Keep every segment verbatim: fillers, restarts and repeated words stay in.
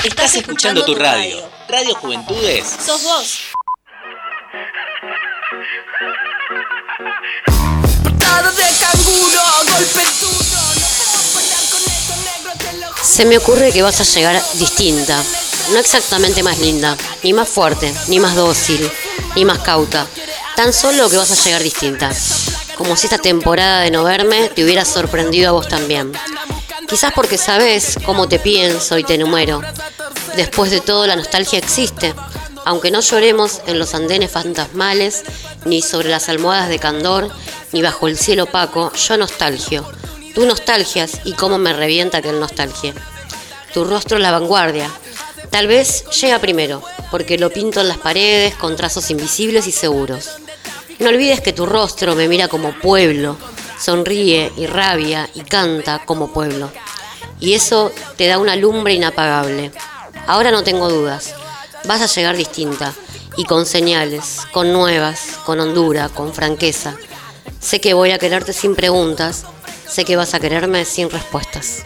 Estás escuchando tu radio. Radio Juventudes. Sos vos. Se me ocurre que vas a llegar distinta, no exactamente más linda, ni más fuerte, ni más dócil, ni más cauta, tan solo que vas a llegar distinta, como si esta temporada de no verme te hubiera sorprendido a vos también. Quizás porque sabes cómo te pienso y te enumero. Después de todo, la nostalgia existe, aunque no lloremos en los andenes fantasmales, ni sobre las almohadas de candor, ni bajo el cielo opaco, yo nostalgio. Tú nostalgias y cómo me revienta aquel nostalgia. Tu rostro es la vanguardia. Tal vez llega primero, porque lo pinto en las paredes con trazos invisibles y seguros. No olvides que tu rostro me mira como pueblo, sonríe y rabia y canta como pueblo. Y eso te da una lumbre inapagable. Ahora no tengo dudas. Vas a llegar distinta, y con señales, con nuevas, con hondura, con franqueza. Sé que voy a quererte sin preguntas. Sé que vas a quererme sin respuestas.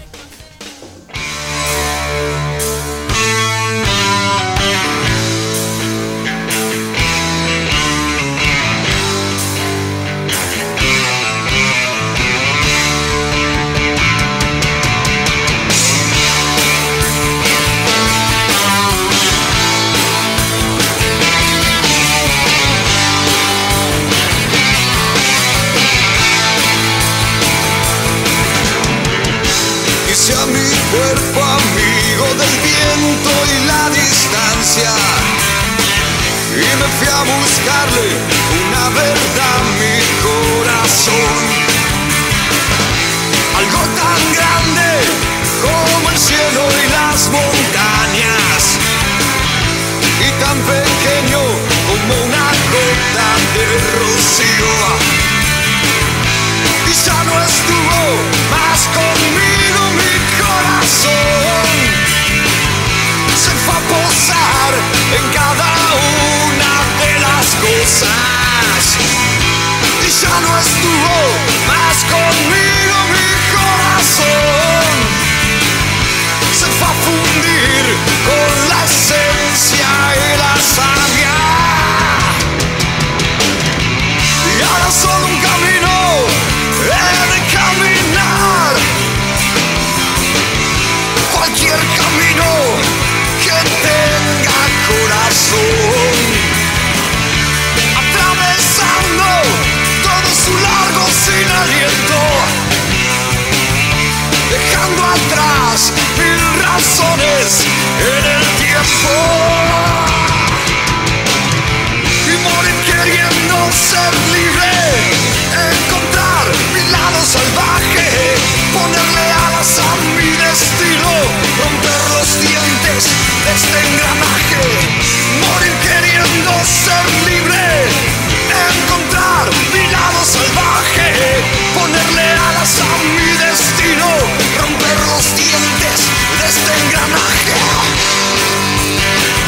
Cuerpo amigo del viento y la distancia, y me fui a buscarle una verdad a mi corazón, algo tan grande como el cielo y las montañas, y tan pequeño como una gota de rocío, y ya no estuvo más conmigo mi corazón, se fue a posar en cada una de las cosas, y ya no estuvo más conmigo mi corazón, se fue a fundir con la esencia y la savia, y ahora solo un camino he de caminar, cualquier camino que tenga corazón, atravesando todo su largo sin aliento, dejando atrás mil razones en el tiempo, y morir queriendo ser libre, encontrar mi lado salvaje, ponerle alas a mi destino, romper los dientes de este engranaje, morir queriendo ser libre, encontrar mi lado salvaje, ponerle alas a mi destino, romper los dientes de este engranaje.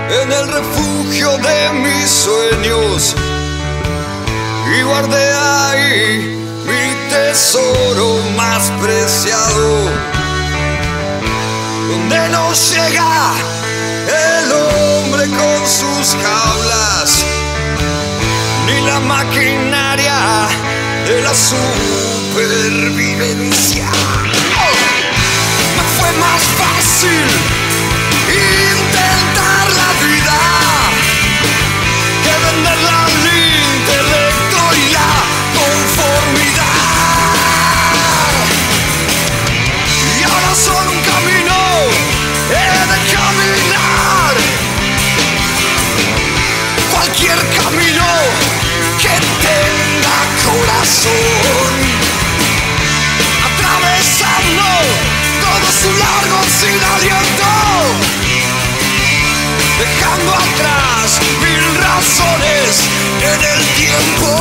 en el refugio de mis sueños y guardé ahí mi tesoro más preciado, donde no llega el hombre con sus jaulas, ni la maquinaria de la supervivencia. Me fue más fácil intentar la vida que venderla al intelecto y la conformidad. Y ahora solo un camino he de caminar, cualquier camino que tenga corazón, atravesando todo su largo sin aliento, dejando atrás mil razones en el tiempo,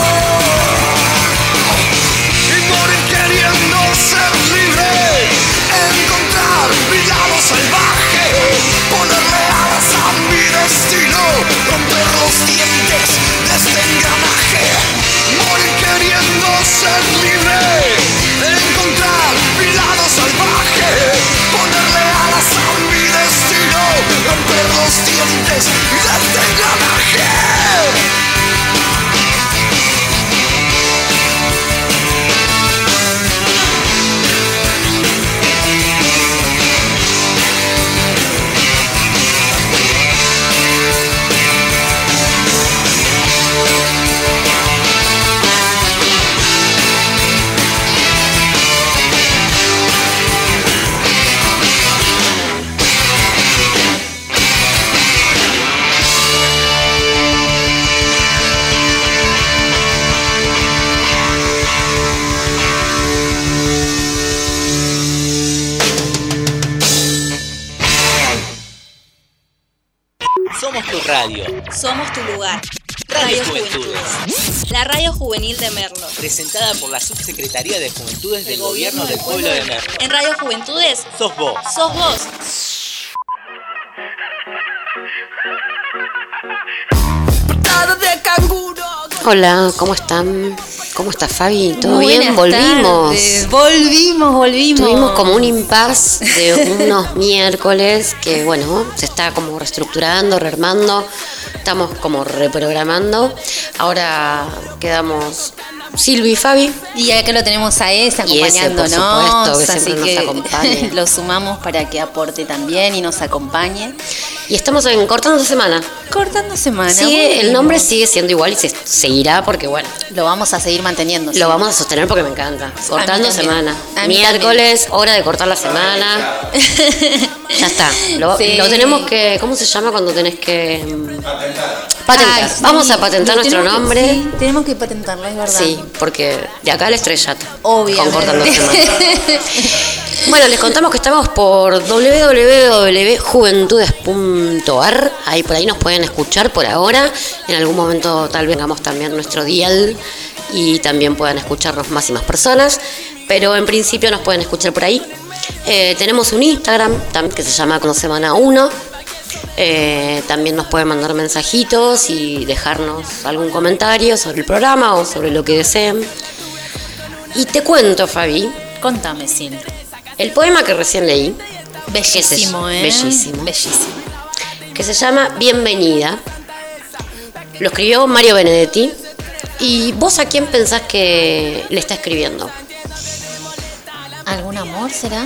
y morir queriendo ser libre, encontrar mi lado salvaje, ponerle alas a mi destino, romper los dientes de este engranaje. Morir queriendo ser libre, encontrar mi lado salvaje, ponerle alas a mi destino, romper los dientes de este engranaje. Somos tu radio. Somos tu lugar. Radio, Radio Juventudes. Juventudes. La radio juvenil de Merlo. Presentada por la Subsecretaría de Juventudes del Gobierno del Pueblo de Merlo. En Radio Juventudes, Sos vos. sos vos. Hola, ¿cómo están? ¿Cómo está Fabi? ¿Todo Buenas bien? Volvimos. tardes. Volvimos, volvimos. Tuvimos como un impasse de unos miércoles que, bueno, se está como reestructurando, rearmando. Estamos como reprogramando. Ahora quedamos Silvi y Fabi. Y acá lo tenemos a ese Y ese, por acompañándonos. supuesto, que así siempre que nos acompaña. lo sumamos para que aporte también y nos acompañe. Y estamos en Cortando Semana. Cortando semana. Sigue, bueno. el nombre sigue siendo igual y se seguirá porque, bueno, Lo vamos a seguir manteniendo. lo vamos a sostener porque me encanta. Cortando también. Semana. A mí Miércoles, hora de cortar la semana. Ya está. Lo, Sí. lo tenemos que. ¿Cómo se llama cuando tenés que. mm, Patentar. Ay, sí. Vamos a patentar Lo nuestro tenemos que- nombre. sí, tenemos que patentarlo, es verdad. Sí, porque de acá al estrellato. Obviamente. Con Cortando Semana. Bueno, les contamos que estamos por doble u doble u doble u punto juventudes punto a r. Ahí por ahí nos pueden escuchar por ahora. En algún momento tal vez hagamos también nuestro dial y también puedan escucharnos más y más personas. Pero en principio nos pueden escuchar por ahí. Eh, tenemos un Instagram también que se llama Con Semana uno. Eh, también nos pueden mandar mensajitos y dejarnos algún comentario sobre el programa o sobre lo que deseen. Y te cuento, Fabi, Contame, Sil. el poema que recién leí, Bellísimo, ¿Qué ¿eh? es eso? Bellísimo. Bellísimo. que se llama Bienvenida, lo escribió Mario Benedetti. ¿Y vos a quién pensás que le está escribiendo? ¿Algún amor será?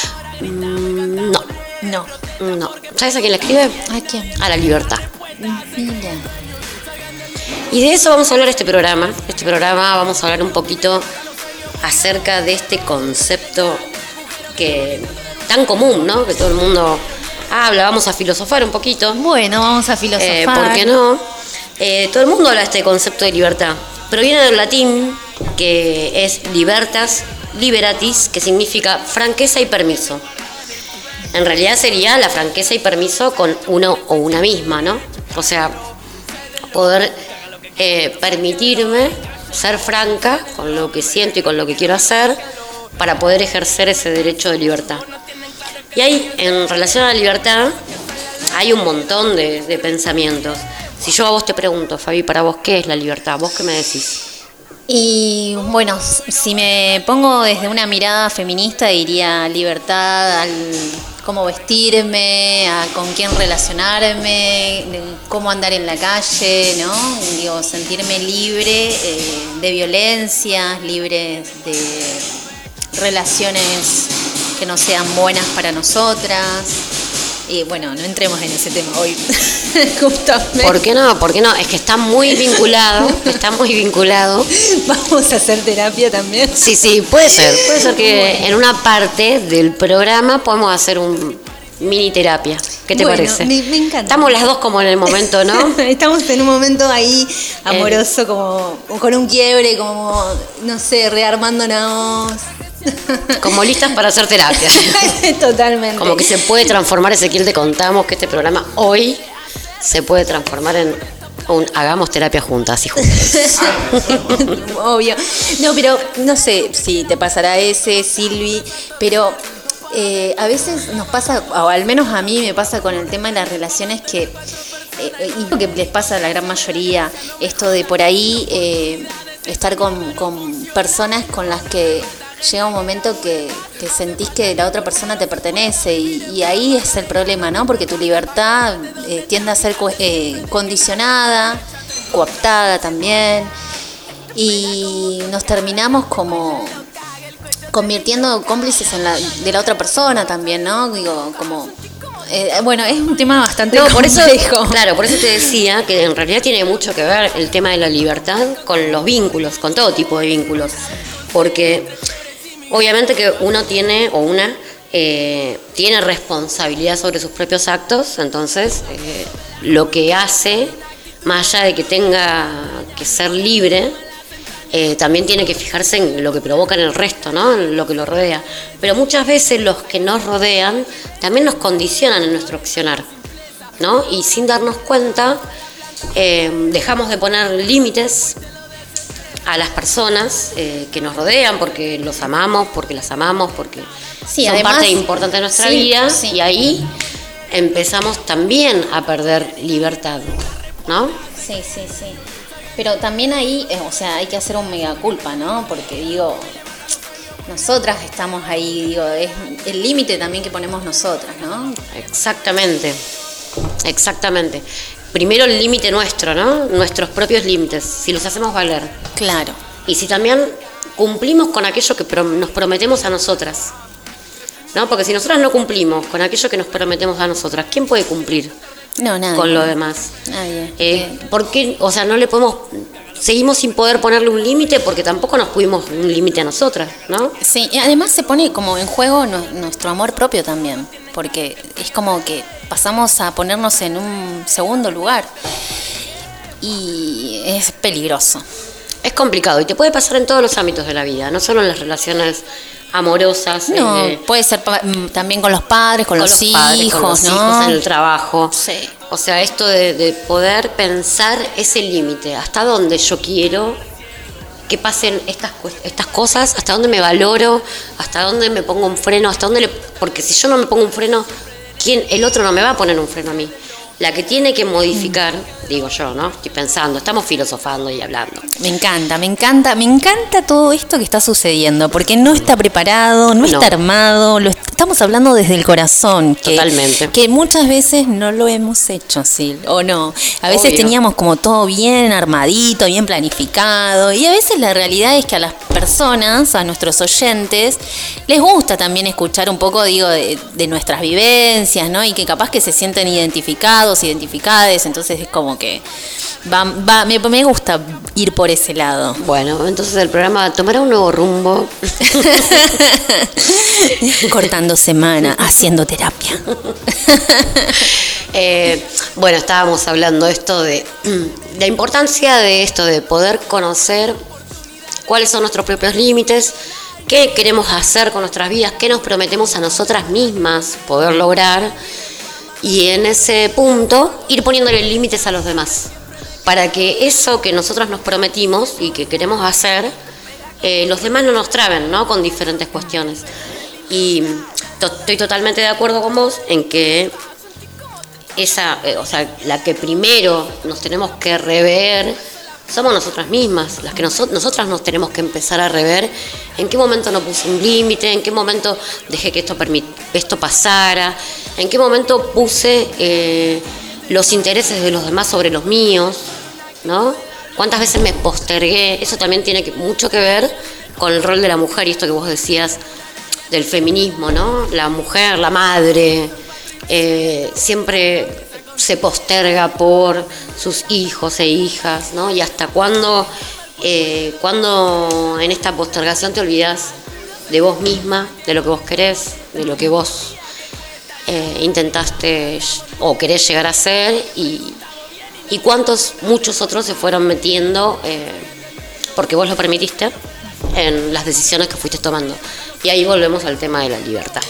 Mm, no, No. no. ¿Sabes a quién le escribe? ¿A quién? A la libertad. Mira. Y de eso vamos a hablar este programa. Este programa vamos a hablar un poquito acerca de este concepto que tan común, ¿no? Que todo el mundo habla. Vamos a filosofar un poquito. Bueno, vamos a filosofar. Eh, ¿Por qué no? Eh, todo el mundo habla de este concepto de libertad. Proviene del latín, que es libertas, liberatis, que significa franqueza y permiso. En realidad sería la franqueza y permiso con uno o una misma, ¿no? O sea, poder eh, permitirme ser franca con lo que siento y con lo que quiero hacer para poder ejercer ese derecho de libertad. Y ahí, en relación a la libertad, hay un montón de, de pensamientos. Si yo a vos te pregunto, Fabi, para vos, ¿qué es la libertad? ¿Vos qué me decís? Y bueno, si me pongo desde una mirada feminista, diría libertad al cómo vestirme, a con quién relacionarme, cómo andar en la calle, ¿no? Digo, sentirme libre eh, de violencias, libre de relaciones que no sean buenas para nosotras. Y bueno, no entremos en ese tema hoy. Justamente. ¿Por qué no? ¿Por qué no? Es que está muy vinculado, está muy vinculado. Vamos a hacer terapia también. Sí, sí, puede ser. Puede ser que en una parte del programa podemos hacer un mini terapia. ¿Qué te bueno, parece? Me, me encanta. Estamos las dos como en el momento, ¿no? Estamos en un momento ahí amoroso, eh. como con un quiebre, como, no sé, rearmándonos. Como listas para hacer terapia. Totalmente. Como que se puede transformar, Ezequiel, te contamos que este programa hoy se puede transformar en un hagamos terapia juntas y juntos. Obvio. No, pero no sé si te pasará ese, Silvi, pero eh, a veces nos pasa, o al menos a mí me pasa con el tema de las relaciones que, eh, y que les pasa a la gran mayoría, esto de por ahí eh, estar con, con personas con las que llega un momento que, que sentís que la otra persona te pertenece y, y ahí es el problema, ¿no? Porque tu libertad eh, tiende a ser co- eh, condicionada, cooptada también, y nos terminamos como convirtiendo cómplices en la, de la otra persona también, ¿no? Digo, como... Eh, bueno, es un tema bastante no, por eso, complejo. Claro, por eso te decía que en realidad tiene mucho que ver el tema de la libertad con los vínculos, con todo tipo de vínculos, porque... Obviamente que uno tiene, o una, eh, tiene responsabilidad sobre sus propios actos, entonces eh, lo que hace, más allá de que tenga que ser libre, eh, también tiene que fijarse en lo que provoca en el resto, ¿no? En lo que lo rodea. Pero muchas veces los que nos rodean también nos condicionan en nuestro accionar, ¿no? Y sin darnos cuenta, eh, dejamos de poner límites a las personas eh, que nos rodean porque los amamos, porque las amamos, porque sí, son además, parte importante de nuestra sí, vida sí. Y ahí empezamos también a perder libertad, ¿no? Sí, sí, sí. Pero también ahí, eh, o sea, hay que hacer un mega culpa, ¿no? Porque digo, nosotras estamos ahí, digo, es el límite también que ponemos nosotras, ¿no? Exactamente, exactamente. Primero el límite nuestro, ¿no? Nuestros propios límites, si los hacemos valer. Claro. Y si también cumplimos con aquello que pro- nos prometemos a nosotras, ¿no? Porque si nosotras no cumplimos con aquello que nos prometemos a nosotras, ¿quién puede cumplir No, nadie. con lo demás? Nadie. Eh, ¿Por qué? O sea, no le podemos... Seguimos sin poder ponerle un límite porque tampoco nos pusimos un límite a nosotras, ¿no? Sí, y además se pone como en juego no, nuestro amor propio también, porque es como que pasamos a ponernos en un segundo lugar y es peligroso. Es complicado y te puede pasar en todos los ámbitos de la vida, no solo en las relaciones amorosas. No, eh, puede ser pa- también con los padres, con, con los, los hijos, padres, con los ¿no? hijos, en el trabajo. Sí. O sea, esto de, de poder pensar ese límite, hasta dónde yo quiero que pasen estas estas cosas, hasta dónde me valoro, hasta dónde me pongo un freno, hasta dónde le, porque si yo no me pongo un freno, ¿quién? El otro no me va a poner un freno a mí. La que tiene que modificar, digo yo, ¿no? Estoy pensando, estamos filosofando y hablando. Me encanta, me encanta, me encanta todo esto que está sucediendo, porque no está preparado, no, no. está armado, lo est- estamos hablando desde el corazón. Que, Totalmente. Que muchas veces no lo hemos hecho, sí, o no. A veces Obvio. Teníamos como todo bien armadito, bien planificado, y a veces la realidad es que a las personas, a nuestros oyentes, les gusta también escuchar un poco, digo, de, de nuestras vivencias, ¿no? Y que capaz que se sienten identificados, identificadas, entonces es como que va, va, me, me gusta ir por ese lado. Bueno, entonces el programa tomará un nuevo rumbo. Cortando semana, haciendo terapia. eh, bueno, estábamos hablando esto de la importancia de esto, de poder conocer cuáles son nuestros propios límites, qué queremos hacer con nuestras vidas, qué nos prometemos a nosotras mismas poder lograr. Y en ese punto, ir poniéndole límites a los demás, para que eso que nosotros nos prometimos y que queremos hacer, eh, los demás no nos traben, ¿no? Con diferentes cuestiones. Y to- estoy totalmente de acuerdo con vos en que esa, eh, o sea, la que primero nos tenemos que rever somos nosotras mismas, las que noso- nosotras nos tenemos que empezar a rever en qué momento no puse un límite, en qué momento dejé que esto, permit- esto pasara, en qué momento puse eh, los intereses de los demás sobre los míos, ¿no? Cuántas veces me postergué. Eso también tiene que, mucho que ver con el rol de la mujer y esto que vos decías del feminismo, ¿no? La mujer, la madre, eh, siempre se posterga por sus hijos e hijas, ¿no? Y hasta cuándo, eh, cuándo en esta postergación te olvidas de vos misma, de lo que vos querés, de lo que vos eh, intentaste o querés llegar a ser, y, y cuántos, muchos otros se fueron metiendo eh, porque vos lo permitiste en las decisiones que fuiste tomando. Y ahí volvemos al tema de la libertad.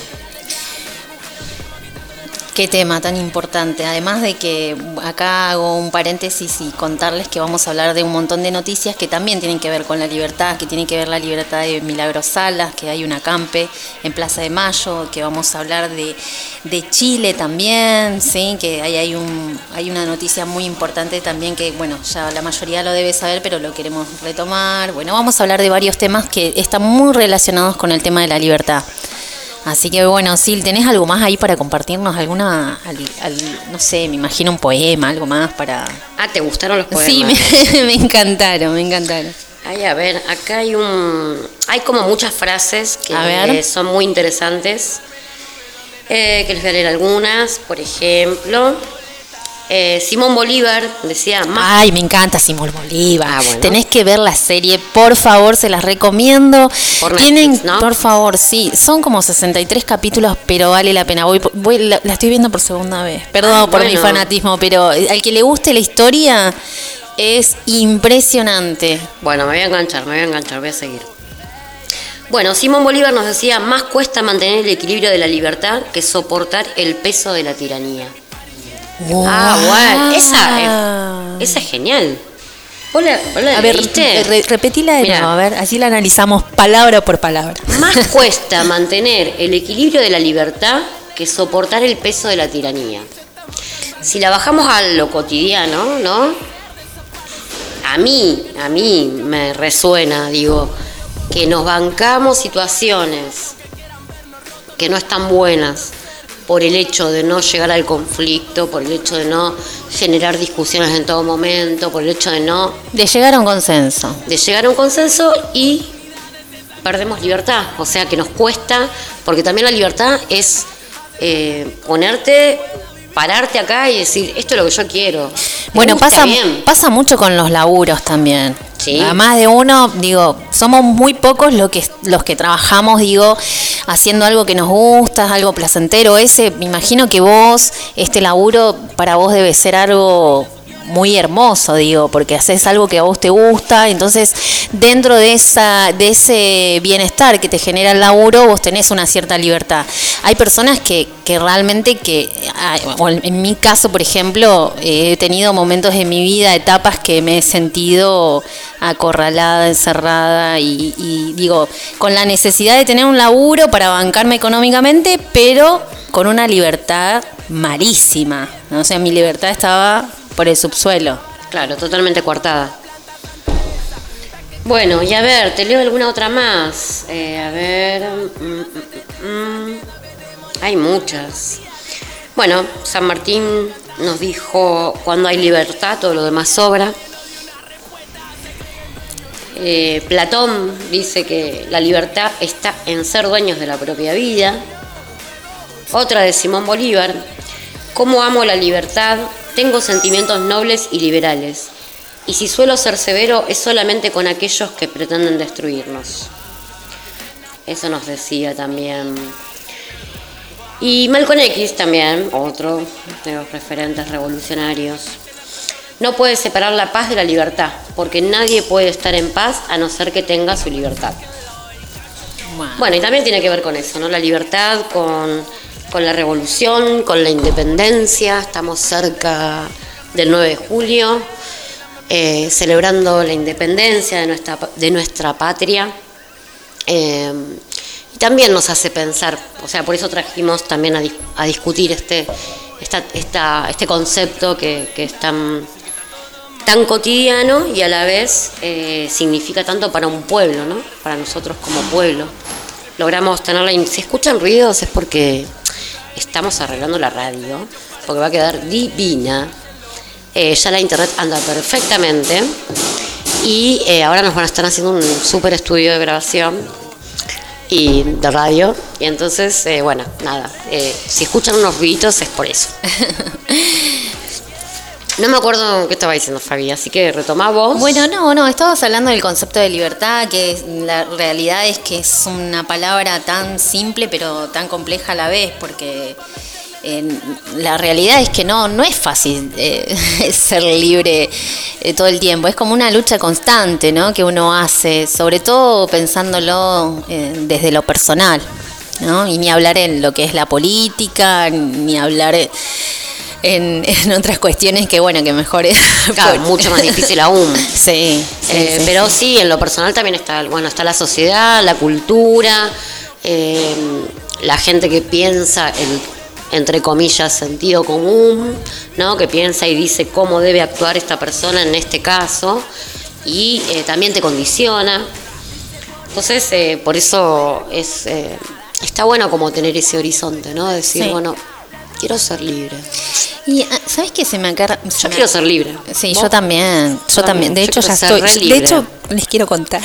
Qué tema tan importante. Además de que acá hago un paréntesis y contarles que vamos a hablar de un montón de noticias que también tienen que ver con la libertad, que tienen que ver la libertad de Milagros Salas, que hay un acampe en Plaza de Mayo, que vamos a hablar de, de Chile también, sí, que ahí hay un hay una noticia muy importante también que, bueno, ya la mayoría lo debe saber, pero lo queremos retomar. Bueno, vamos a hablar de varios temas que están muy relacionados con el tema de la libertad. Así que bueno, Sil, ¿tenés algo más ahí para compartirnos? ¿Alguna, al, al, no sé, me imagino un poema, algo más para...? Ah, ¿te gustaron los poemas? Sí, me, me encantaron, me encantaron. Ay, a ver, acá hay un... Hay como muchas frases que A ver. eh, son muy interesantes, eh, que les voy a leer algunas. Por ejemplo, eh, Simón Bolívar decía... Más... Ay, me encanta Simón Bolívar. Ah, bueno. Tenés que ver la serie, por favor, se las recomiendo. Por Tienen, Netflix, ¿no? por favor, sí, son como sesenta y tres capítulos, pero vale la pena. Voy, voy la, la estoy viendo por segunda vez. Perdón Ah, por bueno. mi fanatismo, pero al que le guste la historia es impresionante. Bueno, me voy a enganchar, me voy a enganchar, voy a seguir. Bueno, Simón Bolívar nos decía, más cuesta mantener el equilibrio de la libertad que soportar el peso de la tiranía. Wow. Ah, bueno, esa es, esa es genial. ¿Vos la, vos la A ver, leíste? re, repetila de Mirá. nuevo, a ver, así la analizamos palabra por palabra. Más cuesta mantener el equilibrio de la libertad que soportar el peso de la tiranía. Si la bajamos a lo cotidiano, ¿no? A mí, a mí me resuena, digo, que nos bancamos situaciones que no están buenas por el hecho de no llegar al conflicto, por el hecho de no generar discusiones en todo momento, por el hecho de no... De llegar a un consenso. de llegar a un consenso y perdemos libertad. O sea que nos cuesta, porque también la libertad es eh, ponerte, pararte acá y decir, esto es lo que yo quiero. Bueno, Me gusta pasa, bien. pasa mucho con los laburos también. Sí. A más de uno, digo, somos muy pocos los que, los que trabajamos, digo, haciendo algo que nos gusta, algo placentero. Ese, me imagino que vos, este laburo para vos debe ser algo muy hermoso, digo, porque haces algo que a vos te gusta, entonces dentro de esa de ese bienestar que te genera el laburo, vos tenés una cierta libertad. Hay personas que, que realmente, que o en mi caso, por ejemplo, he tenido momentos en mi vida, etapas que me he sentido acorralada, encerrada y, y digo, con la necesidad de tener un laburo para bancarme económicamente, pero con una libertad malísima, ¿no? O sea, mi libertad estaba por el subsuelo. Claro, totalmente coartada. Bueno, y a ver, te leo alguna otra más. Eh, a ver... mm, mm, mm. Hay muchas. Bueno, San Martín nos dijo, cuando hay libertad, todo lo demás sobra. Eh, Platón dice que la libertad está en ser dueños de la propia vida. Otra de Simón Bolívar, ¿cómo amo la libertad? Tengo sentimientos nobles y liberales, y si suelo ser severo es solamente con aquellos que pretenden destruirnos. Eso nos decía también. Y Malcolm X también, otro de los referentes revolucionarios. No puede separar la paz de la libertad, porque nadie puede estar en paz a no ser que tenga su libertad. Wow. Bueno, y también tiene que ver con eso, ¿no? La libertad con... con la revolución, con la independencia. Estamos cerca del nueve de julio, eh, celebrando la independencia de nuestra, de nuestra patria. Eh, y también nos hace pensar, o sea, por eso trajimos también a, a discutir este, esta, esta, este concepto que, que es tan, tan cotidiano y a la vez eh, significa tanto para un pueblo, ¿no? Para nosotros como pueblo. Logramos tenerla. Si escuchan ruidos es porque estamos arreglando la radio, porque va a quedar divina. Eh, ya la internet anda perfectamente y eh, ahora nos van a estar haciendo un súper estudio de grabación y de radio. Y entonces, eh, bueno, nada, eh, si escuchan unos ruiditos es por eso. No me acuerdo qué estaba diciendo, Fabi, así que retomá vos. Bueno, no, no, estabas hablando del concepto de libertad, que es, la realidad es que es una palabra tan simple pero tan compleja a la vez, porque eh, la realidad es que no, no es fácil eh, ser libre eh, todo el tiempo. Es como una lucha constante, ¿no?, que uno hace, sobre todo pensándolo eh, desde lo personal, ¿no? Y ni hablar en lo que es la política, ni hablar en... En, en otras cuestiones que, bueno, que mejor es... Claro, mucho más difícil aún. Sí, sí, eh, sí, pero sí. sí, en lo personal también está, bueno, está la sociedad, la cultura, eh, la gente que piensa el, entre comillas, sentido común, ¿no? Que piensa y dice cómo debe actuar esta persona en este caso, y eh, también te condiciona. Entonces, eh, por eso es eh, está bueno como tener ese horizonte, ¿no? Decir, sí, bueno, quiero ser libre. Y ¿sabes qué se me acarra? Se yo me... quiero ser libre. Sí, ¿vos? Yo también. Yo también. De yo hecho ya estoy. De hecho les quiero contar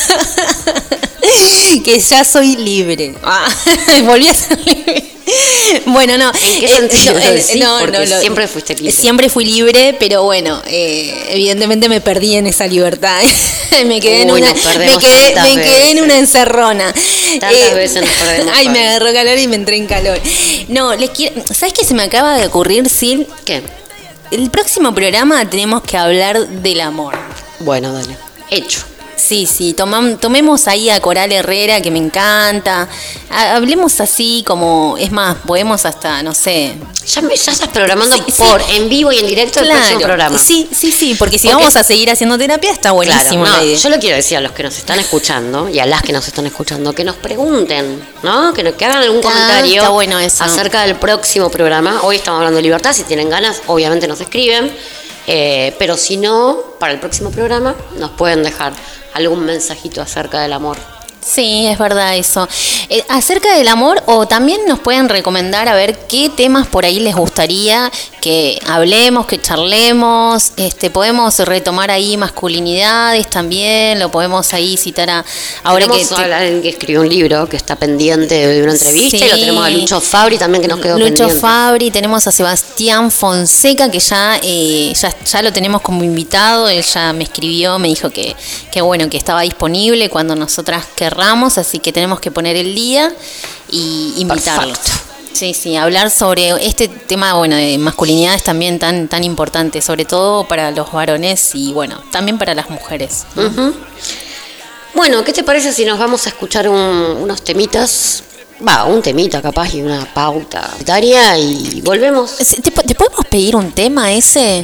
que ya soy libre. Ah, volví a ser libre. Bueno, no. ¿En qué sentido? Eh, no, sí, no, porque no, lo, siempre fuiste libre. Siempre fui libre, pero bueno, eh, evidentemente me perdí en esa libertad. me quedé Uy, en una, me quedé, me quedé en una encerrona. Tantas eh, veces nos perdemos. Ay, me agarró calor y me entré en calor. No, les quiero. ¿Sabes qué se me acaba de ocurrir, Sil? ¿Qué? El próximo programa tenemos que hablar del amor. Bueno, dale. Hecho. Sí, sí, tomam, tomemos ahí a Coral Herrera, que me encanta. Ha, hablemos así como, es más, podemos hasta, no sé. Ya, me, ya estás programando sí, por sí. en vivo y en directo el claro, próximo programa. Sí, sí, sí, porque si porque, vamos a seguir haciendo terapia está buenísimo. Claro, no, la idea. yo le quiero decir a los que nos están escuchando y a las que nos están escuchando que nos pregunten, ¿no? Que, nos, que hagan algún ah, comentario está bueno eso. acerca del próximo programa. Hoy estamos hablando de libertad, si tienen ganas, obviamente nos escriben. Eh, pero si no, para el próximo programa nos pueden dejar algún mensajito acerca del amor. Sí, es verdad eso. Eh, acerca del amor, o también nos pueden recomendar a ver qué temas por ahí les gustaría que hablemos, que charlemos. Este, podemos retomar ahí masculinidades también, lo podemos ahí citar a ahora tenemos que te... a alguien que escribió un libro que está pendiente de una entrevista, sí. Y lo tenemos a Lucho Fabri también que nos quedó Lucho pendiente. Lucho Fabri, tenemos a Sebastián Fonseca que ya, eh, ya ya lo tenemos como invitado. Él ya me escribió, me dijo que, que bueno, que estaba disponible cuando nosotras querramos, así que tenemos que poner el día y invitarlo. Perfecto. Sí, sí, hablar sobre este tema, bueno, de masculinidades también tan tan importante, sobre todo para los varones y bueno, también para las mujeres, ¿no? Uh-huh. Bueno, ¿qué te parece si nos vamos a escuchar un, unos temitas? Va, un temita capaz y una pauta etaria y volvemos. ¿Te, ¿Te podemos pedir un tema ese?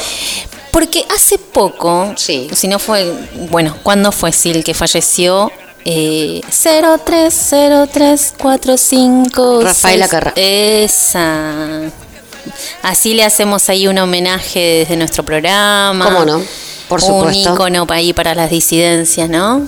Porque hace poco, sí. Si no fue, bueno, ¿cuándo fue Sil que falleció? Eh, cero tres cero tres cuatro cinco Rafaela Carrá. Esa. Así le hacemos ahí un homenaje desde nuestro programa. ¿Cómo no? Por supuesto. Un ícono ahí para las disidencias, ¿no?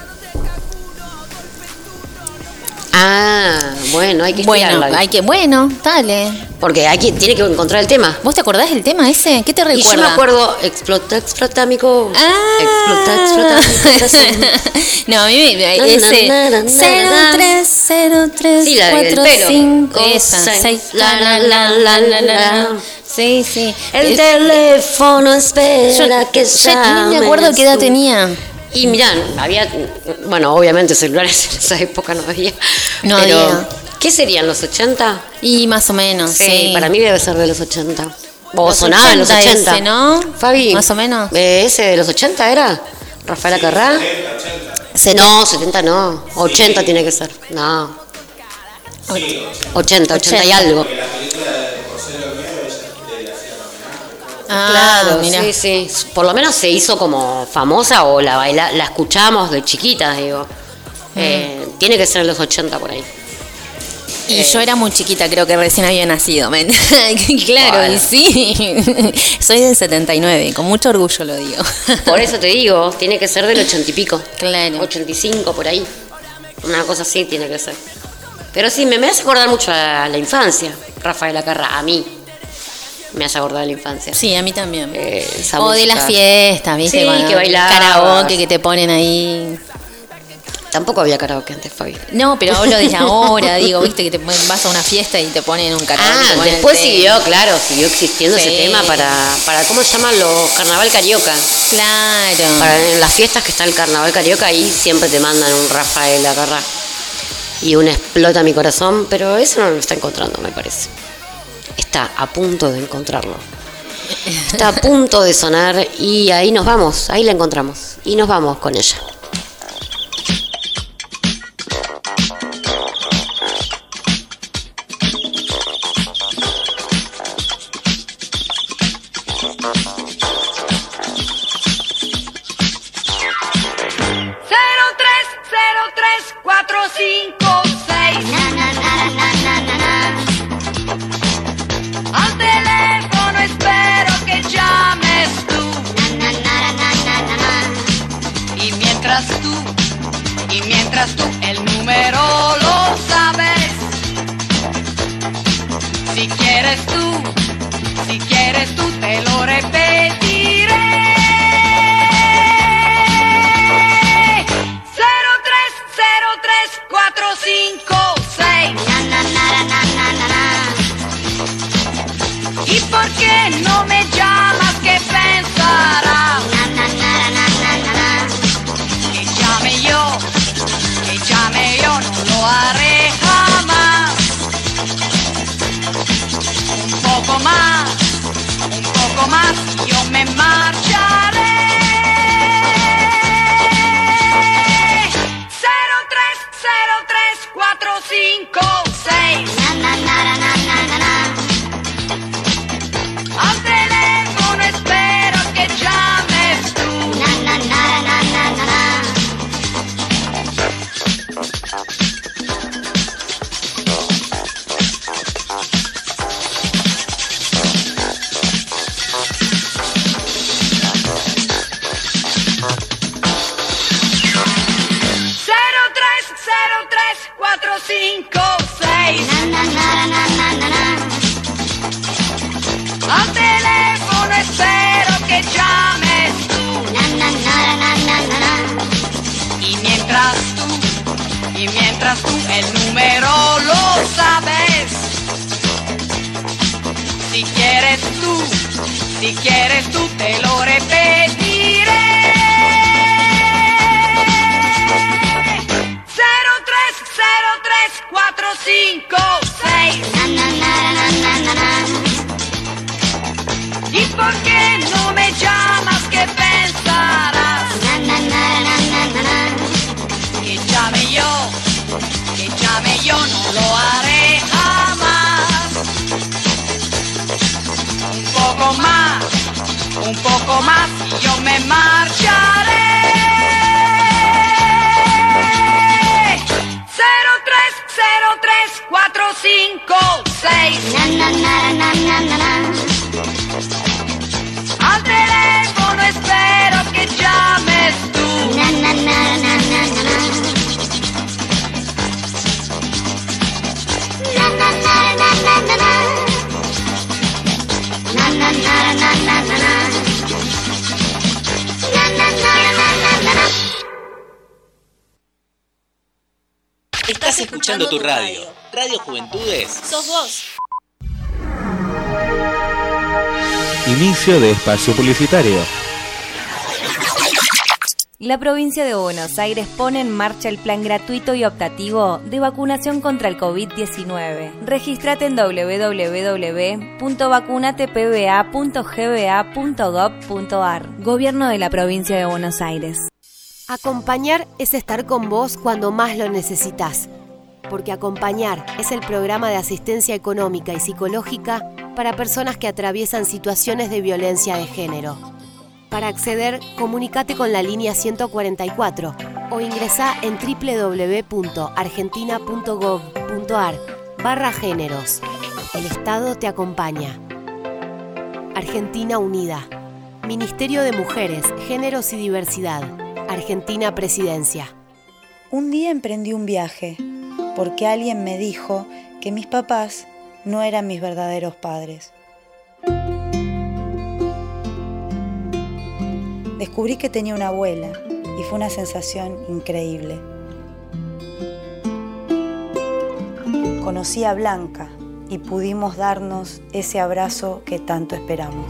Ah, bueno, hay que bueno, hay que Bueno, dale. Porque hay que, tiene que encontrar el tema. ¿Vos te acordás del tema ese? ¿Qué te recuerda? Y yo me acuerdo, explota, explota mi co. Ah. Explota, explota mi corazón. No, a mí me, ese cero tres cero tres cuatro cinco esa seis la la la la la la. Sí, sí. El es, teléfono espera yo, que yo no me acuerdo qué edad tenía. Y mirá, había, bueno, obviamente celulares en esa época no había. No pero, había. ¿qué serían los ochenta? Y más o menos, sí. sí. Para mí debe ser de los ochenta. O los sonaba en los ochenta. Ese, ¿no? Fabi. Más o menos. Eh, ¿Ese de los ochenta era? ¿Rafaela Carrá? No, setenta no. ochenta tiene que ser. No. ochenta, ochenta y algo. Ah, claro, mirá. sí, sí. Por lo menos se hizo como famosa o la baila, la escuchamos de chiquitas, digo. Mm. Eh, tiene que ser en los ochenta por ahí. Y Eh, yo era muy chiquita, creo que recién había nacido. ¿me? Claro, Bueno. y sí. Soy del setenta y nueve, con mucho orgullo lo digo. Por eso te digo, tiene que ser del ochenta y pico. Claro. ochenta y cinco, por ahí. Una cosa así tiene que ser. Pero sí, me, me hace acordar mucho a la infancia, Rafael Acarrá, a mí. Me hace acordar de la infancia. Sí, a mí también. Eh, esa o de música. las fiestas, ¿viste? Sí, Cuando que bailabas. karaoke que te ponen ahí. Tampoco había karaoke antes, Fabi. No, pero hablo de ahora, digo, ¿viste? Que te ponen- vas a una fiesta y te ponen un karaoke. te Ah, ponen el después tema. siguió, claro, siguió existiendo Sí. ese tema para, para, ¿cómo se llaman los carnaval carioca? Claro. Para en las fiestas que está el carnaval carioca, ahí siempre te mandan un Rafael Acarrá. Y un explota mi corazón, pero eso no lo está encontrando, me parece. Está a punto de encontrarlo. Está a punto de sonar y ahí nos vamos, ahí la encontramos. Y nos vamos con ella. cero tres cero tres cuatro cinco seis. Al teléfono espero que llames tú. Y mientras tú, y mientras tú el número lo sabes. Si quieres tú, si quieres tú te lo repetiré. cero tres cero tres cuatro cinco seis. ¿Y por qué no me llamas? ¿Qué pensarás? Que llame yo, que llame yo, no lo haré jamás. Un poco más, un poco más, y yo me marcharé. cero tres cero tres cuatro cinco seis. Al teléfono espero que llames tú. cero tres cero tres cuatro cinco seis. Al teléfono espero que llames tú. Y mientras tú, y mientras tú el número lo sabes. Si quieres tú, si quieres tú te lo repetiré. cero tres cero tres cuatro cinco seis. ¿Y por qué no me llamas? ¿Qué pensarás? Que llame yo, que llame yo, no lo haré jamás. Un poco más, un poco más, y yo me marcharé. cero tres cero tres cuatro cinco seis. Al teléfono espero que llames tú. Estás escuchando tu radio. Radio Juventudes. Sos vos. Inicio de espacio publicitario. La provincia de Buenos Aires pone en marcha el plan gratuito y optativo de vacunación contra el COVID diecinueve. Regístrate en doble u doble u doble u punto vacunate p b a punto g b a punto gov punto a r. Gobierno de la provincia de Buenos Aires. Acompañar es estar con vos cuando más lo necesitas, porque Acompañar es el programa de asistencia económica y psicológica para personas que atraviesan situaciones de violencia de género. Para acceder, comunícate con la línea ciento cuarenta y cuatro o ingresá en doble u doble u doble u punto argentina punto gov punto a r barra géneros. El Estado te acompaña. Argentina Unida. Ministerio de Mujeres, Géneros y Diversidad. Argentina Presidencia. Un día emprendí un viaje porque alguien me dijo que mis papás no eran mis verdaderos padres. Descubrí que tenía una abuela y fue una sensación increíble. Conocí a Blanca y pudimos darnos ese abrazo que tanto esperamos.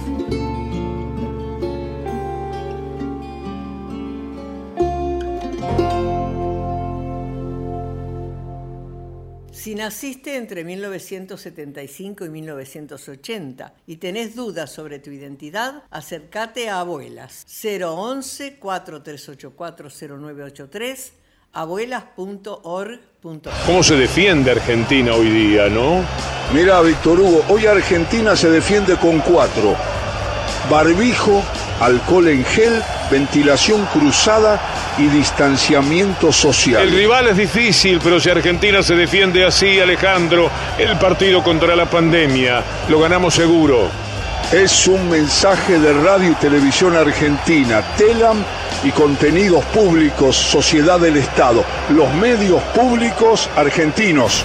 Si naciste entre mil novecientos setenta y cinco y mil novecientos ochenta y tenés dudas sobre tu identidad, acércate a Abuelas. cero once, cuatro tres ocho cuatro, cero nueve ocho tres, abuelas punto org punto ar. ¿Cómo se defiende Argentina hoy día, no? Mira, Víctor Hugo, hoy Argentina se defiende con cuatro. Barbijo, alcohol en gel, ventilación cruzada y distanciamiento social. El rival es difícil, pero si Argentina se defiende así, Alejandro, el partido contra la pandemia lo ganamos seguro. Es un mensaje de Radio y Televisión Argentina, TELAM y Contenidos Públicos, Sociedad del Estado, los medios públicos argentinos.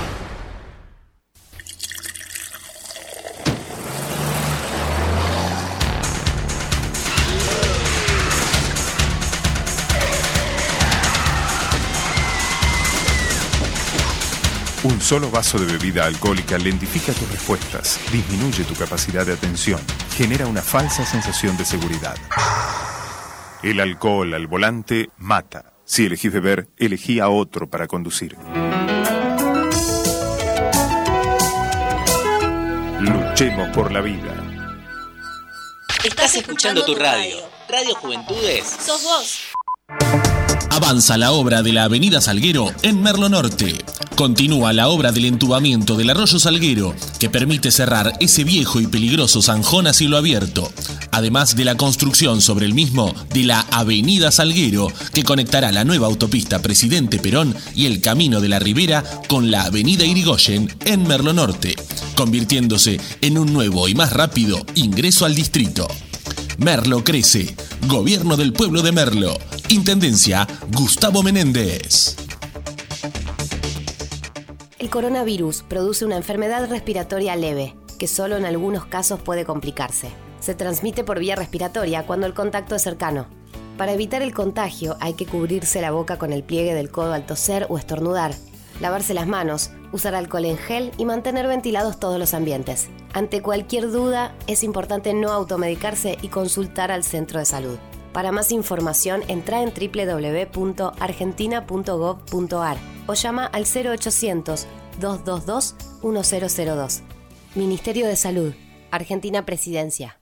Un solo vaso de bebida alcohólica lentifica tus respuestas, disminuye tu capacidad de atención, genera una falsa sensación de seguridad. El alcohol al volante mata. Si elegís beber, elegí a otro para conducir. Luchemos por la vida. Estás escuchando tu radio. Radio Juventudes. Sos vos. Avanza la obra de la Avenida Salguero en Merlo Norte. Continúa la obra del entubamiento del arroyo Salguero, que permite cerrar ese viejo y peligroso zanjón a cielo abierto, además de la construcción sobre el mismo de la Avenida Salguero, que conectará la nueva autopista Presidente Perón y el Camino de la Ribera con la Avenida Irigoyen en Merlo Norte, convirtiéndose en un nuevo y más rápido ingreso al distrito. Merlo crece. Gobierno del Pueblo de Merlo. Intendencia Gustavo Menéndez. El coronavirus produce una enfermedad respiratoria leve, que solo en algunos casos puede complicarse. Se transmite por vía respiratoria cuando el contacto es cercano. Para evitar el contagio hay que cubrirse la boca con el pliegue del codo al toser o estornudar, lavarse las manos, usar alcohol en gel y mantener ventilados todos los ambientes. Ante cualquier duda, es importante no automedicarse y consultar al centro de salud. Para más información, entra en doble u doble u doble u punto argentina punto gov punto ar o llama al cero ochocientos, dos dos dos, uno cero cero dos. Ministerio de Salud, Argentina Presidencia.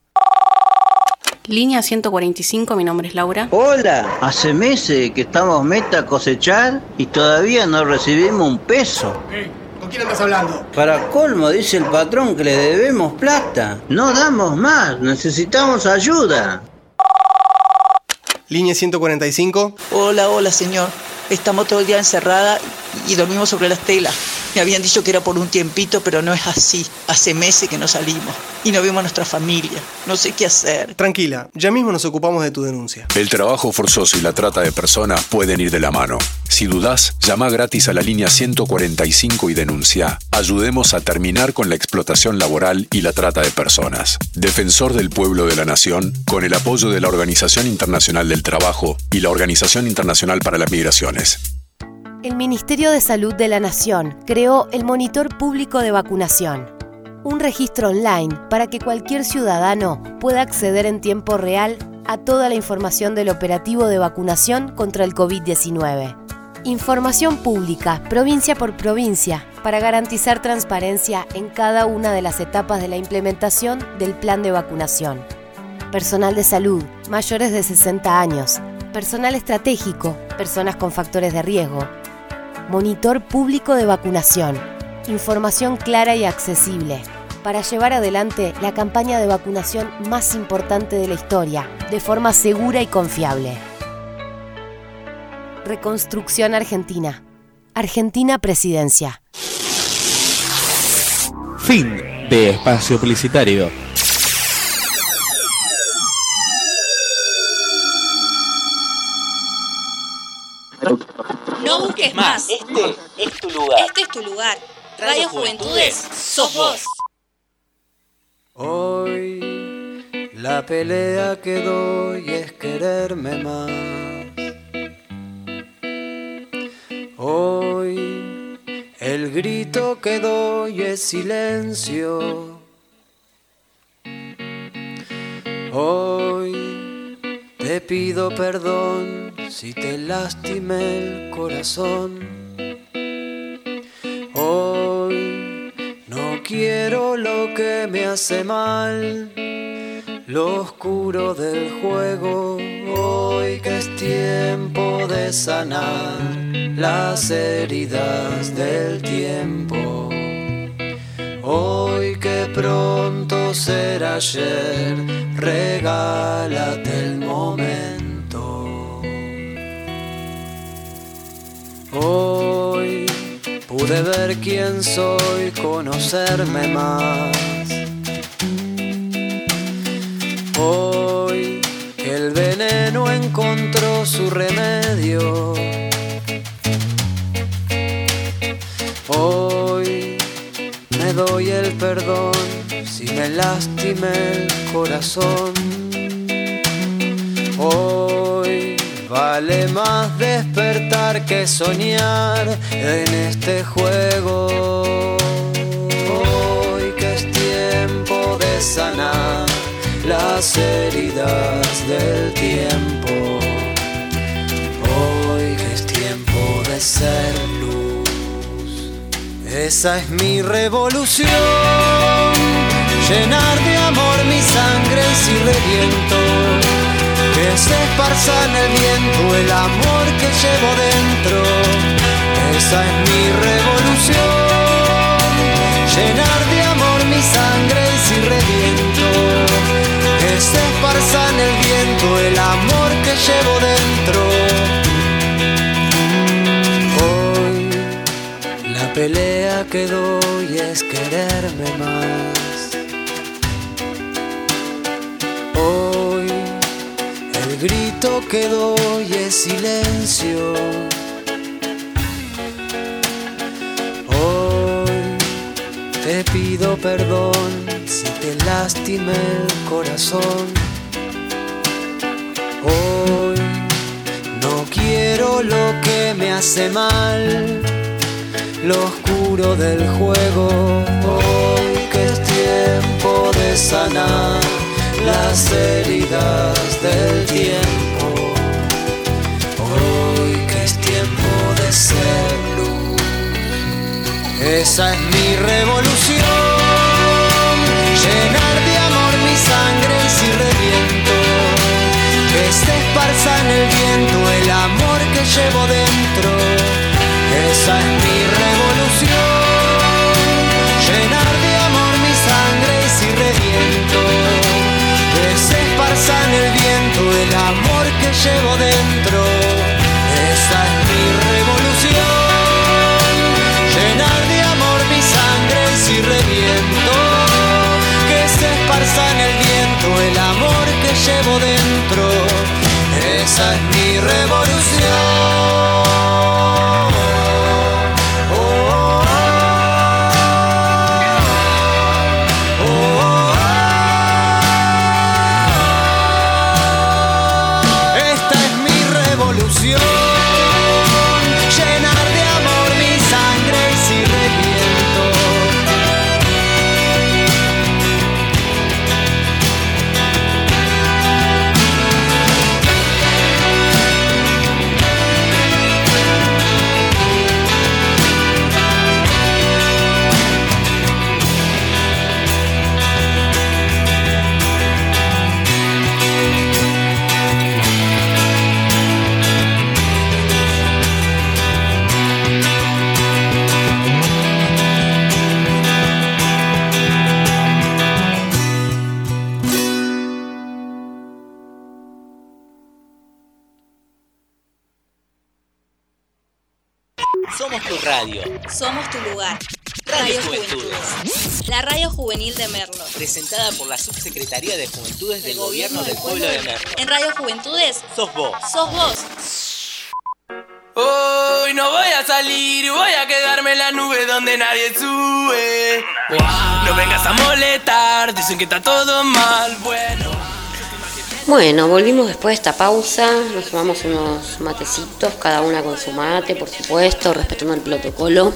Línea ciento cuarenta y cinco, mi nombre es Laura. Hola, hace meses que estamos meta a cosechar y todavía no recibimos un peso. Hey, ¿con quién andas hablando? Para colmo, dice el patrón que le debemos plata. No damos más, necesitamos ayuda. Línea ciento cuarenta y cinco. Hola, hola señor. Estamos todo el día encerrada y dormimos sobre las telas. Me habían dicho que era por un tiempito, pero no es así. Hace meses que no salimos y no vemos a nuestra familia. No sé qué hacer. Tranquila, ya mismo nos ocupamos de tu denuncia. El trabajo forzoso y la trata de personas pueden ir de la mano. Si dudás, llama gratis a la línea ciento cuarenta y cinco y denuncia. Ayudemos a terminar con la explotación laboral y la trata de personas. Defensor del Pueblo de la Nación, con el apoyo de la Organización Internacional del Trabajo y la Organización Internacional para las Migraciones. El Ministerio de Salud de la Nación creó el Monitor Público de Vacunación, un registro online para que cualquier ciudadano pueda acceder en tiempo real a toda la información del operativo de vacunación contra el covid diecinueve. Información pública, provincia por provincia, para garantizar transparencia en cada una de las etapas de la implementación del plan de vacunación. Personal de salud, mayores de sesenta años, personal estratégico, personas con factores de riesgo. Monitor Público de Vacunación. Información clara y accesible para llevar adelante la campaña de vacunación más importante de la historia, de forma segura y confiable. Reconstrucción Argentina. Argentina Presidencia. Fin de espacio publicitario. No busques más. Este es tu lugar. Este es tu lugar. Radio Juventudes, sos vos. Hoy la pelea que doy es quererme más. Hoy el grito que doy es silencio. Hoy te pido perdón si te lastimé el corazón. Hoy no quiero lo que me hace mal, lo oscuro del juego. Hoy que es tiempo de sanar las heridas del tiempo. Hoy que pronto será ayer, regálate el momento. Hoy pude ver quién soy, conocerme más. Hoy que el veneno encontró su remedio. Hoy me doy el perdón si me lastimé el corazón. Hoy vale más despertar que soñar en este juego. Hoy que es tiempo de sanar las heridas del tiempo. Hoy que es tiempo de ser luz. Esa es mi revolución. Llenar de amor mi sangre si reviento. Que se esparza en el viento el amor que llevo dentro. Esa es mi revolución. Llenar de amor mi sangre y si reviento. Que se esparza en el viento el amor que llevo dentro. Hoy la pelea que doy es quererme más. Hoy el grito que doy es silencio. Hoy te pido perdón si te lastimé el corazón. Hoy no quiero lo que me hace mal, lo oscuro del juego. Hoy que es tiempo de sanar las heridas del tiempo. Hoy que es tiempo de ser luz. Esa es mi revolución. Llenar de amor mi sangre y si reviento. Que se esparza en el viento el amor que llevo dentro. Esa es mi revolución. Llenar de amor mi sangre y si reviento. Que se esparza en el viento el amor que llevo dentro. Esa es mi revolución. Llenar de amor mi sangre y si reviento. Que se esparza en el viento el amor que llevo dentro. Esa es mi revolución. Llenar de amor mi sangre y si reviento. Somos tu radio. Somos tu lugar. Radio Radio Juventudes. Juventudes. La radio juvenil de Merlo. Presentada por la Subsecretaría de Juventudes del Gobierno del Pueblo de Merlo. En Radio Juventudes, sos vos. Sos vos. Hoy no voy a salir, voy a quedarme en la nube donde nadie sube. No vengas a molestar, dicen que está todo mal, bueno. Bueno, volvimos después de esta pausa, nos tomamos unos matecitos, cada una con su mate, por supuesto, respetando el protocolo.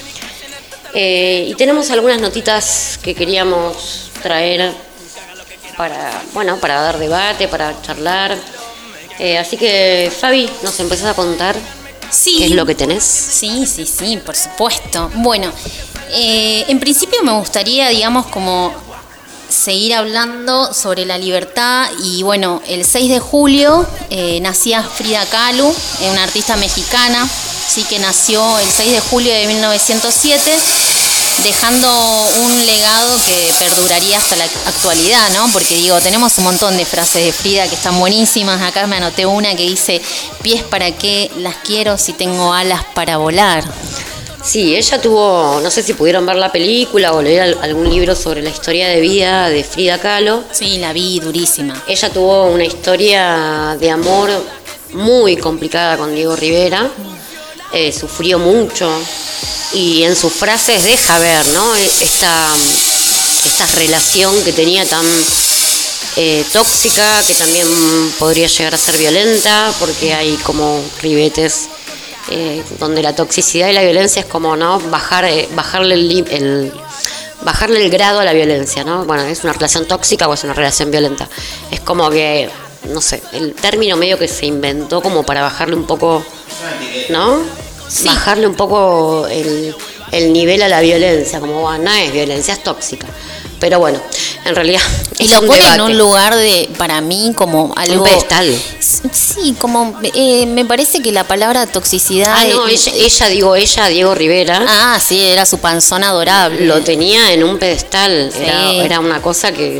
Eh, y tenemos algunas notitas que queríamos traer para, bueno, para dar debate, para charlar. Eh, así que, Fabi, ¿nos empezás a contar sí. qué es lo que tenés? Sí, sí, sí, por supuesto. Bueno, eh, en principio me gustaría, digamos, como seguir hablando sobre la libertad. Y bueno, el seis de julio eh, nacía Frida Kahlo, una artista mexicana, sí, que nació el seis de julio de mil novecientos siete, dejando un legado que perduraría hasta la actualidad, ¿no? Porque digo, tenemos un montón de frases de Frida que están buenísimas. Acá me anoté una que dice: pies para qué las quiero si tengo alas para volar. Sí, ella tuvo, no sé si pudieron ver la película o leer algún libro sobre la historia de vida de Frida Kahlo. Sí, la vi, durísima. Ella tuvo una historia de amor muy complicada con Diego Rivera, eh, sufrió mucho y en sus frases deja ver, ¿no?, esta, esta relación que tenía tan eh, tóxica, que también podría llegar a ser violenta, porque hay como ribetes Eh, donde la toxicidad y la violencia es como, ¿no?, bajar, eh, bajarle el, el bajarle el grado a la violencia, ¿no? Bueno, es una relación tóxica o es una relación violenta. Es como que, no sé, el término medio que se inventó como para bajarle un poco, ¿no? Sí. Bajarle un poco el, el nivel a la violencia, como, bueno, no es violencia, es tóxica. Pero bueno, en realidad y lo pone en un lugar de, para mí, como algo, un pedestal. Sí, como eh, me parece que la palabra toxicidad. Ah, no, ella, ella, digo, ella, Diego Rivera. Ah, sí, era su panzón adorable. Lo tenía en un pedestal. Sí. Era, era una cosa que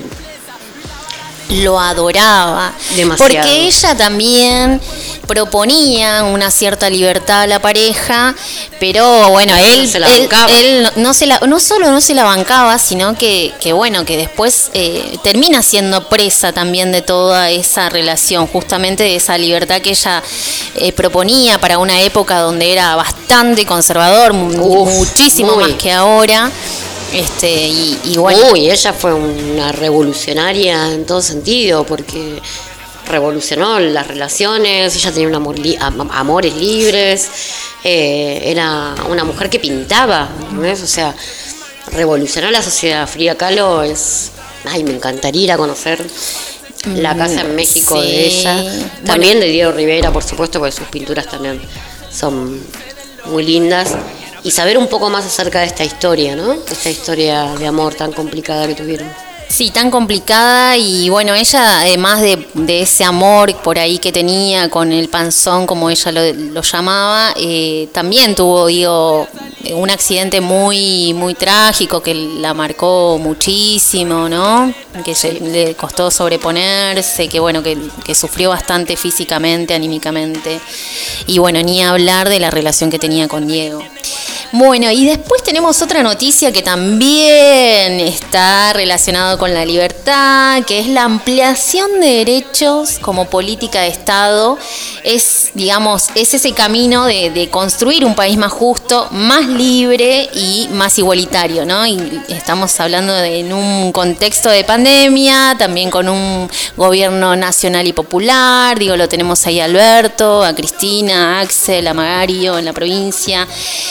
lo adoraba. Demasiado. Porque ella también proponía una cierta libertad a la pareja, pero bueno, él, se la él, bancaba. él no se la, no solo no se la bancaba, sino que, que bueno, que después eh, termina siendo presa también de toda esa relación, justamente de esa libertad que ella eh, proponía para una época donde era bastante conservador, Uf, muchísimo muy. más que ahora. Este, y, y bueno. Uy, ella fue una revolucionaria en todo sentido, porque revolucionó las relaciones, ella tenía un amor li- am- amores libres, eh, era una mujer que pintaba, ¿ves? O sea, revolucionó la sociedad. Frida Kahlo es, ay, me encantaría ir a conocer la casa en México sí. de ella, también bueno. de Diego Rivera, por supuesto, porque sus pinturas también son muy lindas. Y saber un poco más acerca de esta historia, ¿no? Esta historia de amor tan complicada que tuvieron. Sí, tan complicada. Y bueno, ella, además de, de ese amor por ahí que tenía con el panzón, como ella lo, lo llamaba, eh, también tuvo, digo, un accidente muy muy trágico que la marcó muchísimo, ¿no? Que se, le costó sobreponerse, que bueno, que, que sufrió bastante físicamente, anímicamente. Y bueno, ni hablar de la relación que tenía con Diego. Bueno, y después tenemos otra noticia que también está relacionada con la libertad, que es la ampliación de derechos como política de Estado. Es, digamos, es ese camino de, de construir un país más justo, más libre y más igualitario, ¿no? Y estamos hablando de en un contexto de pandemia, también con un gobierno nacional y popular. Digo, lo tenemos ahí a Alberto, a Cristina, a Axel, a Magario en la provincia.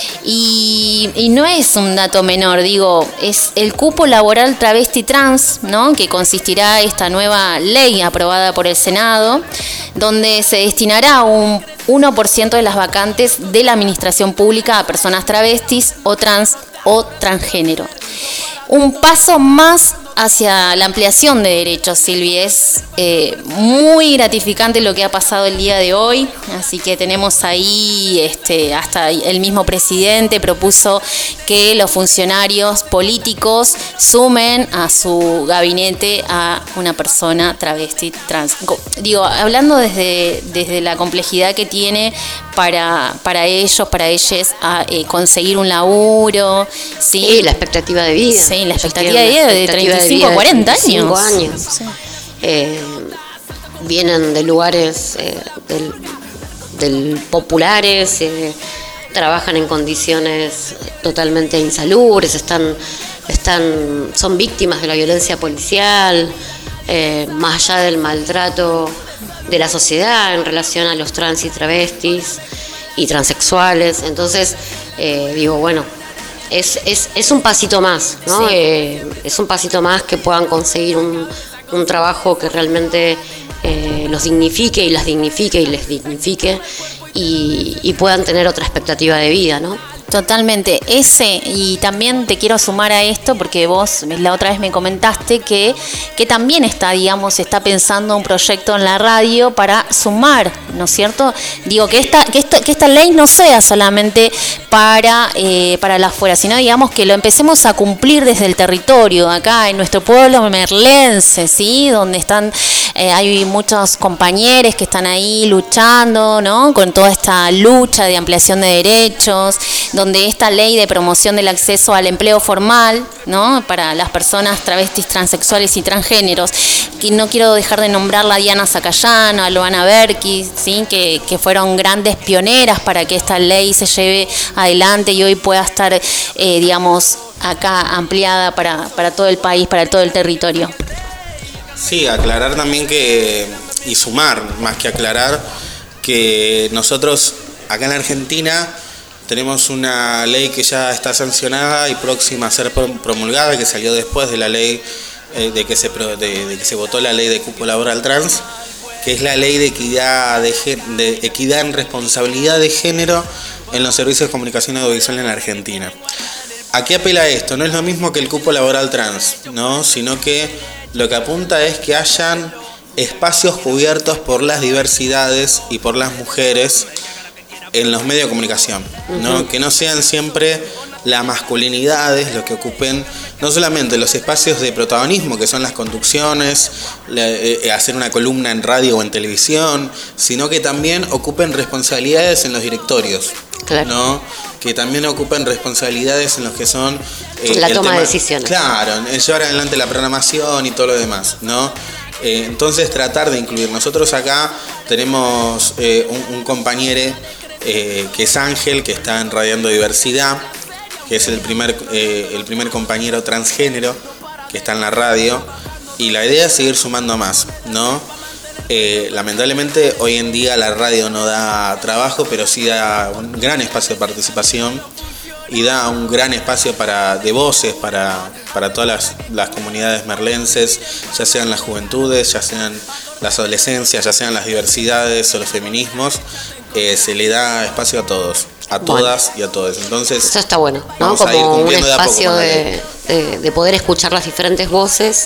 Y, y no es un dato menor, digo, es el cupo laboral travesti trans, ¿no?, que consistirá esta nueva ley aprobada por el Senado, donde se destinará un uno por ciento de las vacantes de la administración pública a personas travestis o trans o transgénero. Un paso más hacia la ampliación de derechos, Silvi. Es eh, muy gratificante lo que ha pasado el día de hoy, así que tenemos ahí, este, hasta el mismo presidente propuso que los funcionarios políticos sumen a su gabinete a una persona travesti, trans. Digo, hablando desde, desde la complejidad que tiene para, para ellos, para ellas, a eh, conseguir un laburo, ¿sí? Y la expectativa de vida. Sí, la expectativa de vida de treinta y cinco a cuarenta años. años. Sí. Eh, vienen de lugares eh, del, del populares, eh, trabajan en condiciones totalmente insalubres, están, están, son víctimas de la violencia policial, eh, más allá del maltrato de la sociedad en relación a los trans y travestis y transexuales. Entonces, eh, digo, bueno, es, es, es un pasito más, ¿no? Sí. Eh, es un pasito más que puedan conseguir un, un trabajo que realmente eh, los dignifique y las dignifique y les dignifique y, y puedan tener otra expectativa de vida, ¿no? Totalmente, ese, y también te quiero sumar a esto porque vos la otra vez me comentaste que, que también está, digamos, está pensando un proyecto en la radio para sumar, ¿no es cierto? Digo, que esta, que esta, que esta ley no sea solamente para, eh, para la afuera, sino digamos que lo empecemos a cumplir desde el territorio, acá en nuestro pueblo merlense, ¿sí? Donde están, eh, hay muchos compañeros que están ahí luchando, ¿no? Con toda esta lucha de ampliación de derechos, donde esta ley de promoción del acceso al empleo formal, ¿no? Para las personas travestis, transexuales y transgéneros, que no quiero dejar de nombrarla a Diana Zacayano, a Loana Berkis, ¿sí? que, que fueron grandes pioneras para que esta ley se lleve adelante y hoy pueda estar, eh, digamos, acá ampliada para, para todo el país, para todo el territorio. Sí, aclarar también que, y sumar, más que aclarar, que nosotros acá en Argentina tenemos una ley que ya está sancionada y próxima a ser promulgada, que salió después de la ley eh, de, que se, de, de que se votó la ley de cupo laboral trans, que es la ley de equidad, de, de equidad en responsabilidad de género en los servicios de comunicación audiovisual en Argentina. ¿A qué apela esto? No es lo mismo que el cupo laboral trans, ¿no? Sino que lo que apunta es que hayan espacios cubiertos por las diversidades y por las mujeres en los medios de comunicación, ¿no? Uh-huh. Que no sean siempre las masculinidades los que ocupen no solamente los espacios de protagonismo, que son las conducciones, la, eh, hacer una columna en radio o en televisión, sino que también ocupen responsabilidades en los directorios, claro, ¿no? Que también ocupen responsabilidades en los que son eh, la toma tema, de decisiones. Claro, en llevar adelante la programación y todo lo demás, ¿no? Eh, entonces tratar de incluir. Nosotros acá tenemos eh, un, un compañero Eh, que es Ángel, que está en Radiando Diversidad, que es el primer, eh, el primer compañero transgénero que está en la radio, y la idea es seguir sumando más, ¿no? Eh, lamentablemente hoy en día la radio no da trabajo, pero sí da un gran espacio de participación y da un gran espacio para, de voces para, para todas las, las comunidades merlenses, ya sean las juventudes, ya sean las adolescencias, ya sean las diversidades o los feminismos. Eh, se le da espacio a todos, a todas bueno. y a todos. Entonces, eso está bueno, ¿no? Como un espacio de, de, de poder escuchar las diferentes voces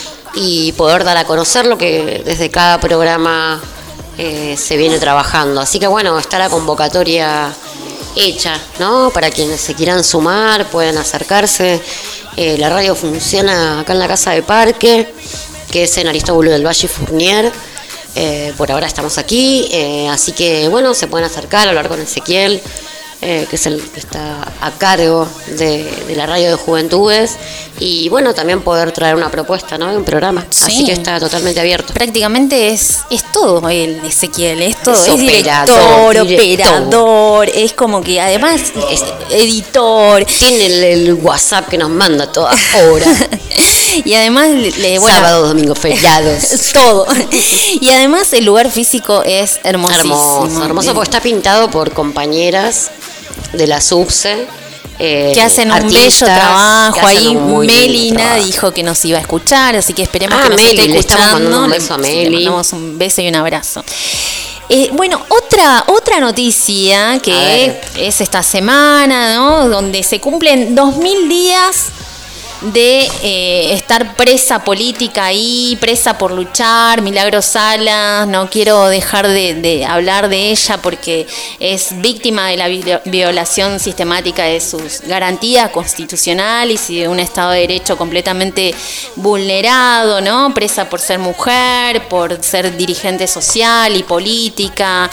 y poder dar a conocer lo que desde cada programa eh, se viene trabajando. Así que bueno, está la convocatoria hecha, ¿no? Para quienes se quieran sumar, pueden acercarse. Eh, la radio funciona acá en la Casa de Parque, que es en Aristóbulo del Valle y Fournier. Eh, por ahora estamos aquí, eh, así que bueno, se pueden acercar, hablar con Ezequiel, eh, que es el que está a cargo de, de la radio de Juventudes, y bueno, también poder traer una propuesta, ¿no? De un programa, sí. Así que está totalmente abierto. Prácticamente es, es todo el Ezequiel, es todo, es, es director, director, operador, es como que además es editor. Tiene el, el WhatsApp que nos manda todas horas. Y además, le, bueno, sábados, domingos, feriados, todo. Y además el lugar físico es hermosísimo. Hermoso, hermoso porque está pintado por compañeras de la SUBSE. Eh, que hacen un bello trabajo. Ahí Melina dijo que nos iba a escuchar, así que esperemos ah, que nos Meli, esté escuchando. Le un beso a Meli. Le mandamos un beso y un abrazo. Eh, bueno, otra otra noticia que es esta semana, ¿no? Donde se cumplen dos mil días de eh, estar presa política ahí, presa por luchar. Milagros Sala, no quiero dejar de, de hablar de ella porque es víctima de la violación sistemática de sus garantías constitucionales y de un Estado de Derecho completamente vulnerado, ¿no? Presa por ser mujer, por ser dirigente social y política,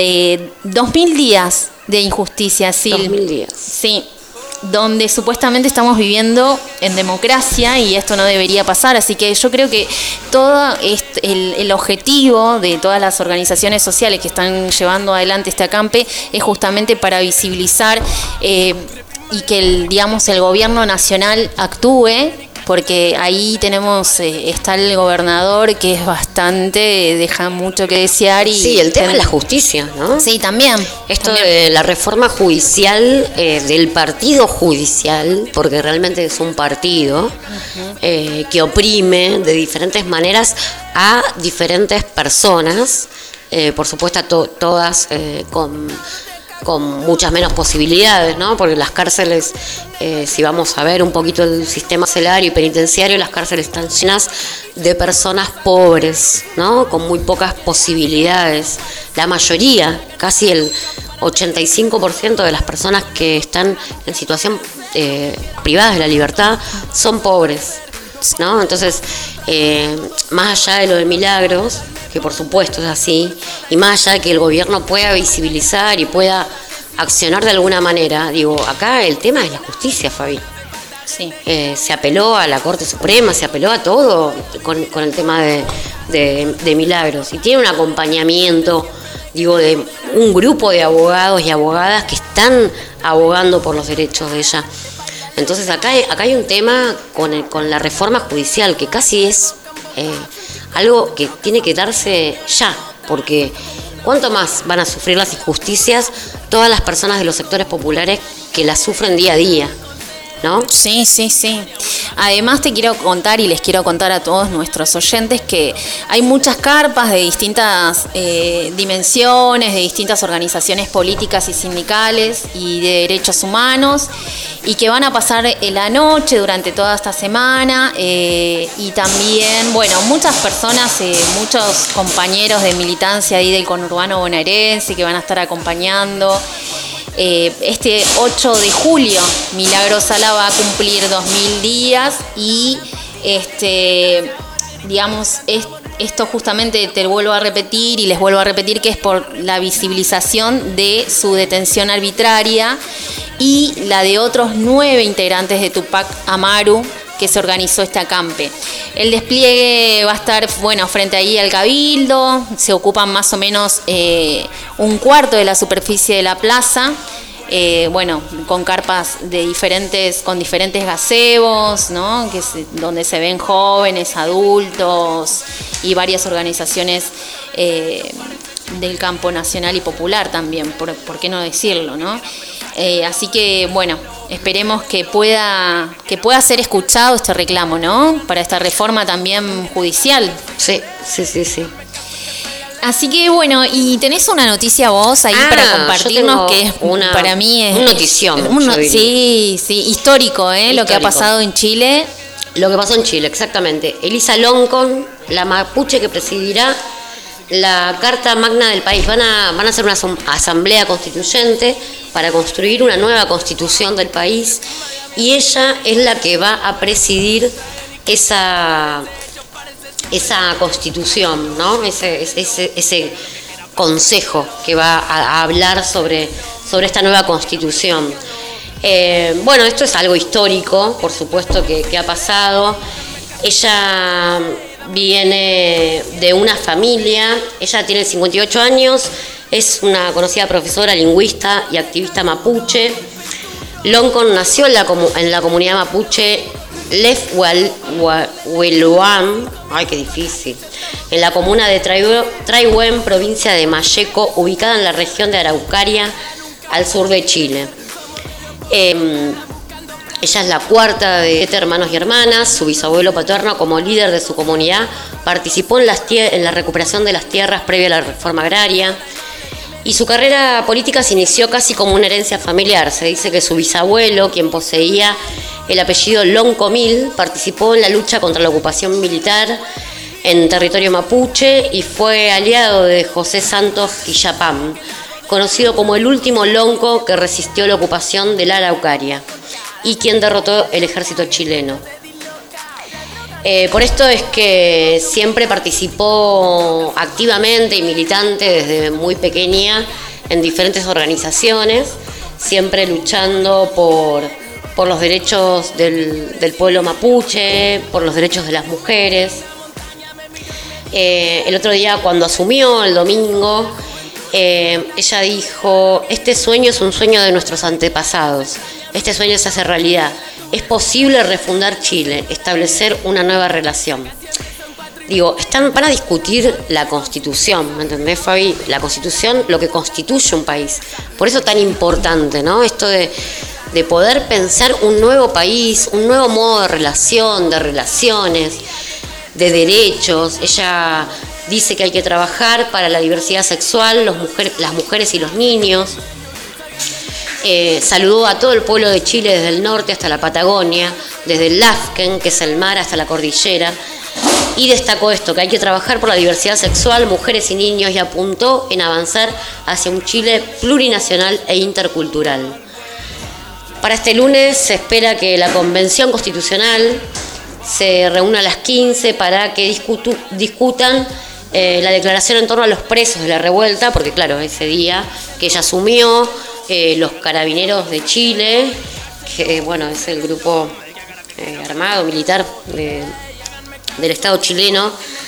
de dos mil días de injusticia, sí. Dos mil días. Sí. Donde supuestamente estamos viviendo en democracia y esto no debería pasar, así que yo creo que todo este, el, el objetivo de todas las organizaciones sociales que están llevando adelante este acampe es justamente para visibilizar eh, y que el, digamos, el gobierno nacional actúe, porque ahí tenemos, eh, está el gobernador que es bastante, deja mucho que desear. Y sí, el tema ten... es la justicia, ¿no? Sí, también. Esto también. de la reforma judicial, eh, del partido judicial, porque realmente es un partido uh-huh. eh, que oprime de diferentes maneras a diferentes personas, eh, por supuesto to- todas eh, con... con muchas menos posibilidades, ¿no? Porque las cárceles, eh, si vamos a ver un poquito el sistema carcelario y penitenciario, las cárceles están llenas de personas pobres, ¿no? Con muy pocas posibilidades. La mayoría, casi el ochenta y cinco por ciento de las personas que están en situación eh, privadas de la libertad son pobres, ¿no? Entonces, eh, más allá de lo de Milagros, que por supuesto es así, y más allá de que el gobierno pueda visibilizar y pueda accionar de alguna manera, digo, acá el tema es la justicia, Fabi. Sí. Eh, se apeló a la Corte Suprema, se apeló a todo con, con el tema de, de, de Milagros, y tiene un acompañamiento, digo, de un grupo de abogados y abogadas que están abogando por los derechos de ella. Entonces acá hay, acá hay un tema con, el, con la reforma judicial que casi es eh, algo que tiene que darse ya, porque ¿cuánto más van a sufrir las injusticias todas las personas de los sectores populares que las sufren día a día? ¿No? Sí, sí, sí. Además te quiero contar y les quiero contar a todos nuestros oyentes que hay muchas carpas de distintas eh, dimensiones, de distintas organizaciones políticas y sindicales y de derechos humanos, y que van a pasar la noche durante toda esta semana, eh, y también, bueno, muchas personas, eh, muchos compañeros de militancia ahí del conurbano bonaerense que van a estar acompañando. Eh, este ocho de julio Milagros Sala va a cumplir dos mil días y este digamos es, esto justamente te lo vuelvo a repetir y les vuelvo a repetir que es por la visibilización de su detención arbitraria y la de otros nueve integrantes de Tupac Amaru que se organizó este acampe. El despliegue va a estar, bueno, frente ahí al Cabildo, se ocupan más o menos eh, un cuarto de la superficie de la plaza, eh, bueno, con carpas de diferentes, con diferentes gazebos, ¿no? Que se, donde se ven jóvenes, adultos y varias organizaciones eh, del campo nacional y popular también, por, por qué no decirlo, ¿no? Eh, así que, bueno, esperemos que pueda que pueda ser escuchado este reclamo, ¿no? Para esta reforma también judicial. Sí, sí, sí, sí. Así que, bueno, y tenés una noticia vos ahí ah, para compartirnos que es, una, para mí es... una notición. Un, no, sí, sí, histórico, ¿eh? Histórico. Lo que ha pasado en Chile. Lo que pasó en Chile, exactamente. Elisa Loncón, la mapuche que presidirá la Carta Magna del país. Van a, van a hacer una asamblea constituyente para construir una nueva constitución del país y ella es la que va a presidir esa, esa constitución, ¿no? Ese, ese, ese consejo que va a hablar sobre, sobre esta nueva constitución. Eh, bueno, esto es algo histórico, por supuesto que, que ha pasado. Ella viene de una familia, ella tiene cincuenta y ocho años, es una conocida profesora, lingüista y activista mapuche. Loncón nació en la, en la comunidad mapuche Lefhuelhuan, ay qué difícil, en la comuna de Traihuen, provincia de Malleco, ubicada en la región de Araucaria, al sur de Chile. Eh, Ella es la cuarta de siete hermanos y hermanas. Su bisabuelo paterno, como líder de su comunidad, participó en, las tie- en la recuperación de las tierras previa a la reforma agraria. Y su carrera política se inició casi como una herencia familiar. Se dice que su bisabuelo, quien poseía el apellido Loncomil, participó en la lucha contra la ocupación militar en territorio mapuche y fue aliado de José Santos Quillapam, conocido como el último lonco que resistió la ocupación de la Araucaria y quien derrotó el ejército chileno. Eh, por esto es que siempre participó activamente y militante desde muy pequeña en diferentes organizaciones, siempre luchando por, por los derechos del, del pueblo mapuche, por los derechos de las mujeres. Eh, el otro día cuando asumió, el domingo, eh, ella dijo, este sueño es un sueño de nuestros antepasados, este sueño se hace realidad. Es posible refundar Chile, establecer una nueva relación. Digo, están, van a discutir la Constitución, ¿me entendés, Fabi? La Constitución, lo que constituye un país. Por eso es tan importante, ¿no? Esto de, de poder pensar un nuevo país, un nuevo modo de relación, de relaciones, de derechos. Ella dice que hay que trabajar para la diversidad sexual, los mujer, las mujeres y los niños. Eh, saludó a todo el pueblo de Chile desde el norte hasta la Patagonia, desde el Lafken, que es el mar, hasta la cordillera, y destacó esto, que hay que trabajar por la diversidad sexual, mujeres y niños, y apuntó en avanzar hacia un Chile plurinacional e intercultural. Para este lunes se espera que la Convención Constitucional se reúna a las quince para que discutu, discutan eh, la declaración en torno a los presos de la revuelta, porque claro, ese día que ella asumió, Eh, los Carabineros de Chile, que bueno, es el grupo eh, armado, militar de, del Estado chileno,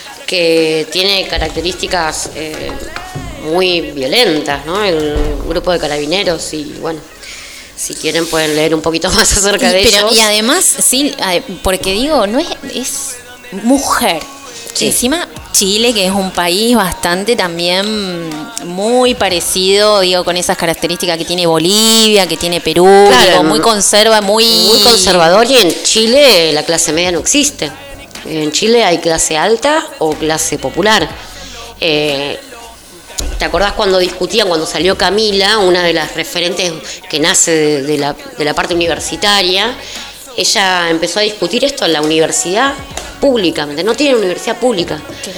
que tiene características eh, muy violentas, ¿no? El grupo de Carabineros, y bueno, si quieren pueden leer un poquito más acerca y, de pero, ellos. Y además, sí, porque digo, no es, es mujer. Sí. Encima Chile, que es un país bastante también muy parecido, digo, con esas características que tiene Bolivia, que tiene Perú, claro, digo, muy conserva, muy... Muy conservador, y en Chile la clase media no existe. En Chile hay clase alta o clase popular. Eh, ¿Te acordás cuando discutían, cuando salió Camila, una de las referentes que nace de, de, la, de la parte universitaria? Ella empezó a discutir esto en la universidad pública, no tiene universidad pública.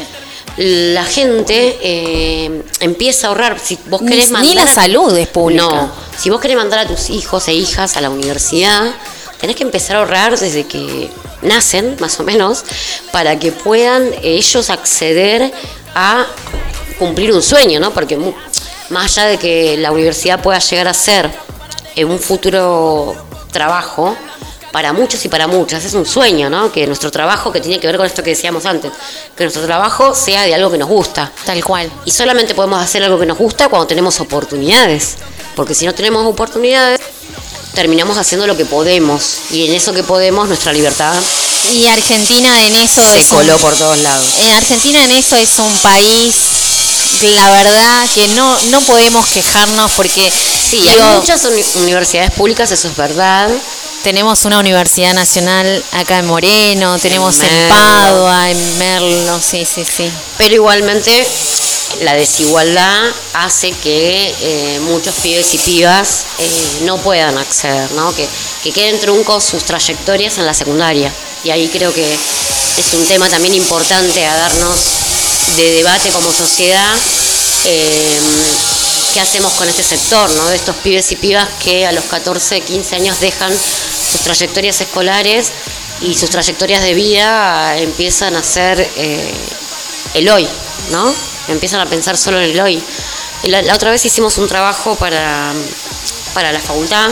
La gente eh, empieza a ahorrar. Si vos querés ni, mandar ni la a, salud es pública. No, si vos querés mandar a tus hijos e hijas a la universidad, tenés que empezar a ahorrar desde que nacen, más o menos, para que puedan ellos acceder a cumplir un sueño, ¿no? Porque más allá de que la universidad pueda llegar a ser en un futuro trabajo, para muchos y para muchas es un sueño, ¿no? Que nuestro trabajo, que tiene que ver con esto que decíamos antes, que nuestro trabajo sea de algo que nos gusta. Tal cual. Y solamente podemos hacer algo que nos gusta cuando tenemos oportunidades, porque si no tenemos oportunidades, terminamos haciendo lo que podemos, y en eso que podemos, nuestra libertad. Y Argentina en eso se es coló un, por todos lados. En Argentina en eso es un país, la verdad, que no, no podemos quejarnos porque... Sí, digo, hay muchas uni- universidades públicas, eso es verdad. Tenemos una universidad nacional acá en Moreno, tenemos en, en Padua, en Merlo, sí, sí, sí. Pero igualmente la desigualdad hace que eh, muchos pibes y pibas eh, no puedan acceder, ¿no? Que, que queden truncos sus trayectorias en la secundaria. Y ahí creo que es un tema también importante a darnos de debate como sociedad. Eh, ¿Qué hacemos con este sector, ¿no? De estos pibes y pibas que a los catorce, quince años dejan sus trayectorias escolares y sus trayectorias de vida empiezan a ser eh, el hoy, ¿no? Empiezan a pensar solo en el hoy. La, la otra vez hicimos un trabajo para, para la facultad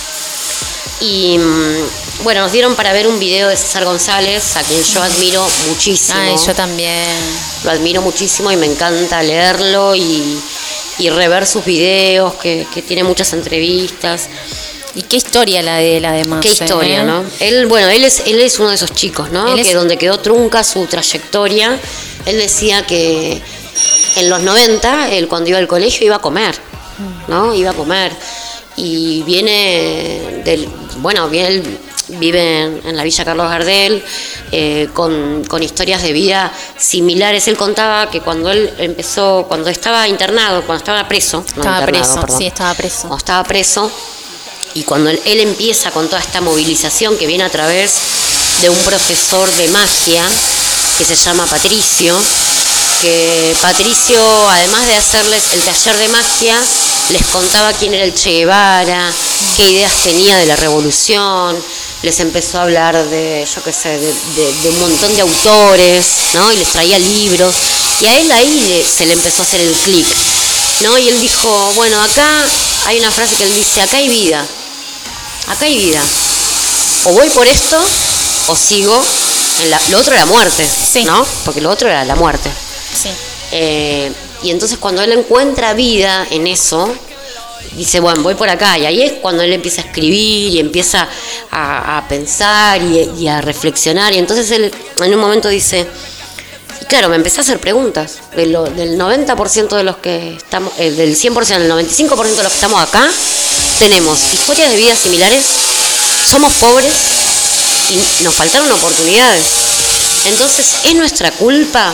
y bueno, nos dieron para ver un video de César González, a quien yo admiro muchísimo. Ay, yo también. Lo admiro muchísimo y me encanta leerlo y, y rever sus videos, que, que tiene muchas entrevistas. Y qué historia la de él, además. Qué historia, ¿eh? ¿no? Él, bueno, él es, él es uno de esos chicos, ¿no? Él que es... donde quedó trunca su trayectoria. Él decía que en los noventa, él cuando iba al colegio iba a comer, ¿no? Iba a comer. Y viene del, bueno, viene él vive en, en la Villa Carlos Gardel, eh, con, con historias de vida similares. Él contaba que cuando él empezó, cuando estaba internado, cuando estaba preso, no estaba internado, preso, perdón, sí, estaba preso. Cuando estaba preso, y cuando él, él empieza con toda esta movilización que viene a través de un profesor de magia que se llama Patricio, que Patricio, además de hacerles el taller de magia, les contaba quién era el Che Guevara, qué ideas tenía de la revolución, les empezó a hablar de, yo qué sé, de, de, de un montón de autores, ¿no? Y les traía libros, y a él ahí le, se le empezó a hacer el clic, ¿no? Y él dijo, bueno, acá hay una frase que él dice, acá hay vida, acá hay vida, o voy por esto, o sigo, en la, lo otro era muerte, sí. ¿No? Porque lo otro era la muerte. Sí. Eh, y entonces cuando él encuentra vida en eso, dice, bueno, voy por acá. Y ahí es cuando él empieza a escribir y empieza a, a pensar y, y a reflexionar. Y entonces él en un momento dice, y claro, me empecé a hacer preguntas. De lo, del noventa por ciento de los que estamos, eh, del cien por ciento, del noventa y cinco por ciento de los que estamos acá, tenemos historias de vida similares, somos pobres y nos faltaron oportunidades. Entonces, ¿es nuestra culpa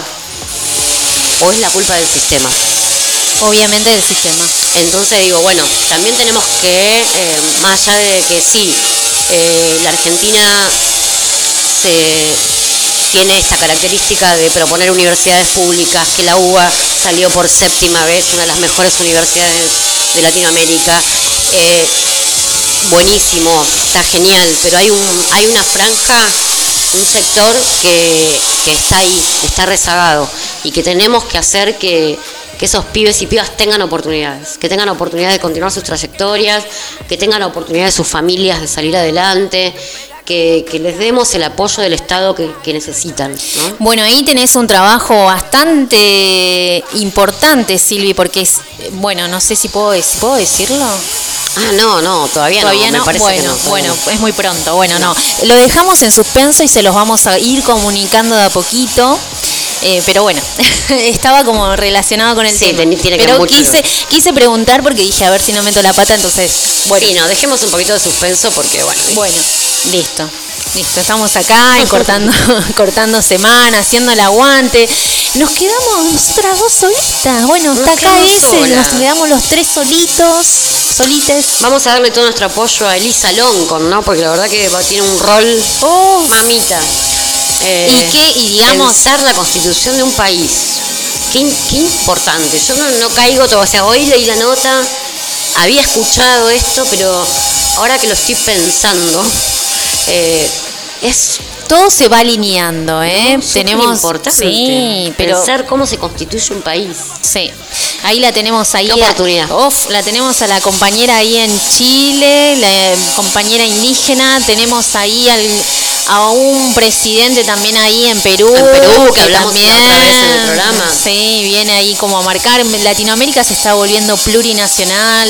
o es la culpa del sistema? Obviamente del sistema. Entonces digo, bueno, también tenemos que, eh, más allá de que sí, eh, la Argentina se tiene esta característica de proponer universidades públicas, que la U B A salió por séptima vez, una de las mejores universidades de Latinoamérica, eh, buenísimo, está genial, pero hay un hay una franja, un sector que, que está ahí, está rezagado, y que tenemos que hacer que, que esos pibes y pibas tengan oportunidades, que tengan oportunidades de continuar sus trayectorias, que tengan oportunidades sus familias de salir adelante, que, que les demos el apoyo del Estado que, que necesitan, ¿no? Bueno, ahí tenés un trabajo bastante importante, Silvi, porque es, bueno, no sé si puedo, si puedo decirlo. Ah, no, no, todavía, ¿Todavía no, no? me parece bueno, que no. Bueno, no. Es muy pronto, bueno, no. no. Lo dejamos en suspenso y se los vamos a ir comunicando de a poquito. Eh, pero bueno, estaba como relacionado con el sí, tema. Tiene pero que quise, quise preguntar porque dije, a ver si no meto la pata, entonces, bueno. Sí, no, dejemos un poquito de suspenso porque, bueno. Bueno, listo. Listo, estamos acá cortando, cortando semana, haciendo el aguante. Nos quedamos nosotras dos solitas. Bueno, nos está acá ese, sola. Nos quedamos los tres solitos, solites. Vamos a darle todo nuestro apoyo a Elisa Loncon, ¿no? Porque la verdad que tiene un rol oh. mamita. Eh, y qué, y digamos, pensar la constitución de un país. Qué, qué importante. Yo no, no caigo todo, o sea, hoy leí la nota, había escuchado esto, pero ahora que lo estoy pensando, eh, es todo se va alineando, ¿eh? No, tenemos importante. Sí, pero pensar cómo se constituye un país. Sí. Ahí la tenemos ahí. Qué oportunidad. A, uf, la tenemos a la compañera ahí en Chile, la compañera indígena, tenemos ahí al a un presidente también ahí en Perú, en Perú que, que hablamos también otra vez en el programa. Sí, viene ahí como a marcar. Latinoamérica se está volviendo plurinacional.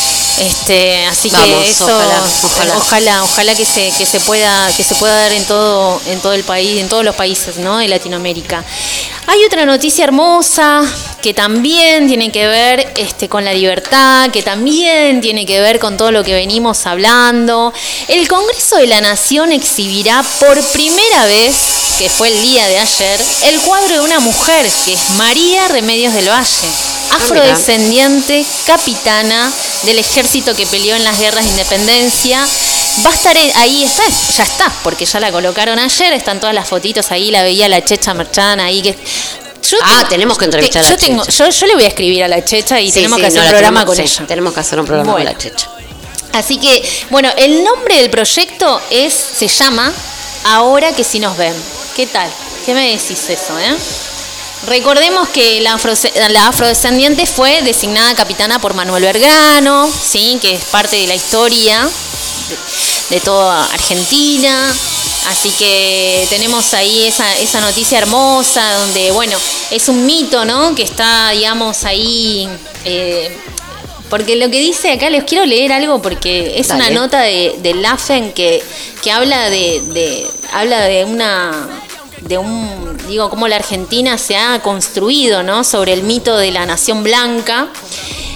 Este, así Vamos, que eso ojalá, ojalá, ojalá, ojalá que se que se pueda que se pueda dar en todo en todo el país, en todos los países, ¿no? De Latinoamérica. Hay otra noticia hermosa que también tiene que ver este, con la libertad, que también tiene que ver con todo lo que venimos hablando. El Congreso de la Nación exhibirá por primera vez, que fue el día de ayer, el cuadro de una mujer, que es María Remedios del Valle, afrodescendiente, capitana del ejército que peleó en las guerras de independencia. Va a estar ahí, está, ya está, porque ya la colocaron ayer, están todas las fotitos ahí, la veía la Checha Merchán ahí que... Yo ah, tengo, tenemos que entrevistar te, a la yo Checha. Tengo, yo, yo le voy a escribir a la Checha y sí, tenemos sí, que hacer no, un programa tenemos, con sí, ella. Tenemos que hacer un programa bueno. con la Checha. Así que, bueno, el nombre del proyecto es, se llama Ahora que sí nos ven. ¿Qué tal? ¿Qué me decís eso, eh? Recordemos que la, afro, la afrodescendiente fue designada capitana por Manuel Belgrano, ¿sí? Que es parte de la historia de, de toda Argentina. Así que tenemos ahí esa, esa noticia hermosa donde, bueno, es un mito, ¿no? Que está, digamos, ahí... Eh, porque lo que dice acá, les quiero leer algo porque es Dale. Una nota de, de Laffen que, que habla de, de habla de una... de un, digo, cómo la Argentina se ha construido, ¿no? Sobre el mito de la nación blanca.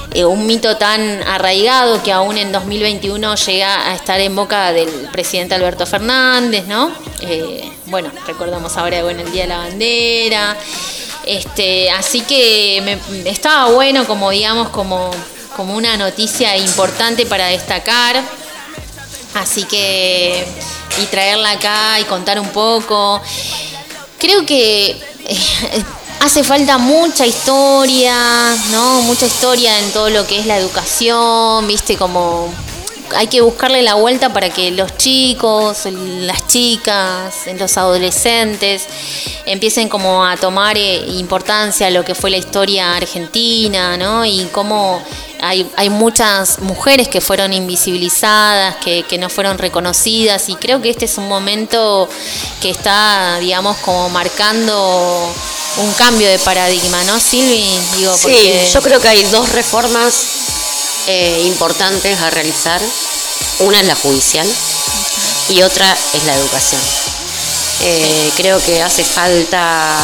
eh, un mito tan arraigado que aún en dos mil veintiuno llega a estar en boca del presidente Alberto Fernández, ¿no? Eh, bueno, recordamos ahora, bueno, el Día de la Bandera. Este, así que me, estaba bueno, como digamos, como, como una noticia importante para destacar. Así que, y traerla acá y contar un poco. Creo que eh, hace falta mucha historia, ¿no? Mucha historia en todo lo que es la educación, ¿viste? Como hay que buscarle la vuelta para que los chicos, las chicas, los adolescentes empiecen como a tomar eh, importancia lo que fue la historia argentina, ¿no? Y cómo hay, hay muchas mujeres que fueron invisibilizadas, que, que no fueron reconocidas, y creo que este es un momento que está, digamos, como marcando un cambio de paradigma, ¿no, Silvi? Digo, porque... Sí, yo creo que hay dos reformas eh, importantes a realizar. Una es la judicial y otra es la educación. Eh, creo que hace falta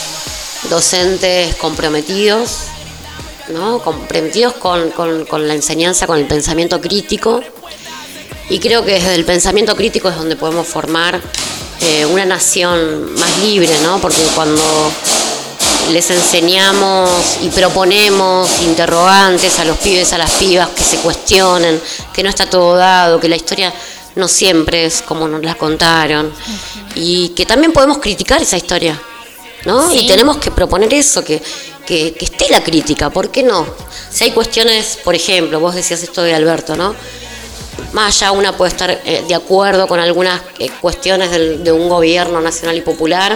docentes comprometidos, ¿no? Comprometidos con, con, con la enseñanza, con el pensamiento crítico, y creo que desde el pensamiento crítico es donde podemos formar eh, una nación más libre, ¿no? Porque cuando les enseñamos y proponemos interrogantes a los pibes, a las pibas, que se cuestionen, que no está todo dado, que la historia no siempre es como nos la contaron, uh-huh. y que también podemos criticar esa historia, ¿no? Sí. Y tenemos que proponer eso, que, que, que esté la crítica, ¿por qué no? Si hay cuestiones, por ejemplo, vos decías esto de Alberto, ¿no? Más allá una puede estar eh, de acuerdo con algunas eh, cuestiones del, de un gobierno nacional y popular,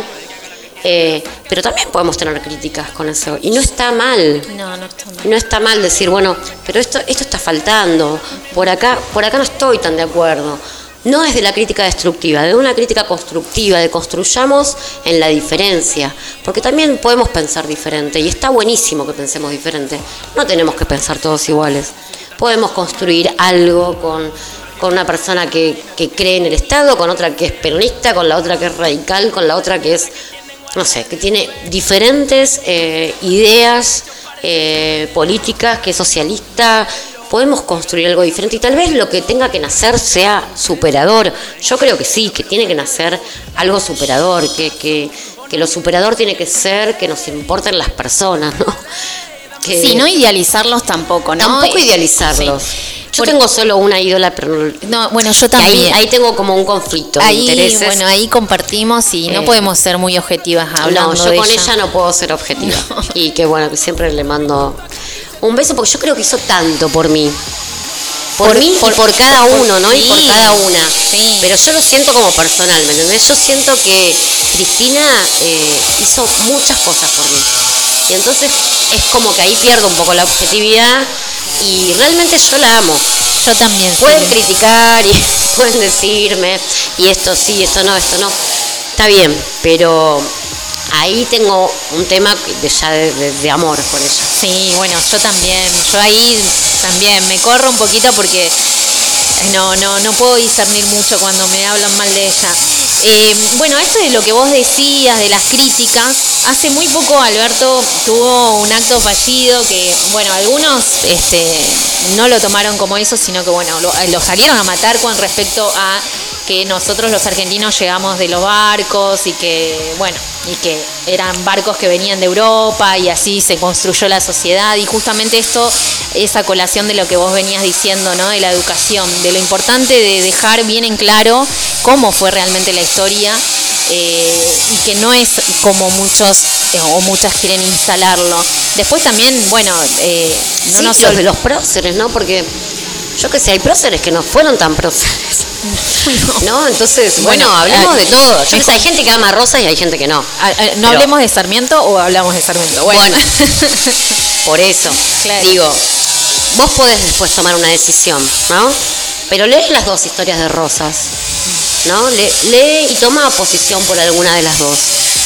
Eh, pero también podemos tener críticas con eso, y no está mal. No, no está mal. No está mal decir, bueno, pero esto esto está faltando, por acá por acá no estoy tan de acuerdo. No es de la crítica destructiva, de una crítica constructiva, de construyamos en la diferencia, porque también podemos pensar diferente, y está buenísimo que pensemos diferente. No tenemos que pensar todos iguales. Podemos construir algo con con una persona que, que cree en el Estado, con otra que es peronista, con la otra que es radical, con la otra que es, no sé, que tiene diferentes eh, ideas eh, políticas, que es socialista. Podemos construir algo diferente, y tal vez lo que tenga que nacer sea superador. Yo creo que sí, que tiene que nacer algo superador, que, que, que lo superador tiene que ser que nos importen las personas, ¿no? Que sí, no idealizarlos tampoco, ¿no? Tampoco idealizarlos. Sí. Yo Por... tengo solo una ídola, pero no, bueno, yo también. Ahí, ahí tengo como un conflicto ahí, de intereses. Bueno, ahí compartimos y no eh, podemos ser muy objetivas hablando No, yo de con ella. ella no puedo ser objetiva. No. Y que bueno, que siempre le mando un beso, porque yo creo que hizo tanto por mí. Por, por mí por, y por cada por, uno, ¿no? Sí, y por cada una. Sí. Pero yo lo siento como personal, ¿me entendés? Yo siento que Cristina eh, hizo muchas cosas por mí. Y entonces es como que ahí pierdo un poco la objetividad, y realmente yo la amo. Yo también. Pueden sí. criticar y pueden decirme, y esto sí, esto no, esto no. Está bien, pero ahí tengo un tema de ya de, de, de amor por ella. Sí, bueno, yo también. Yo ahí también me corro un poquito porque no, no, no puedo discernir mucho cuando me hablan mal de ella. Eh, bueno, esto de lo que vos decías, de las críticas, hace muy poco Alberto tuvo un acto fallido que, bueno, algunos este, no lo tomaron como eso, sino que, bueno, lo, lo salieron a matar con respecto a que nosotros los argentinos llegamos de los barcos y que, bueno, y que eran barcos que venían de Europa y así se construyó la sociedad. Y justamente esto es a colación de lo que vos venías diciendo, ¿no? De la educación, de lo importante de dejar bien en claro cómo fue realmente la historia, eh, y que no es como muchos eh, o muchas quieren instalarlo. Después también, bueno, eh, no sí, nos los de los próceres, ¿no? Porque yo que sé, hay próceres que no fueron tan próceres. No, ¿no? Entonces, bueno, bueno hablemos eh, de todo. Yo que sé, hay gente que ama Rosas y hay gente que no. Eh, eh, ¿No pero, hablemos de Sarmiento o hablamos de Sarmiento? Bueno, bueno por eso, claro. Digo, vos podés después tomar una decisión, ¿no? Pero lee las dos historias de Rosas, ¿no? Lee, lee y toma posición por alguna de las dos.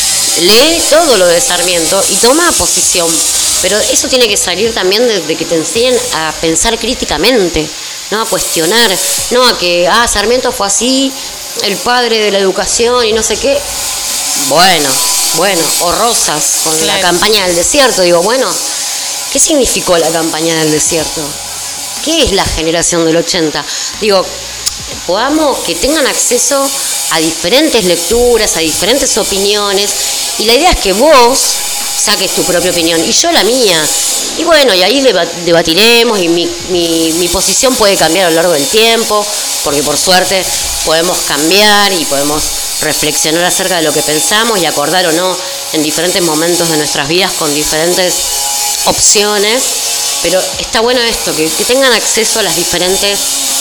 Lee todo lo de Sarmiento y toma posición. Pero eso tiene que salir también de, de que te enseñen a pensar críticamente, no a cuestionar, no a que, ah, Sarmiento fue así, el padre de la educación y no sé qué. Bueno, bueno, o Rosas, con claro. la campaña del desierto, digo, bueno, ¿qué significó la campaña del desierto? ¿Qué es la generación del ochenta? Digo, podamos que tengan acceso a diferentes lecturas, a diferentes opiniones, y la idea es que vos saques tu propia opinión y yo la mía. Y bueno, y ahí debatiremos y mi, mi, mi posición puede cambiar a lo largo del tiempo, porque por suerte podemos cambiar y podemos reflexionar acerca de lo que pensamos y acordar o no en diferentes momentos de nuestras vidas con diferentes opciones. Pero está bueno esto, que, que tengan acceso a las diferentes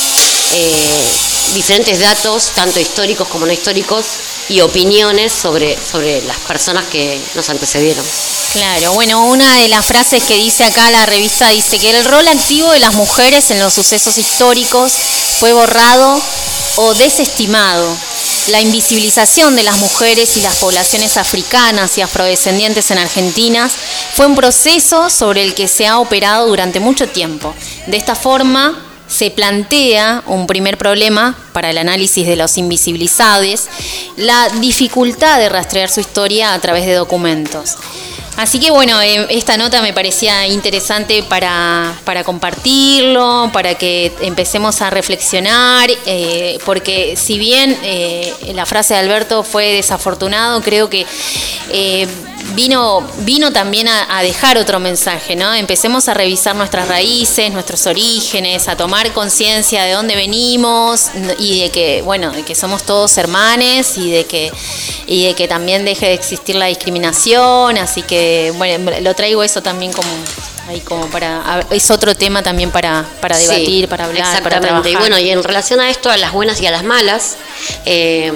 eh, diferentes datos, tanto históricos como no históricos, y opiniones sobre, sobre las personas que nos antecedieron. Claro, bueno, una de las frases que dice acá la revista dice que el rol activo de las mujeres en los sucesos históricos fue borrado o desestimado. La invisibilización de las mujeres y las poblaciones africanas y afrodescendientes en Argentina fue un proceso sobre el que se ha operado durante mucho tiempo. De esta forma se plantea un primer problema para el análisis de los invisibilizados, la dificultad de rastrear su historia a través de documentos. Así que bueno, eh, esta nota me parecía interesante para, para compartirlo, para que empecemos a reflexionar, eh, porque si bien eh, la frase de Alberto fue desafortunado, creo que eh, vino, vino también a, a dejar otro mensaje, ¿no? Empecemos a revisar nuestras raíces, nuestros orígenes, a tomar conciencia de dónde venimos y de que, bueno, de que somos todos hermanes y de que, y de que también deje de existir la discriminación, así que bueno, lo traigo eso también como ahí como para es otro tema también para, para debatir, sí, para hablar, para trabajar. Y bueno, y en relación a esto, a las buenas y a las malas, eh,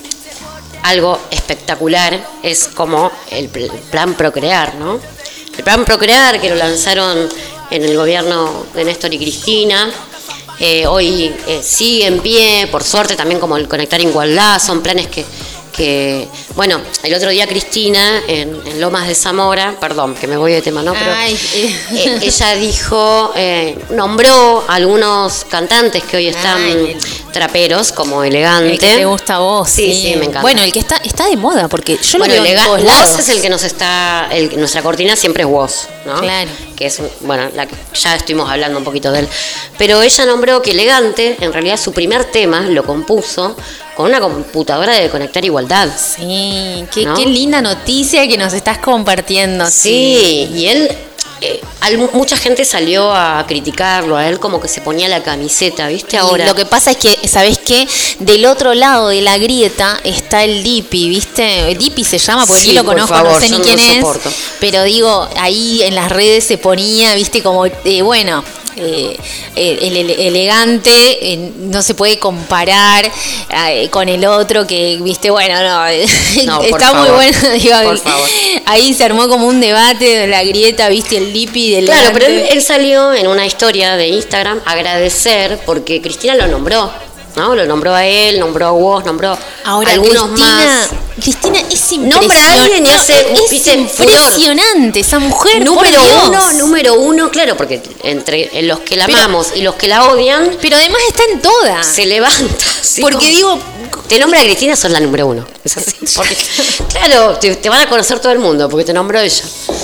algo espectacular es como el plan Procrear, ¿no? El plan Procrear, que lo lanzaron en el gobierno de Néstor y Cristina, eh, hoy eh, sigue en pie, por suerte, también como el Conectar Igualdad, son planes que que, bueno, el otro día Cristina en, en Lomas de Zamora, perdón, que me voy de tema, ¿no? Pero Ay, eh, ella dijo, eh, nombró a algunos cantantes que hoy están Ay, traperos, como Elegante. El que te gusta a vos. Sí, sí, sí, me encanta. Bueno, el que está está de moda, porque yo bueno, lo veo en todos Woz lados. es el que nos está, el, nuestra cortina siempre es Woz, ¿no? Claro. Que es, bueno, la que ya estuvimos hablando un poquito de él. Pero ella nombró que Elegante, en realidad su primer tema lo compuso con una computadora de Conectar Igualdad. Sí, qué, ¿no? qué linda noticia que nos estás compartiendo. Sí, sí. Y él, eh, mucha gente salió a criticarlo, a él como que se ponía la camiseta, ¿viste? Ahora. Y lo que pasa es que, ¿sabés qué? Del otro lado de la grieta está el Dipi, ¿viste? El Dipi se llama, porque sí, ni lo conozco, favor, no sé ni quién no es. Soporto. Pero digo, ahí en las redes se ponía, ¿viste? Como, eh, bueno... Eh, el, el elegante eh, no se puede comparar eh, con el otro que viste bueno no, no está favor, muy bueno digo, por favor. Ahí se armó como un debate de la grieta, viste el Dipi del claro, elegante. pero él, él salió en una historia de Instagram a agradecer porque Cristina lo nombró, ¿no? Lo nombró a él, nombró a vos, nombró Ahora, a algunos Cristina, más. Cristina es impresionante. Nombra a alguien y hace no, es impresionante esa mujer. Número por Dios. uno, número uno, claro, porque entre los que la pero, amamos y los que la odian. Pero además está en todas. Se levanta. ¿Sí? Porque como, digo. Te nombra a Cristina, sos la número uno. Es así. Porque, claro, te, te van a conocer todo el mundo porque te nombró ella.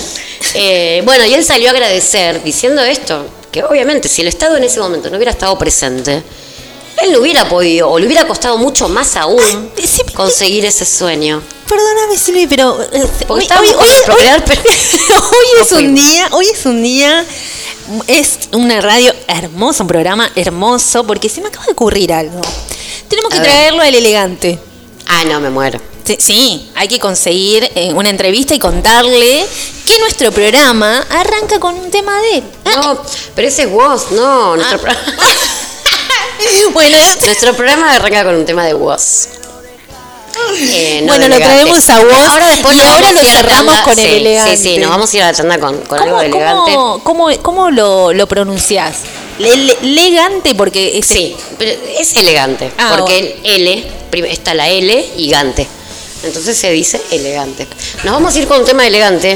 Eh, bueno, y él salió a agradecer diciendo esto: que obviamente si el Estado en ese momento no hubiera estado presente, él no hubiera podido, o le hubiera costado mucho más aún Ay, sí, conseguir ese sueño. Perdóname, Silvi, pero porque hoy, hoy, hoy, procrear, pero hoy es un día, hoy es un día, es una radio hermosa, un programa hermoso, porque se me acaba de ocurrir algo. Tenemos que A traerlo ver. al elegante. Ah, no, me muero. Sí, sí, hay que conseguir eh, una entrevista y contarle que nuestro programa arranca con un tema de él. No, pero ese es vos, no, nuestro ah. programa. Bueno, nuestro programa arranca con un tema de Woz. Eh, no bueno, lo traemos a Woz ahora después y ahora lo cerramos tanda, con sí, el elegante. Sí, sí, nos vamos a ir a la tanda con, con algo de elegante. ¿Cómo, cómo, cómo lo, lo pronunciás? Le, elegante porque... Este... Sí, pero es elegante, ah, porque el L, está la L y gante. Entonces se dice elegante. Nos vamos a ir con un tema elegante.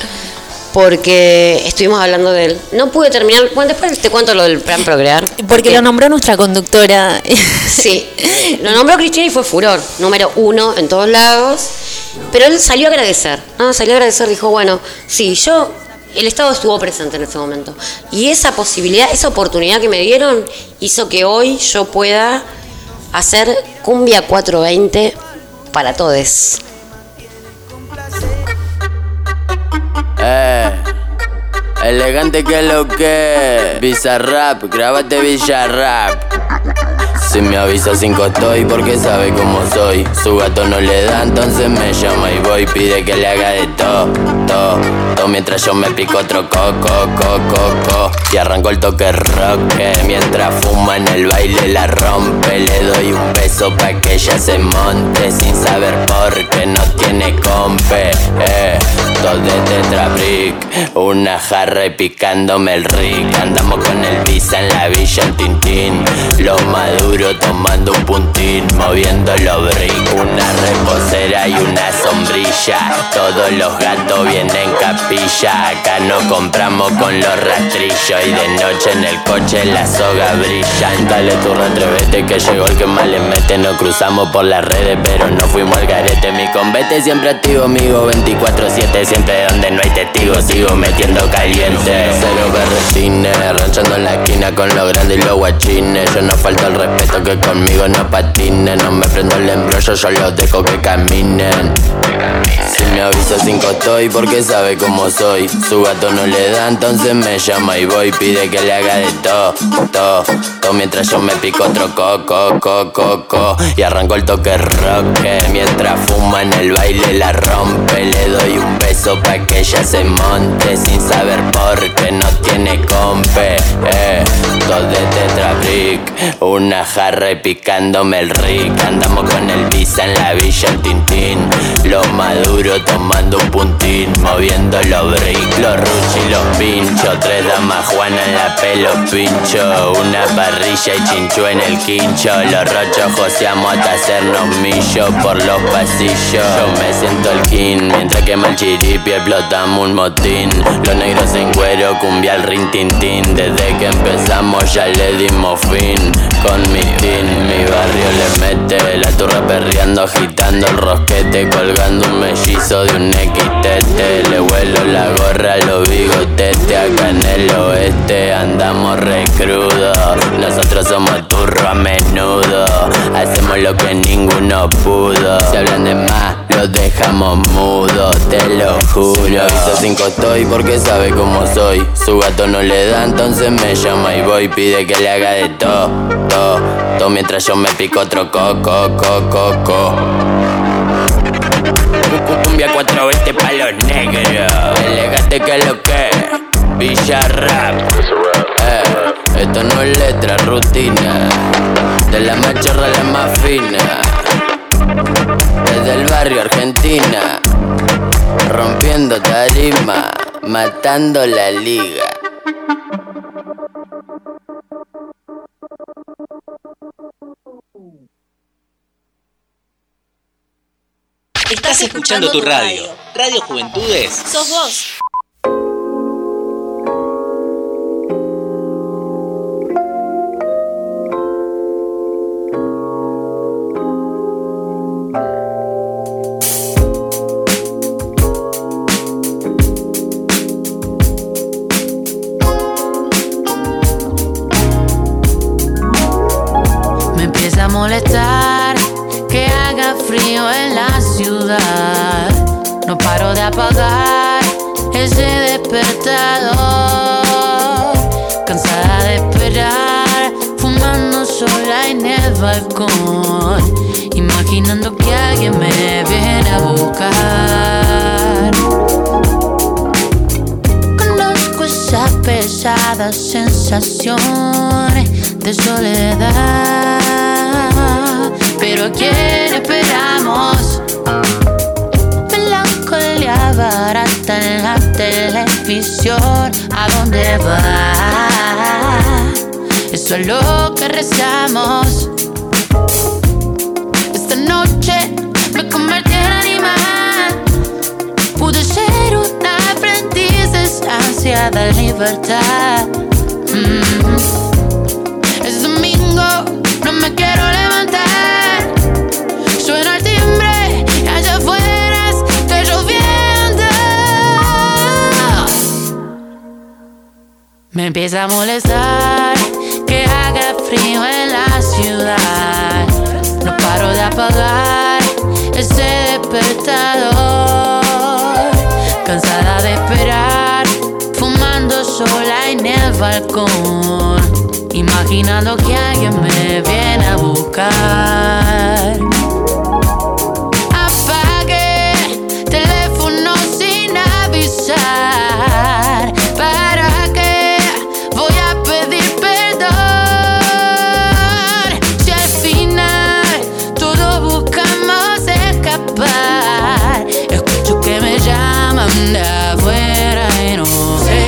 Porque estuvimos hablando de él. No pude terminar. Bueno, después te cuento lo del plan Procrear. Porque, porque lo nombró nuestra conductora. Sí, lo nombró Cristina y fue furor. Número uno en todos lados. Pero él salió a agradecer. ¿no? Salió a agradecer, dijo, bueno, sí, yo el Estado estuvo presente en ese momento. Y esa posibilidad, esa oportunidad que me dieron, hizo que hoy yo pueda hacer Cumbia cuatrocientos veinte para todes. Eh, elegante que lo que Bizarrap, grábate Villarrap. Si me avisa cinco estoy porque sabe cómo soy. Su gato no le da, entonces me llama y voy. Pide que le haga de todo, todo, todo. Mientras yo me pico otro coco, coco, coco. Y arranco el toque rock. Mientras fuma en el baile la rompe. Le doy un beso pa' que ella se monte. Sin saber por qué no tiene compe. Eh, dos de Tetra Brick, una jarra y picándome el rick. Andamos con el visa en la villa en Tintín. Los maduros tomando un puntín, moviendo los bricks. Una reposera y una sombrilla. Todos los gatos vienen capilla. Acá no compramos con los rastrillos. Y de noche en el coche la soga brilla. Dale turno, atrévete que llegó el que más le mete. Nos cruzamos por las redes pero no fuimos al garete. Mi convete siempre activo, amigo, veinticuatro siete. Siempre donde no hay testigos sigo metiendo caliente. Cero berretines, ranchando en la esquina con los grandes y los guachines. Yo no falto el respeto que conmigo no patinen. No me prendo el embrollo, yo los dejo que caminen. Si me avisa cinco estoy porque sabe cómo soy. Su gato no le da, entonces me llama y voy. Pide que le haga de todo, todo, todo. Mientras yo me pico otro coco, coco, coco. Y arranco el toque rock. Mientras fuma en el baile la rompe. Le doy un beso pa' que ella se monte. Sin saber por qué no tiene compe. Eh, dos de Tetra Brick, una jarra y picándome el rick. Andamos con el visa en la villa en Tintín. Los maduros tomando un puntín, moviendo los bricks. Los ruchis y los pinchos. Tres damas Juana en la pelo pincho. Una parrilla y chinchú en el quincho. Los rochos joseamos hasta hacernos millos por los pasillos. Yo me siento el king, mientras quema el chiripi explotamos un motín. Los negros en cuero, cumbia al rin tin tin. Desde que empezamos ya le dimos fin. Con mi team, mi barrio le mete. La turra perreando, agitando el rosquete. Colgando un mellizo de un equis te te. Le vuelo la gorra a los bigotetes. Acá en el oeste andamos re crudos. Nosotros somos turro a menudo. Hacemos lo que ninguno pudo. Si hablan de más, los dejamos mudos, te lo juro. Si me avisa cinco estoy porque sabe cómo soy. Su gato no le da, entonces me llama y voy. Pide que le haga de todo, todo, todo. Mientras yo me pico otro coco, coco, coco. Cumbia cuatrocientos veinte pa' los negros. Elegante que lo que Villarrap. Eh, esto no es letra, rutina. De la machorra a la más fina. Desde el barrio Argentina. Rompiendo tarima, matando la liga. Estás escuchando tu radio. Radio Juventudes. Sos vos. Me empieza a molestar que haga frío en la ciudad. No paro de apagar ese despertador. Cansada de esperar, fumando sola en el balcón. Imaginando que alguien me viene a buscar. Conozco esa pesada sensación de soledad. Pero ¿a quién esperamos? Melancolía barata en la televisión. ¿A dónde va? Eso es lo que rezamos. Esta noche me convertí en animal. Pude ser una aprendiz de esa ansiada libertad. Mm. Es domingo, no me quiero levantar. Suena el timbre y allá afuera está lloviendo. Me empieza a molestar que haga frío en la ciudad. No paro de apagar ese despertador. Cansada de esperar, fumando sola en el balcón, imaginando que alguien me viene a buscar. Apagué teléfono sin avisar. ¿Para qué voy a pedir perdón? Si al final todos buscamos escapar. Escucho que me llaman de afuera y no sé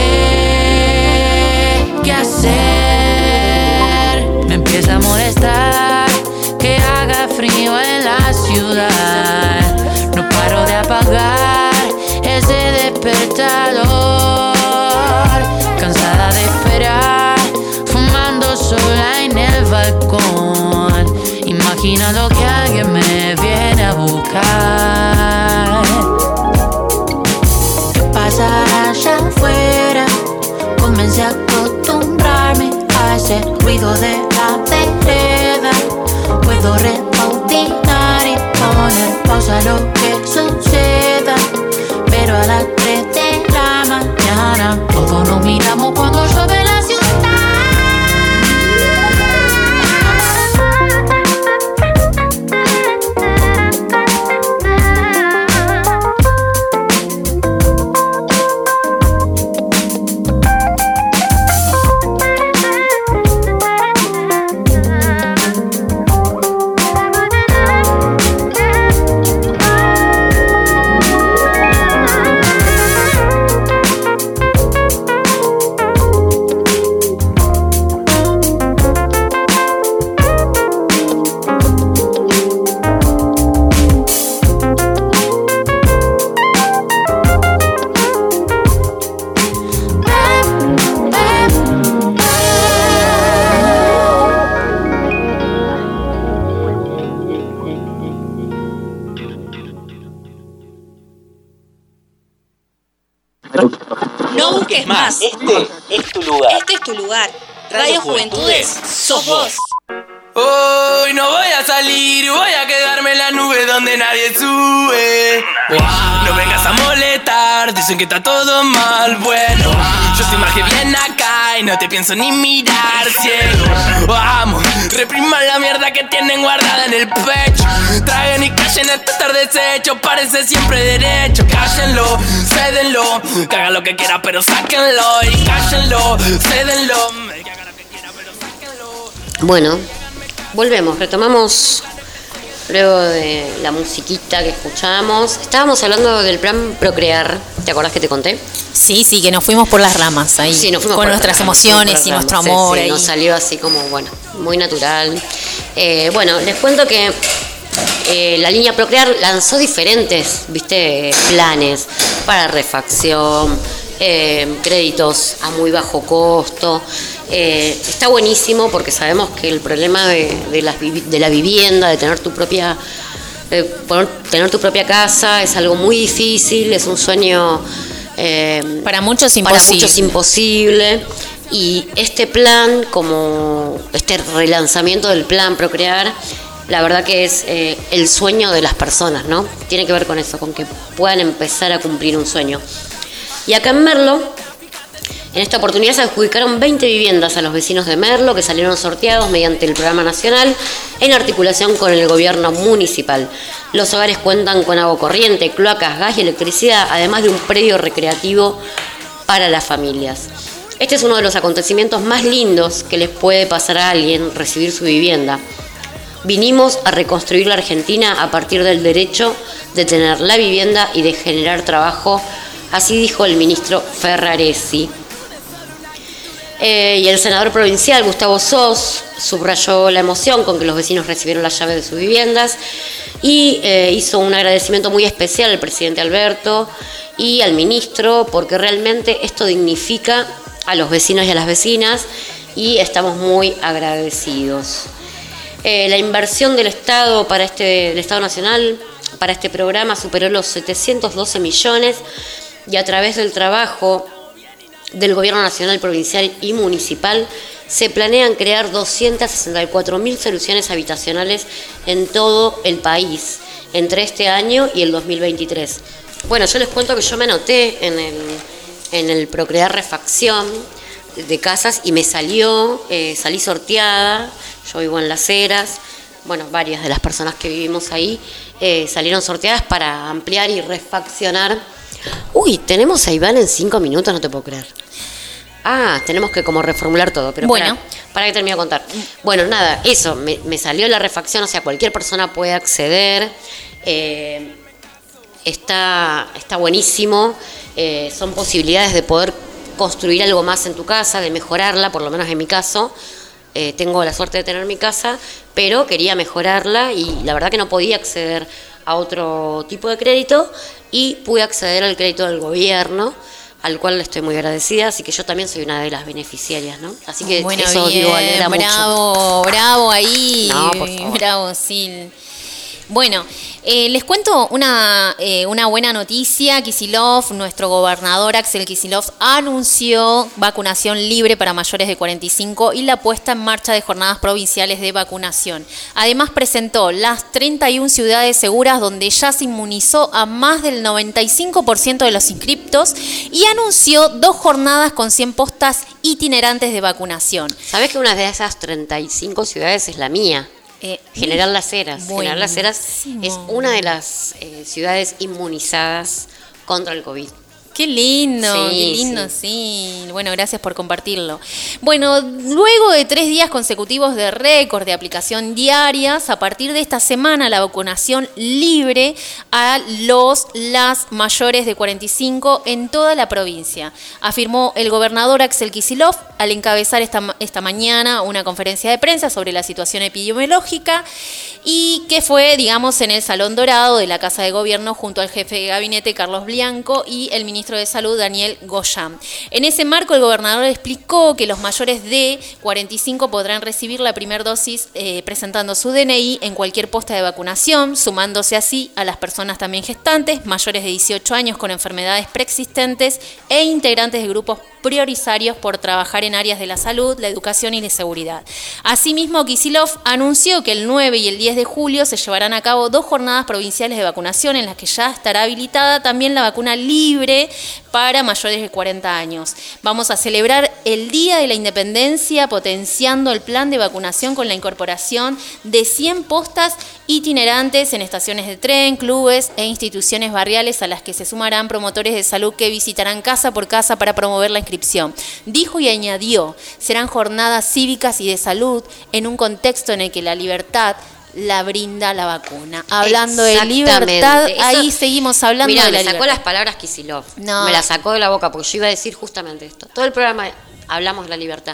qué hacer. Me empieza a molestar que haga frío en la ciudad. No paro de apagar ese despertador. Cansada de esperar, fumando sola en el balcón, imaginando que alguien me viene a buscar. ¿Qué pasa allá afuera? Comencé a acostumbrarme a ese ruido de la vereda. Puedo rebobinar y poner pausa a lo que suceda, pero a las tres de la mañana todos nos miramos cuando llueve la ciudad. No busques más. Este es tu lugar. Este es tu lugar. Radio Juventudes, sos vos. Hoy no voy a salir, voy a quedarme en la nube donde nadie sube. No vengas a molestar, dicen que está todo mal. Bueno, yo soy más que bien acá y no te pienso ni mirar, ciego. Vamos, repriman la mierda que tienen guardada en el pecho. Traguen y callen hasta estar deshecho, parece siempre derecho. Cállenlo, cédenlo, que hagan lo que quiera pero sáquenlo. Y cállenlo, cédenlo. Bueno, volvemos, retomamos luego de la musiquita que escuchamos. Estábamos hablando del plan Procrear, ¿te acordás que te conté? Sí, sí, que nos fuimos por las ramas ahí, sí, nos fuimos con por nuestras ramas, emociones y nuestro amor. Sí, sí, ahí. nos salió así como, bueno, muy natural. Eh, bueno, les cuento que eh, la línea Procrear lanzó diferentes, viste, planes para refacción, eh, créditos a muy bajo costo. Eh, está buenísimo porque sabemos que el problema de, de, las, de la vivienda, de tener tu propia de poner, tener tu propia casa es algo muy difícil, es un sueño eh, para muchos imposible. Para muchos imposible. Y este plan, como este relanzamiento del plan Procrear, la verdad que es eh, el sueño de las personas, ¿no? Tiene que ver con eso, con que puedan empezar a cumplir un sueño. Y acá en Merlo, en esta oportunidad se adjudicaron veinte viviendas a los vecinos de Merlo que salieron sorteados mediante el programa nacional en articulación con el gobierno municipal. Los hogares cuentan con agua corriente, cloacas, gas y electricidad, además de un predio recreativo para las familias. Este es uno de los acontecimientos más lindos que les puede pasar a alguien, recibir su vivienda. Vinimos a reconstruir la Argentina a partir del derecho de tener la vivienda y de generar trabajo, así dijo el ministro Ferraresi. Eh, y el senador provincial, Gustavo Sos, subrayó la emoción con que los vecinos recibieron las llaves de sus viviendas y eh, hizo un agradecimiento muy especial al presidente Alberto y al ministro, porque realmente esto dignifica a los vecinos y a las vecinas y estamos muy agradecidos. Eh, la inversión del Estado para este, del Estado Nacional para este programa superó los setecientos doce millones y a través del trabajo del Gobierno Nacional, Provincial y Municipal, se planean crear doscientas sesenta y cuatro mil soluciones habitacionales en todo el país entre este año y el dos mil veintitrés. Bueno, yo les cuento que yo me anoté en el, en el Procrear Refacción de casas y me salió, eh, salí sorteada, yo vivo en Las Heras, bueno, varias de las personas que vivimos ahí eh, salieron sorteadas para ampliar y refaccionar. Uy, tenemos a Iván en cinco minutos, no te puedo creer. Ah, tenemos que como reformular todo, pero bueno, para, para que termine de contar. Bueno, nada, eso, me, me salió la refacción, o sea, cualquier persona puede acceder. Eh, está, está buenísimo, eh, son posibilidades de poder construir algo más en tu casa, de mejorarla, por lo menos en mi caso. Eh, tengo la suerte de tener mi casa, pero quería mejorarla y la verdad que no podía acceder a otro tipo de crédito y pude acceder al crédito del gobierno, al cual le estoy muy agradecida, así que yo también soy una de las beneficiarias, ¿no? Así que bueno, eso bien, digo, alegra bravo, mucho. bravo ahí, No, por favor. bravo, Sil. Bueno, eh, les cuento una, eh, una buena noticia. Kicillof, nuestro gobernador Axel Kicillof, anunció vacunación libre para mayores de cuarenta y cinco y la puesta en marcha de jornadas provinciales de vacunación. Además presentó las treinta y una ciudades seguras donde ya se inmunizó a más del noventa y cinco por ciento de los inscriptos y anunció dos jornadas con cien postas itinerantes de vacunación. ¿Sabés que una de esas treinta y cinco ciudades es la mía? Eh, General Las Heras. buenísimo. General Las Heras es una de las eh, ciudades inmunizadas contra el COVID. Qué lindo, Sí, qué lindo, sí. sí. Bueno, gracias por compartirlo. Bueno, luego de tres días consecutivos de récord de aplicación diarias, a partir de esta semana la vacunación libre a los las mayores de cuarenta y cinco en toda la provincia, afirmó el gobernador Axel Kicillof al encabezar esta, esta mañana una conferencia de prensa sobre la situación epidemiológica y que fue, digamos, en el Salón Dorado de la Casa de Gobierno junto al jefe de gabinete Carlos Bianco y el ministro de Salud Daniel Goyam. En ese marco el gobernador explicó que los mayores de cuarenta y cinco podrán recibir la primera dosis eh, presentando su D N I en cualquier posta de vacunación, sumándose así a las personas también gestantes, mayores de dieciocho años con enfermedades preexistentes e integrantes de grupos prioritarios por trabajar en áreas de la salud, la educación y la seguridad. Asimismo, Kicillof anunció que el nueve y el diez de julio se llevarán a cabo dos jornadas provinciales de vacunación en las que ya estará habilitada también la vacuna libre para mayores de cuarenta años. Vamos a celebrar el Día de la Independencia potenciando el plan de vacunación con la incorporación de cien postas itinerantes en estaciones de tren, clubes e instituciones barriales a las que se sumarán promotores de salud que visitarán casa por casa para promover la inscripción. Dijo y añadió, serán jornadas cívicas y de salud en un contexto en el que la libertad la brinda la vacuna. Hablando de libertad, Eso, ahí seguimos hablando mirá, de la me sacó libertad. las palabras Kicillof. No. Me las sacó de la boca porque yo iba a decir justamente esto. Todo el programa hablamos de la libertad.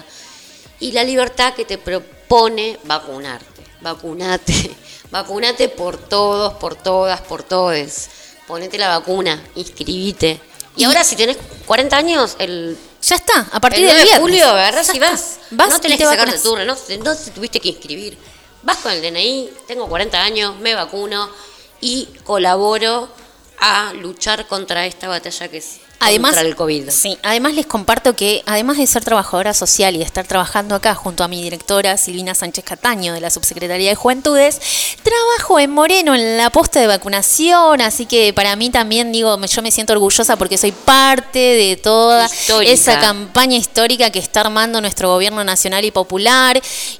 Y la libertad que te propone vacunarte. Vacunate. Vacunate por todos, por todas, por todes. Ponete la vacuna, inscribite. Y, y ahora si tenés cuarenta años, el... Ya está, a partir el del nueve de viernes. julio agarrás y vas. Vas no y tenés te que sacarte vacunas. turno, no, no te tuviste que inscribir. Vas con el D N I, tengo cuarenta años, me vacuno y colaboro a luchar contra esta batalla que es Además, contra el COVID. Sí, además les comparto que, además de ser trabajadora social y de estar trabajando acá junto a mi directora Silvina Sánchez Cataño de la Subsecretaría de Juventudes, trabajo en Moreno en la posta de vacunación, así que para mí también, digo, yo me siento orgullosa porque soy parte de toda Histórica. esa campaña histórica que está armando nuestro gobierno nacional y popular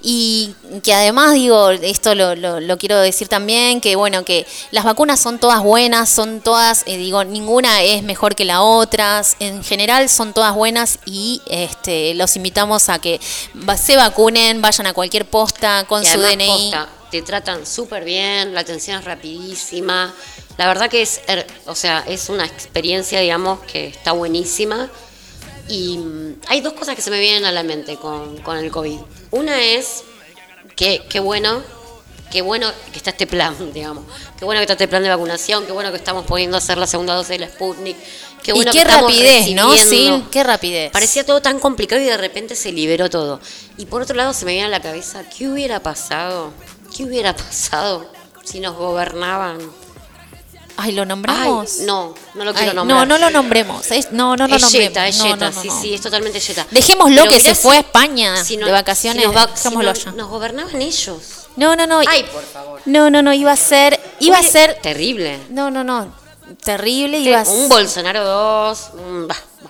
y que además, digo, esto lo, lo, lo quiero decir también, que bueno, que las vacunas son todas buenas, son todas, eh, digo, ninguna es mejor que la otra. En general son todas buenas y este, los invitamos a que se vacunen, vayan a cualquier posta con Y su además, D N I. posta, te tratan súper bien, la atención es rapidísima. La verdad que es, o sea, es una experiencia, digamos, que está buenísima. Y mm, hay dos cosas que se me vienen a la mente con, con el COVID. Una es que qué bueno, qué bueno que está este plan, digamos. Qué bueno que está este plan de vacunación, qué bueno que estamos pudiendo hacer la segunda dosis de la Sputnik. Qué bueno y qué que estamos rapidez, ¿no? recibiendo. Sí, qué rapidez. Parecía todo tan complicado y de repente se liberó todo. Y por otro lado se me viene a la cabeza, ¿qué hubiera pasado? ¿Qué hubiera pasado si nos gobernaban Ay, ¿lo nombramos? Ay, no, no lo quiero Ay, nombrar. No, no lo nombremos. Es, no, no lo es nombremos. Yeta, es no, Yeta, no, no, sí, no. sí, es totalmente Yeta. Dejémoslo Pero que mirá se fue si- a España si no- de vacaciones. si nos va- dejémoslo si ya. no- nos gobernaban ellos. No, no, no. Ay, por favor. No, no, no. Iba a ser. Iba a Oye, ser. terrible. No, no, no. Terrible. Que Iba a ser. un Bolsonaro dos. un- bah, bah.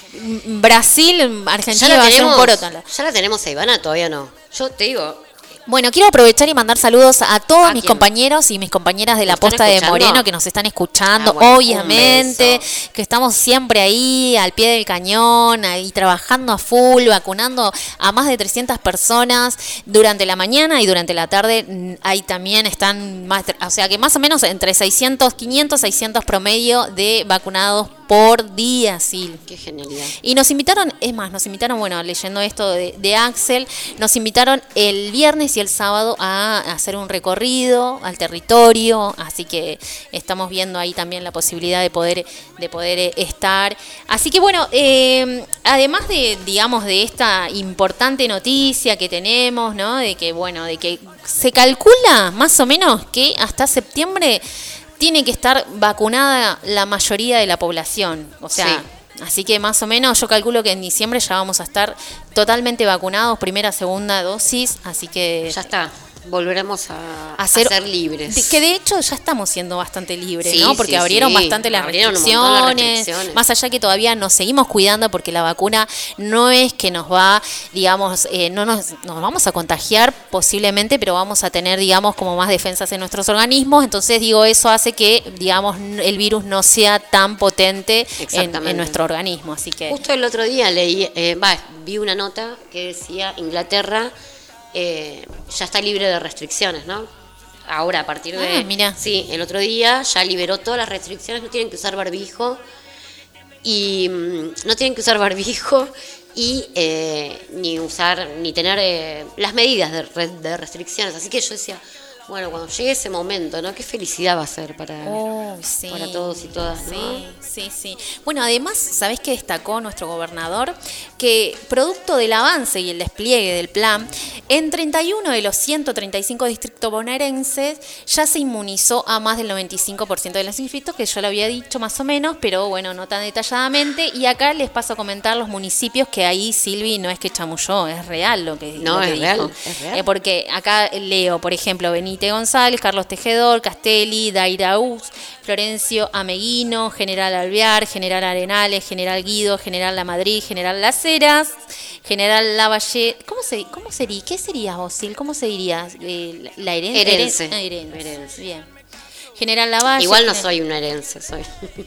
Brasil, Argentina Ya iba la a ser un tenemos. poroto. Ya la tenemos a Ivana, todavía no. Yo te digo. Bueno, quiero aprovechar y mandar saludos a todos ¿A mis quién? compañeros y mis compañeras de la ¿Nos están Posta de escuchando? Moreno que nos están escuchando, Ah, bueno, obviamente, un beso. que estamos siempre ahí al pie del cañón, ahí trabajando a full, vacunando a más de trescientas personas durante la mañana y durante la tarde. mm, Ahí también están más, o sea que más o menos entre seiscientos, quinientos, seiscientos promedio de vacunados por día, Sil. Qué genialidad. Y nos invitaron, es más, nos invitaron, bueno, leyendo esto de, de Axel, nos invitaron el viernes y el sábado a hacer un recorrido al territorio, así que estamos viendo ahí también la posibilidad de poder, de poder eh, estar. Así que bueno, eh, además de, digamos, de esta importante noticia que tenemos, ¿no? De que, bueno, de que se calcula más o menos que hasta septiembre tiene que estar vacunada la mayoría de la población. O sea, Sí. así que más o menos yo calculo que en diciembre ya vamos a estar totalmente vacunados, primera, segunda dosis, así que Ya está. Volveremos a, a Hacer- ser libres. de- que de hecho ya estamos siendo bastante libres, Sí, ¿no? Porque sí, abrieron sí. bastante las Abrieron un restricciones, montón las restricciones. más allá que todavía nos seguimos cuidando porque la vacuna no es que nos va, digamos, eh, no nos, nos vamos a contagiar posiblemente, pero vamos a tener, digamos, como más defensas en nuestros organismos, entonces digo, eso hace que, digamos, n- el virus no sea tan potente en, Exactamente. en nuestro organismo, así que... Justo el otro día leí, eh, va, vi una nota que decía Inglaterra eh, ya está libre de restricciones, ¿no? Ahora, a partir de... Ah, mirá. Sí, el otro día ya liberó todas las restricciones, no tienen que usar barbijo y mm, no tienen que usar barbijo y eh, ni usar, ni tener eh, las medidas de, re- de restricciones. Así que yo decía, bueno, cuando llegue ese momento, ¿no? Qué felicidad va a ser para, Oh, sí. para todos y todas, ¿no? Sí, sí, sí. Bueno, además, ¿sabés qué destacó nuestro gobernador? Que producto del avance y el despliegue del plan, en treinta y uno de los ciento treinta y cinco distritos bonaerenses ya se inmunizó a más del noventa y cinco por ciento de los inscritos, que yo lo había dicho más o menos, pero bueno, no tan detalladamente. Y acá les paso a comentar los municipios que ahí Silvi no es que chamulló, es real lo que, No, lo que es dijo. real, es real. Eh, porque acá leo, por ejemplo, Benítez González, Carlos Tejedor, Castelli, Dairaúz, Florencio Ameguino, General Alvear, General Arenales, General Guido, General La Madrid, General Las Heras, General Lavalle. ¿Cómo se, cómo sería? ¿Qué sería, Osil? ¿Cómo se diría? Eh, la Heren- Herense. Heren- ah, Herense. Herense. Bien. General Lavalle. Igual no General- soy una herense, soy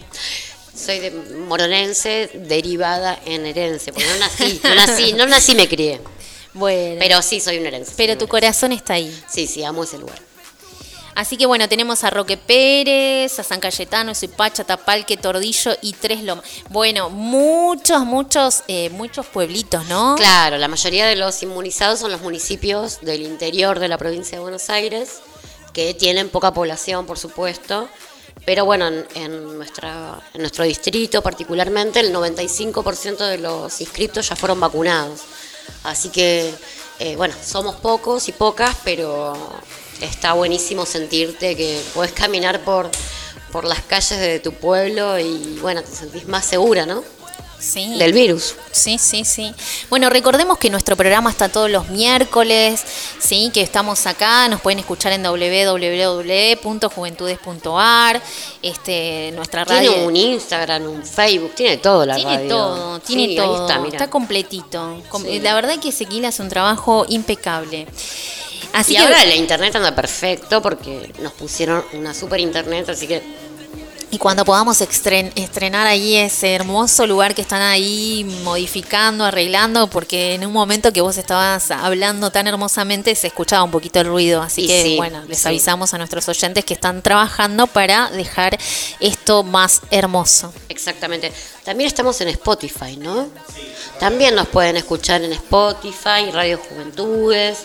soy de moronense derivada en herencia, porque no nací, no nací, no nací, me crié. Bueno. Pero sí soy un herense. Pero tu corazón está ahí. Sí, sí, amo ese lugar. Así que bueno, tenemos a Roque Pérez, a San Cayetano, Suipacha, Tapalque, Tordillo y Tres Lomas. Bueno, muchos, muchos, eh, muchos pueblitos, ¿no? Claro, la mayoría de los inmunizados son los municipios del interior de la provincia de Buenos Aires, que tienen poca población, por supuesto. Pero bueno, en, en, nuestra, en nuestro distrito particularmente, el noventa y cinco por ciento de los inscriptos ya fueron vacunados. Así que, eh, bueno, somos pocos y pocas, pero está buenísimo sentirte que puedes caminar por, por las calles de tu pueblo y, bueno, te sentís más segura, ¿no? Sí. Del virus. Sí, sí, sí. Bueno, recordemos que nuestro programa está todos los miércoles, sí, que estamos acá, nos pueden escuchar en doble u doble u doble u punto juventudes punto a r, este, nuestra radio. Tiene un Instagram, un Facebook, tiene todo la Tiene radio. todo, tiene Sí, todo. ahí está, mira. Está completito. Com- Sí. La verdad que Sequila hace un trabajo impecable. Así y que ahora la internet anda perfecto porque nos pusieron una super internet, así que Y cuando podamos estren- estrenar ahí ese hermoso lugar que están ahí modificando, arreglando, porque en un momento que vos estabas hablando tan hermosamente se escuchaba un poquito el ruido, así Y que sí, bueno, les sí. avisamos a nuestros oyentes que están trabajando para dejar esto más hermoso. exactamente. También estamos en Spotify, ¿no? También nos pueden escuchar en Spotify, Radio Juventudes.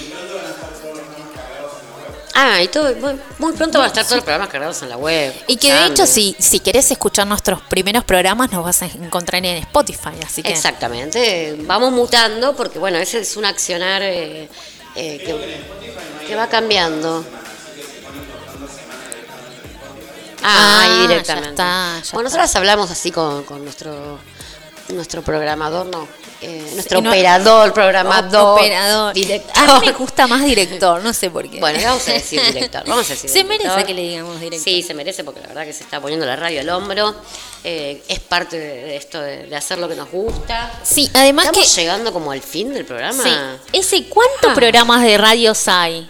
Ah, y todo, muy, muy pronto van a estar todos los programas cargados en la web. Y que de escuchando. hecho, si, si querés escuchar nuestros primeros programas, nos vas a encontrar en Spotify, así que... Exactamente, vamos mutando porque bueno, ese es un accionar eh, eh, que, que va cambiando. Ah, ahí Ah, directamente. ya está, ya bueno, nosotros hablamos así con, con nuestro nuestro programador, no, eh, nuestro Sí, no- operador, programador, Operador. director. A mí me gusta más director, no sé por qué. Bueno, vamos a decir director, vamos a decir Se director. merece que le digamos director. Sí, se merece porque la verdad que se está poniendo la radio al hombro. Eh, es parte de, de esto de, de hacer lo que nos gusta. Sí, además Estamos que... llegando como al fin del programa. Sí, ese, ¿cuántos Ah. programas de radios hay?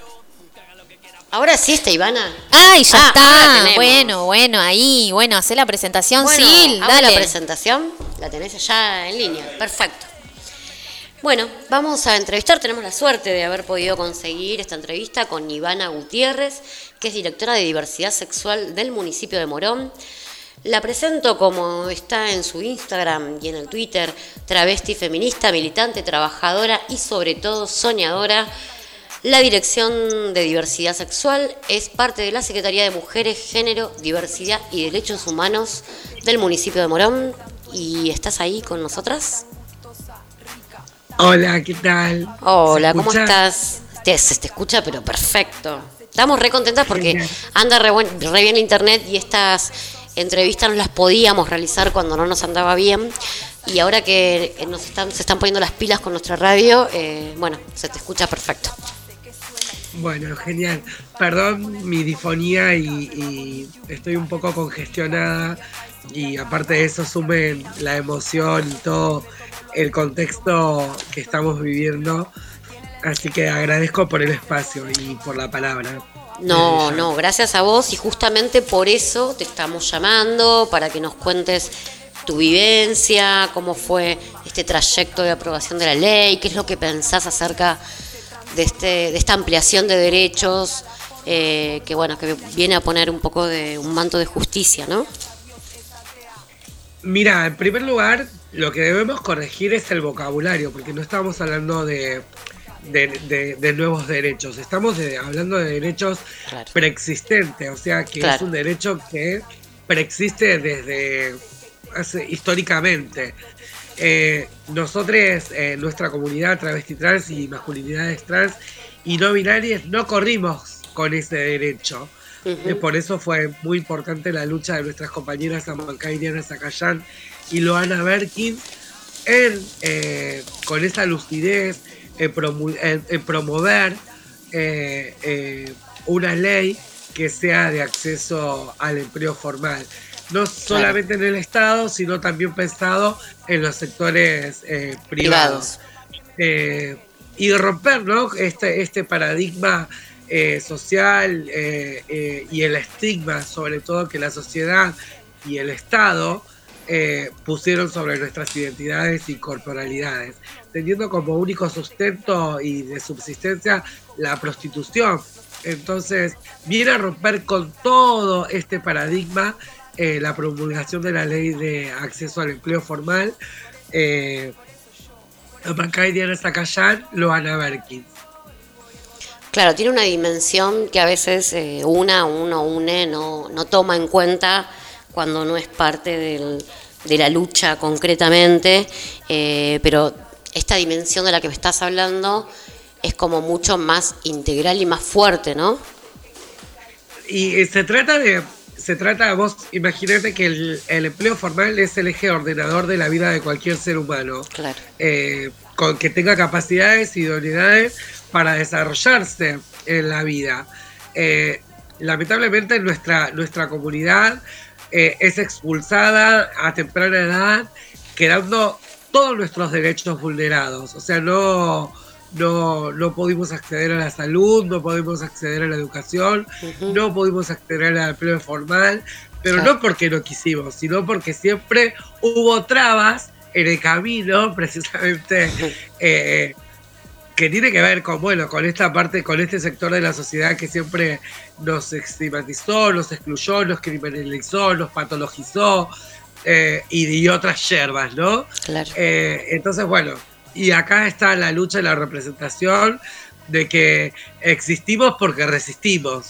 Ahora sí está Ivana. Ay, ya Ah, ahora está. tenemos. Bueno, bueno, ahí, bueno, hacer la presentación, Bueno, sí, hago dale. la presentación, la tenés allá en línea. Perfecto. Bueno, vamos a entrevistar. Tenemos la suerte de haber podido conseguir esta entrevista con Ivana Gutiérrez, que es directora de diversidad sexual del municipio de Morón. La presento como está en su Instagram y en el Twitter, travesti feminista, militante, trabajadora y sobre todo soñadora. La Dirección de Diversidad Sexual es parte de la Secretaría de Mujeres, Género, Diversidad y Derechos Humanos del municipio de Morón. ¿Y estás ahí con nosotras? Hola, ¿qué tal? Hola, ¿Se ¿cómo escucha? estás? Te, se te escucha, pero perfecto. Estamos re contentas porque anda re, buen- re bien internet y estas entrevistas no las podíamos realizar cuando no nos andaba bien. Y ahora que nos están, se están poniendo las pilas con nuestra radio, eh, bueno, se te escucha perfecto. Bueno, genial. Perdón mi difonía y, y estoy un poco congestionada y aparte de eso sumen la emoción y todo el contexto que estamos viviendo. Así que agradezco por el espacio y por la palabra. No, no, gracias a vos y justamente por eso te estamos llamando, para que nos cuentes tu vivencia, cómo fue este trayecto de aprobación de la ley, qué es lo que pensás acerca de, este, de esta ampliación de derechos, eh, que bueno, que viene a poner un poco de un manto de justicia, ¿no? Mira, en primer lugar, lo que debemos corregir es el vocabulario, porque no estamos hablando de, de, de- de nuevos derechos, estamos de- hablando de derechos Claro. preexistentes, o sea que Claro. es un derecho que preexiste desde hace, históricamente. Eh, nosotros, eh, nuestra comunidad travesti trans y masculinidades trans y no binarias, no corrimos con ese derecho. Ujú. Eh, por eso fue muy importante la lucha de nuestras compañeras Amancay, Diana Zacayán y Loana Berkin en, eh, con esa lucidez en, promu- en- en promover eh, eh, una ley que sea de acceso al empleo formal. No solamente en el Estado, sino también pensado en los sectores eh, privados. Eh, y romper, ¿no?, este, este paradigma eh, social eh, eh, y el estigma, sobre todo, que la sociedad y el Estado eh, pusieron sobre nuestras identidades y corporalidades, teniendo como único sustento y de subsistencia la prostitución. Entonces, viene a romper con todo este paradigma eh, la promulgación de la ley de acceso al empleo formal. Eh, Amancay, Diana Zacayán, Loana Berkin. Claro, tiene una dimensión que a veces eh, una, uno, une, no, no toma en cuenta cuando no es parte del, de la lucha concretamente, eh, pero esta dimensión de la que me estás hablando es como mucho más integral y más fuerte, ¿no? Y eh, se trata de, se trata, vos imagínate que el, el empleo formal es el eje ordenador de la vida de cualquier ser humano. Claro. Eh, con que tenga capacidades y idoneidades para desarrollarse en la vida. Eh, lamentablemente nuestra, nuestra comunidad eh, es expulsada a temprana edad, quedando todos nuestros derechos vulnerados. O sea, no, no, no pudimos acceder a la salud, no pudimos acceder a la educación, uh-huh. no pudimos acceder al empleo formal, pero claro. no porque no quisimos, sino porque siempre hubo trabas en el camino, precisamente, eh, que tiene que ver con, bueno, con esta parte, con este sector de la sociedad que siempre nos estigmatizó, nos excluyó, nos criminalizó, nos patologizó, eh, y, y otras yerbas, ¿no? Claro. Eh, entonces, bueno, y acá está la lucha y la representación de que existimos porque resistimos.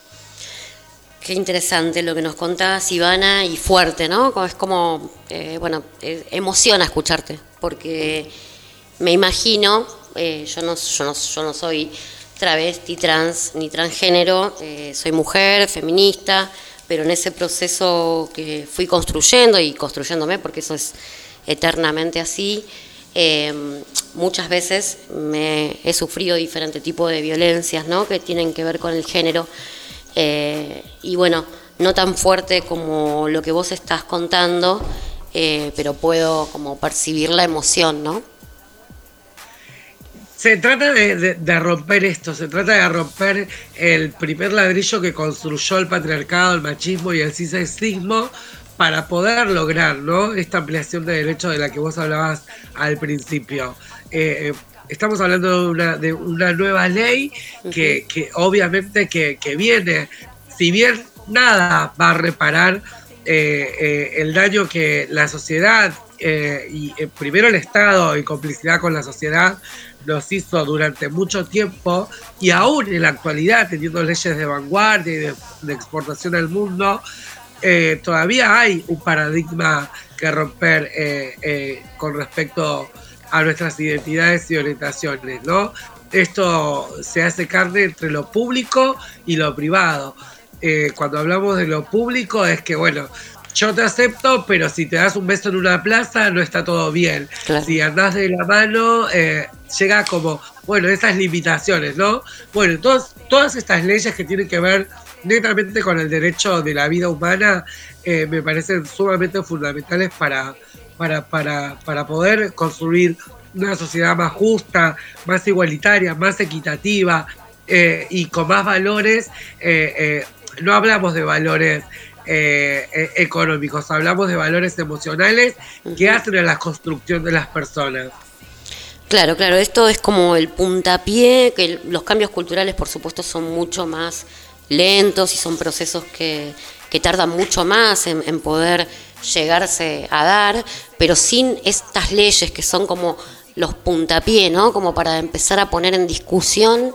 Qué interesante lo que nos contás, Ivana, y fuerte, ¿no? Es como, eh, bueno, eh, emociona escucharte, porque me imagino, eh, yo, no, yo, no, yo no soy travesti, trans, ni transgénero, eh, soy mujer, feminista, pero en ese proceso que fui construyendo y construyéndome, porque eso es eternamente así, eh, muchas veces me he sufrido diferentes tipos de violencias, ¿no?, que tienen que ver con el género, eh, y bueno, no tan fuerte como lo que vos estás contando, eh, pero puedo como percibir la emoción, ¿no? Se trata de, de, de romper esto, se trata de romper el primer ladrillo que construyó el patriarcado, el machismo y el cisexismo para poder lograr, ¿no?, esta ampliación de derechos de la que vos hablabas al principio. Eh, estamos hablando de una, de una nueva ley que, que obviamente que, que viene, si bien nada va a reparar eh, eh, el daño que la sociedad eh, y eh, primero el Estado en complicidad con la sociedad nos hizo durante mucho tiempo, y aún en la actualidad, teniendo leyes de vanguardia y de, de exportación al mundo, eh, todavía hay un paradigma que romper eh, eh, con respecto a nuestras identidades y orientaciones, ¿no? Esto se hace carne entre lo público y lo privado. Eh, cuando hablamos de lo público es que, bueno, yo te acepto, pero si te das un beso en una plaza no está todo bien. Claro. Si andás de la mano, eh, llega como, bueno, esas limitaciones, ¿no? Bueno, todos, todas estas leyes que tienen que ver netamente con el derecho de la vida humana eh, me parecen sumamente fundamentales para, para, para, para poder construir una sociedad más justa, más igualitaria, más equitativa eh, y con más valores. Eh, eh, no hablamos de valores Eh, eh, económicos, hablamos de valores emocionales que hacen a la construcción de las personas. Claro, claro, esto es como el puntapié, que los cambios culturales por supuesto son mucho más lentos y son procesos que, que tardan mucho más en, en poder llegarse a dar, pero sin estas leyes que son como los puntapié, ¿no?, como para empezar a poner en discusión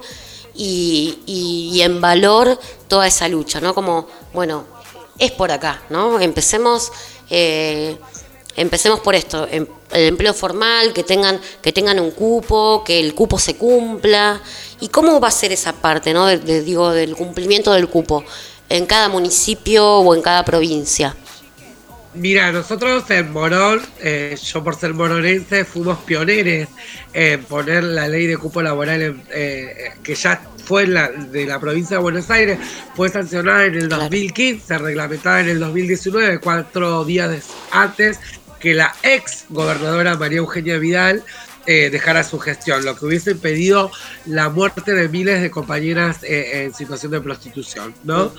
y, y, y en valor toda esa lucha, ¿no? Como, bueno, es por acá, ¿no? Empecemos, eh, empecemos por esto, el empleo formal, que tengan, que tengan un cupo, que el cupo se cumpla. ¿Y cómo va a ser esa parte, ¿no?, de, de, digo, del cumplimiento del cupo en cada municipio o en cada provincia? Mira, nosotros en Morón, eh, yo por ser moronense, fuimos pioneros en poner la ley de cupo laboral, en, eh, que ya fue la, de la provincia de Buenos Aires, fue sancionada en el dos mil quince, reglamentada en el dos mil diecinueve, cuatro días antes que la ex gobernadora María Eugenia Vidal eh, dejara su gestión, lo que hubiese impedido la muerte de miles de compañeras eh, en situación de prostitución, ¿no?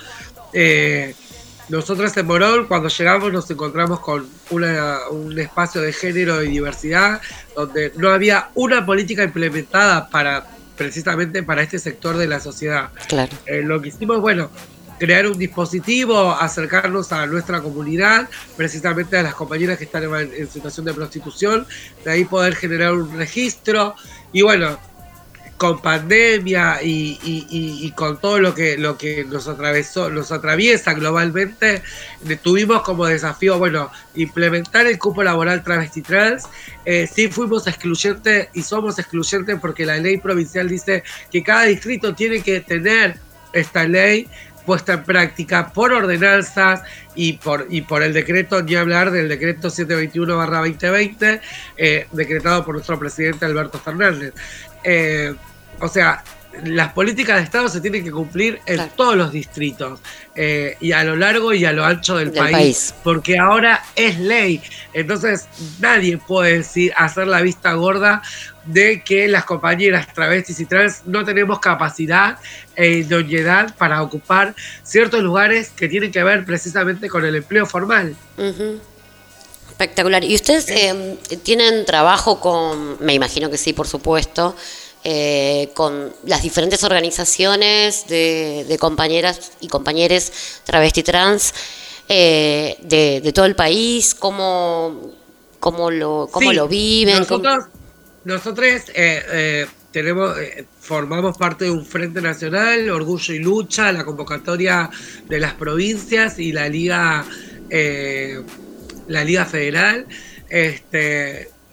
Eh, Nosotros en Morón, cuando llegamos, nos encontramos con una, un espacio de género y diversidad donde no había una política implementada para precisamente para este sector de la sociedad. Claro. Eh, lo que hicimos, bueno, crear un dispositivo, acercarnos a nuestra comunidad, precisamente a las compañeras que están en, en situación de prostitución, de ahí poder generar un registro y bueno, con pandemia y, y, y, y con todo lo que lo que nos atravesó, nos atraviesa globalmente, tuvimos como desafío, bueno, implementar el cupo laboral travesti trans. Eh, sí fuimos excluyentes y somos excluyentes porque la ley provincial dice que cada distrito tiene que tener esta ley puesta en práctica por ordenanzas y por y por el decreto, ni hablar del decreto setecientos veintiuno barra veinte veinte, eh, decretado por nuestro presidente Alberto Fernández. Eh, o sea, las políticas de Estado se tienen que cumplir en claro. todos los distritos eh, y a lo largo y a lo ancho del, del país, país, porque ahora es ley. Entonces nadie puede decir, hacer la vista gorda de que las compañeras travestis y trans no tenemos capacidad e idoneidad para ocupar ciertos lugares que tienen que ver precisamente con el empleo formal. Uh-huh. Espectacular. ¿Y ustedes eh, tienen trabajo con, me imagino que sí, por supuesto, eh, con las diferentes organizaciones de, de compañeras y compañeros travesti trans eh, de, de todo el país? ¿Cómo, cómo, lo, cómo sí, lo viven? Nosotros, nosotros eh, eh, tenemos, eh, formamos parte de un Frente Nacional, Orgullo y Lucha, la convocatoria de las provincias y la Liga... Eh, la Liga Federal. Este,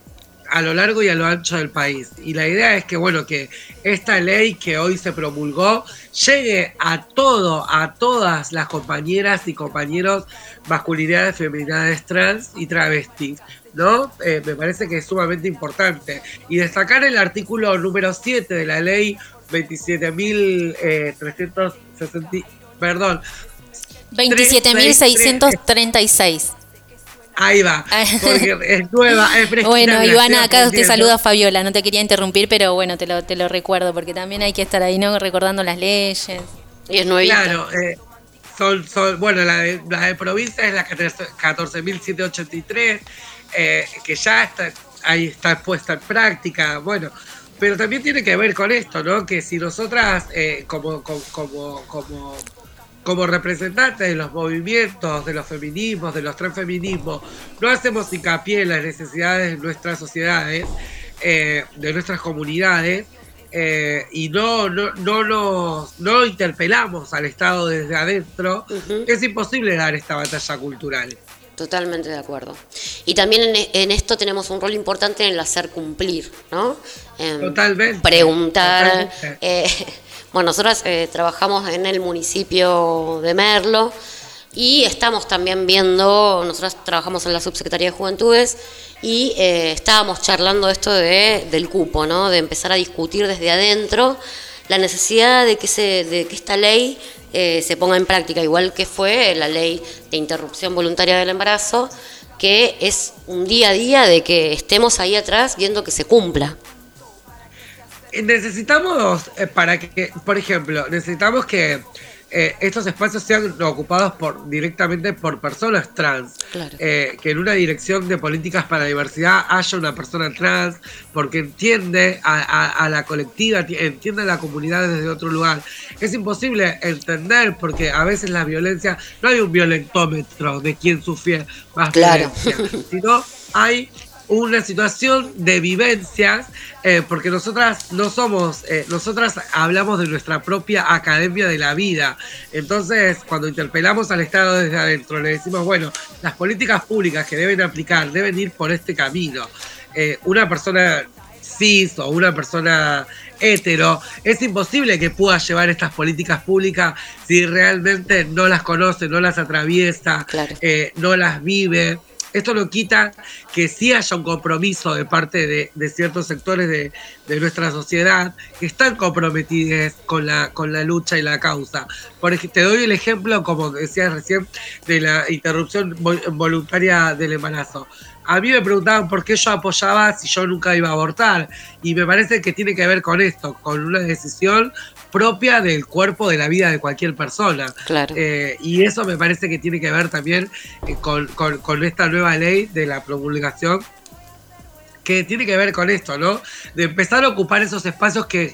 a lo largo y a lo ancho del país. Y la idea es que, bueno, que esta ley que hoy se promulgó llegue a todo, a todas las compañeras y compañeros masculinidades, feminidades trans y travestis, ¿no? Eh, me parece que es sumamente importante. Y destacar el artículo número siete de la ley veintisiete mil trescientos sesenta, perdón, veintisiete mil seiscientos treinta y seis. Ahí va, porque es nueva, es fresquita. Bueno, Ivana, acá te saluda Fabiola, no te quería interrumpir, pero bueno, te lo, te lo recuerdo, porque también hay que estar ahí, ¿no? Recordando las leyes. Y es nuevita. Claro, eh, son, son, bueno, la de, la de provincia es la catorce mil setecientos ochenta y tres, eh, que ya está, ahí está puesta en práctica, bueno, pero también tiene que ver con esto, ¿no? Que si nosotras, eh, como, como, como, como como representantes de los movimientos, de los feminismos, de los transfeminismos, no hacemos hincapié en las necesidades de nuestras sociedades, eh, de nuestras comunidades, eh, y no, no, no, nos, no interpelamos al Estado desde adentro, uh-huh. Es imposible dar esta batalla cultural. Totalmente de acuerdo. Y también en, en esto tenemos un rol importante en el hacer cumplir, ¿no? En Totalmente. Preguntar. Totalmente. Eh, Bueno, nosotras eh, trabajamos en el municipio de Merlo y estamos también viendo, nosotras trabajamos en la Subsecretaría de Juventudes y eh, estábamos charlando esto de, del cupo, ¿no? De empezar a discutir desde adentro la necesidad de que, se, de que esta ley eh, se ponga en práctica, igual que fue la ley de interrupción voluntaria del embarazo, que es un día a día de que estemos ahí atrás viendo que se cumpla. Necesitamos, eh, para que, por ejemplo, necesitamos que eh, estos espacios sean ocupados por directamente por personas trans. Claro. Eh, que en una dirección de políticas para la diversidad haya una persona trans, porque entiende a, a, a la colectiva, entiende a la comunidad desde otro lugar. Es imposible entender, porque a veces la violencia, no hay un violentómetro de quién sufre más claro. violencia, sino hay una situación de vivencias, eh, porque nosotras no somos, eh, nosotras hablamos de nuestra propia academia de la vida. Entonces, cuando interpelamos al Estado desde adentro, le decimos, bueno, las políticas públicas que deben aplicar deben ir por este camino. Eh, una persona cis o una persona hetero, es imposible que pueda llevar estas políticas públicas si realmente no las conoce, no las atraviesa, claro. eh, no las vive. Esto no quita que sí haya un compromiso de parte de, de ciertos sectores de, de nuestra sociedad que están comprometidos con la, con la lucha y la causa. Por ejemplo, te doy el ejemplo, como decías recién, de la interrupción voluntaria del embarazo. A mí me preguntaban por qué yo apoyaba si yo nunca iba a abortar. Y me parece que tiene que ver con esto, con una decisión propia del cuerpo, de la vida de cualquier persona. Claro. Eh, y eso me parece que tiene que ver también eh, con, con, con esta nueva ley de la promulgación, que tiene que ver con esto, ¿no? De empezar a ocupar esos espacios que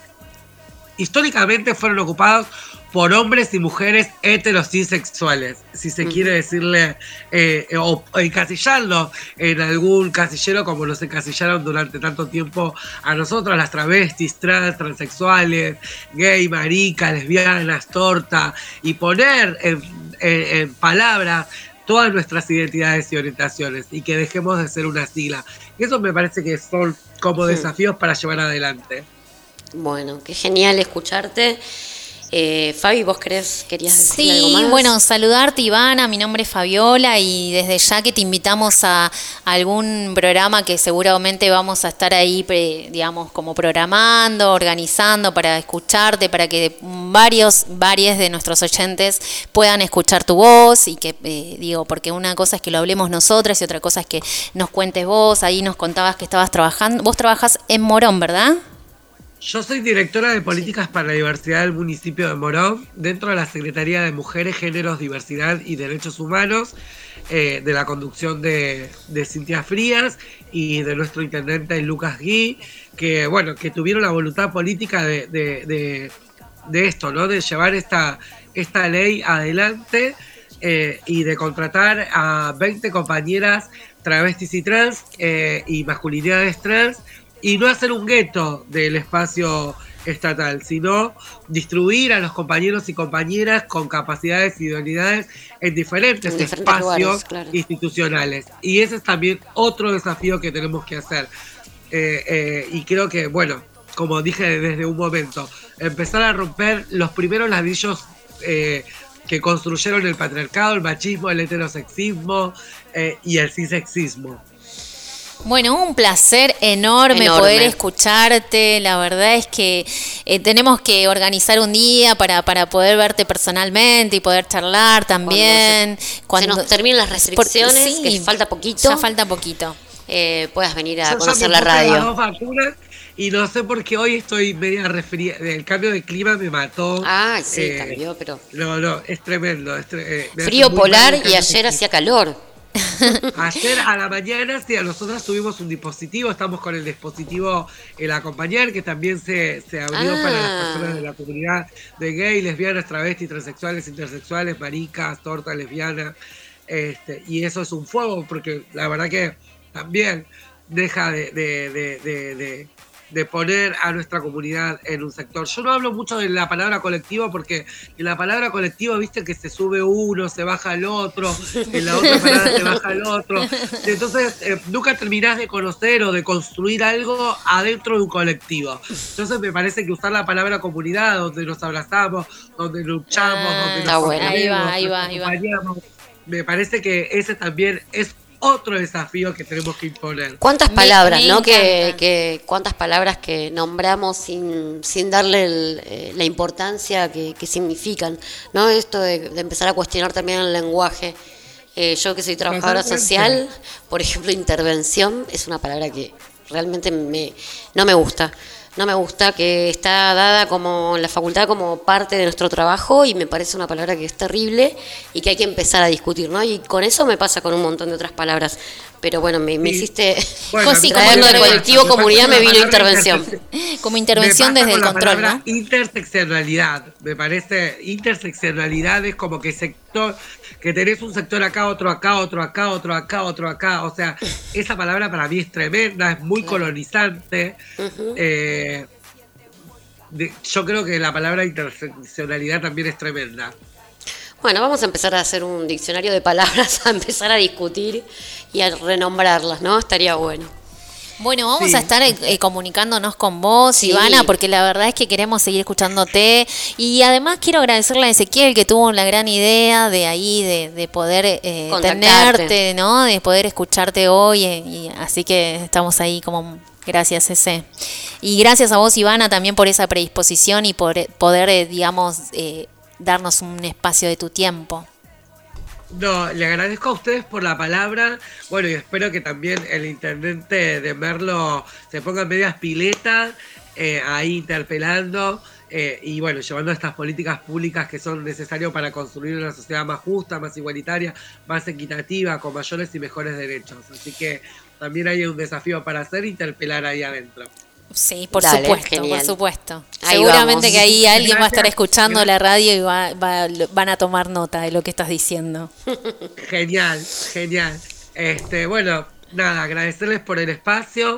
históricamente fueron ocupados por hombres y mujeres heterosexuales, si se quiere decirle, eh, o encasillarlo en algún casillero como nos encasillaron durante tanto tiempo a nosotros, las travestis, trans, transexuales, gay, marica, lesbianas, torta, y poner en, en, en palabras todas nuestras identidades y orientaciones, y que dejemos de ser una sigla. Eso me parece que son como desafíos para llevar adelante. Bueno, qué genial escucharte. Eh, Fabi, ¿vos querés, querías decir sí, algo más? Sí, bueno, saludarte, Ivana, mi nombre es Fabiola y desde ya que te invitamos a, a algún programa que seguramente vamos a estar ahí, digamos, como programando, organizando para escucharte, para que varios, varios de nuestros oyentes puedan escuchar tu voz y que, eh, digo, porque una cosa es que lo hablemos nosotras y otra cosa es que nos cuentes vos. Ahí nos contabas que estabas trabajando, vos trabajás en Morón, ¿verdad? Yo soy directora de Políticas para la Diversidad del municipio de Morón, dentro de la Secretaría de Mujeres, Géneros, Diversidad y Derechos Humanos, eh, de la conducción de, de Cintia Frías y de nuestro intendente Lucas Gui, que bueno, que tuvieron la voluntad política de, de, de, de esto, ¿no? De llevar esta, esta ley adelante eh, y de contratar a veinte compañeras travestis y trans eh, y masculinidades trans, y no hacer un gueto del espacio estatal, sino distribuir a los compañeros y compañeras con capacidades y idoneidades en diferentes, en diferentes espacios lugares, claro. institucionales. Y ese es también otro desafío que tenemos que hacer. Eh, eh, y creo que, bueno, como dije desde un momento, empezar a romper los primeros ladrillos eh, que construyeron el patriarcado, el machismo, el heterosexismo eh, y el cisexismo. Bueno, un placer enorme, enorme poder escucharte. La verdad es que eh, tenemos que organizar un día para, para poder verte personalmente y poder charlar también. Cuando se, Cuando se nos terminen las restricciones, por, sí, que falta poquito. Ya falta poquito. Eh, puedas venir a Yo conocer la radio. Las dos vacunas y no sé por qué hoy estoy media resfriada. El cambio de clima me mató. Ah, sí, eh, cambió, pero... No, no, es tremendo. Es tre eh, Frío polar y ayer hacía calor. Ayer a la mañana, sí, nosotros tuvimos un dispositivo, estamos con el dispositivo El Acompañar, que también se, se abrió ah. para las personas de la comunidad de gay, lesbianas, travestis, transexuales, intersexuales, maricas, tortas, lesbianas, este, y eso es un fuego, porque la verdad que también deja de, de, de, de, de de poner a nuestra comunidad en un sector. Yo no hablo mucho de la palabra colectivo porque en la palabra colectivo, viste que se sube uno, se baja el otro, en la otra palabra se baja el otro. Entonces, eh, nunca terminás de conocer o de construir algo adentro de un colectivo. Entonces, me parece que usar la palabra comunidad, donde nos abrazamos, donde luchamos, ah, donde nos bueno. ahí va, ahí va, ahí va. Me parece que ese también es otro desafío que tenemos que imponer. ¿Cuántas palabras, me, me no? Que, que cuántas palabras que nombramos sin, sin darle el, eh, la importancia que, que significan, ¿no? Esto de, de empezar a cuestionar también el lenguaje. Eh, yo que soy trabajadora social, por ejemplo, intervención es una palabra que realmente me, no me gusta. No me gusta, que está dada como en la facultad como parte de nuestro trabajo y me parece una palabra que es terrible y que hay que empezar a discutir, ¿no? Y con eso me pasa con un montón de otras palabras. Pero bueno, me, me hiciste bueno, sí, traerlo del colectivo comunidad, me vino intervención. Como intervención desde el control, ¿no? Interseccionalidad, me parece, interseccionalidad es como que sector, que tenés un sector acá, otro acá, otro acá, otro acá, otro acá. O sea, esa palabra para mí es tremenda, es muy colonizante. Uh-huh. eh, de, yo creo que la palabra interseccionalidad también es tremenda. Bueno, vamos a empezar a hacer un diccionario de palabras, a empezar a discutir y a renombrarlas, ¿no? Estaría bueno. Bueno, vamos sí. a estar eh, comunicándonos con vos, sí. Ivana, porque la verdad es que queremos seguir escuchándote. Y además quiero agradecerle a Ezequiel, que tuvo la gran idea de ahí, de, de poder eh, tenerte, ¿no? De poder escucharte hoy. Eh, y así que estamos ahí como... Gracias, Eze. Y gracias a vos, Ivana, también por esa predisposición y por poder, eh, digamos... Eh, darnos un espacio de tu tiempo. No, le agradezco a ustedes por la palabra. Bueno, y espero que también el intendente de Merlo se ponga en medias piletas, eh, ahí interpelando eh, y bueno, llevando estas políticas públicas que son necesarias para construir una sociedad más justa, más igualitaria, más equitativa, con mayores y mejores derechos. Así que también hay un desafío para hacer, interpelar ahí adentro. Sí, por Dale, supuesto, genial. por supuesto. Ahí Seguramente vamos. que ahí alguien Gracias. va a estar escuchando Gracias. la radio y va, va, van a tomar nota de lo que estás diciendo. Genial, genial. Este, bueno, nada, agradecerles por el espacio.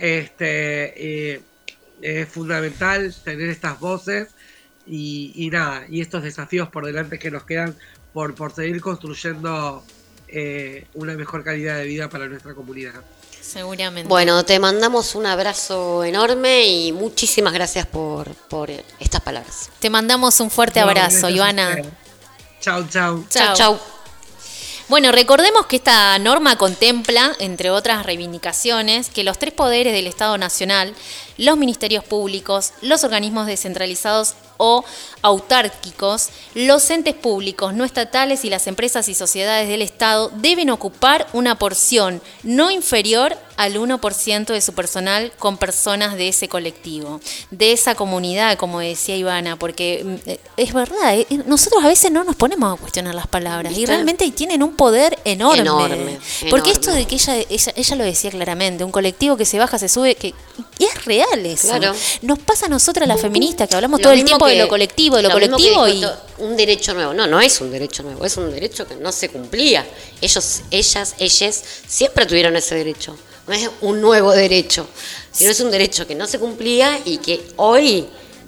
Este, eh, es fundamental tener estas voces y, y nada, y estos desafíos por delante que nos quedan por, por seguir construyendo eh, una mejor calidad de vida para nuestra comunidad. Seguramente. Bueno, te mandamos un abrazo enorme y muchísimas gracias por, por estas palabras. Te mandamos un fuerte no, abrazo, Ivana. Chau, chau. Chau, chau. Bueno, recordemos que esta norma contempla, entre otras reivindicaciones, que los tres poderes del Estado Nacional, los ministerios públicos, los organismos descentralizados o autárquicos, los entes públicos no estatales y las empresas y sociedades del Estado deben ocupar una porción no inferior al uno por ciento de su personal con personas de ese colectivo, de esa comunidad, como decía Ivana, porque es verdad, nosotros a veces no nos ponemos a cuestionar las palabras ¿Viste? Y realmente tienen un poder enorme. Enorme. Porque enorme. Esto de que ella, ella ella lo decía claramente, un colectivo que se baja, se sube, que y es real eso. Claro. Nos pasa a nosotras las feministas que hablamos lo todo el tiempo que, de lo colectivo, de lo, lo colectivo y un derecho nuevo. No, no es un derecho nuevo, es un derecho que no se cumplía. Ellos, ellas, ellas siempre tuvieron ese derecho. No es un nuevo derecho, sino es un derecho que no se cumplía y que hoy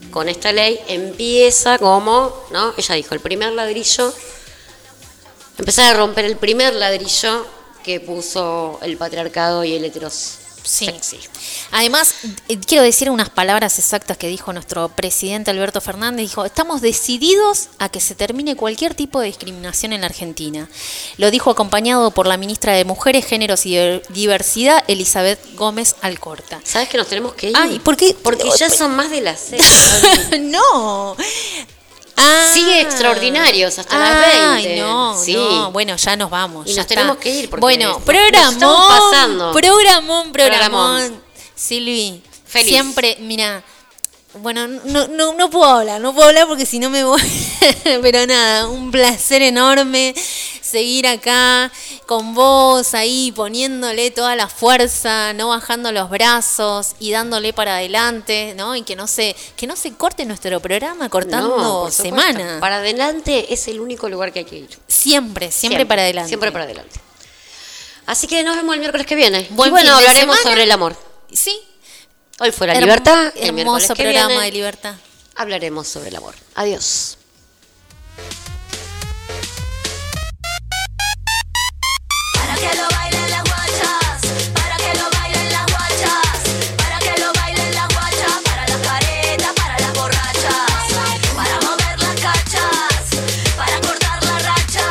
con esta ley empieza como, ¿no? Ella dijo, el primer ladrillo, empezar a romper el primer ladrillo que puso el patriarcado y el heteros. Sí. Sexy. Además, eh, quiero decir unas palabras exactas que dijo nuestro presidente Alberto Fernández. Dijo, estamos decididos a que se termine cualquier tipo de discriminación en la Argentina. Lo dijo acompañado por la ministra de Mujeres, Géneros y Diversidad, Elizabeth Gómez Alcorta. ¿Sabes que nos tenemos que ir? Ay, ¿por qué? Porque ya son más de las seis. No. Ah, Sigue Extraordinarios hasta ah, las veinte. Ay, no, sí. no, bueno, ya nos vamos. Y ya nos está. tenemos que ir. Porque bueno, nos, programón, nos estamos pasando. programón, programón. Programón. Silvi, feliz. Siempre, mira, bueno, no, no, no puedo hablar, no puedo hablar porque si no me voy. Pero nada, un placer enorme seguir acá con vos ahí poniéndole toda la fuerza, no bajando los brazos y dándole para adelante, ¿no? Y que no se que no se corte nuestro programa cortando no, por semana. Para adelante es el único lugar que hay que ir. Siempre, siempre, siempre para adelante. Siempre para adelante. Así que nos vemos el miércoles que viene. Buen y bueno, fin de hablaremos semana. sobre el amor. Sí. Hoy fue la Herm- libertad. El hermoso que programa viene de libertad. Hablaremos sobre el amor. Adiós. Para que lo bailen las guachas, para que lo bailen las guachas, para que lo bailen las guachas, para las caretas, para las borrachas, para mover las cachas, para cortar la racha,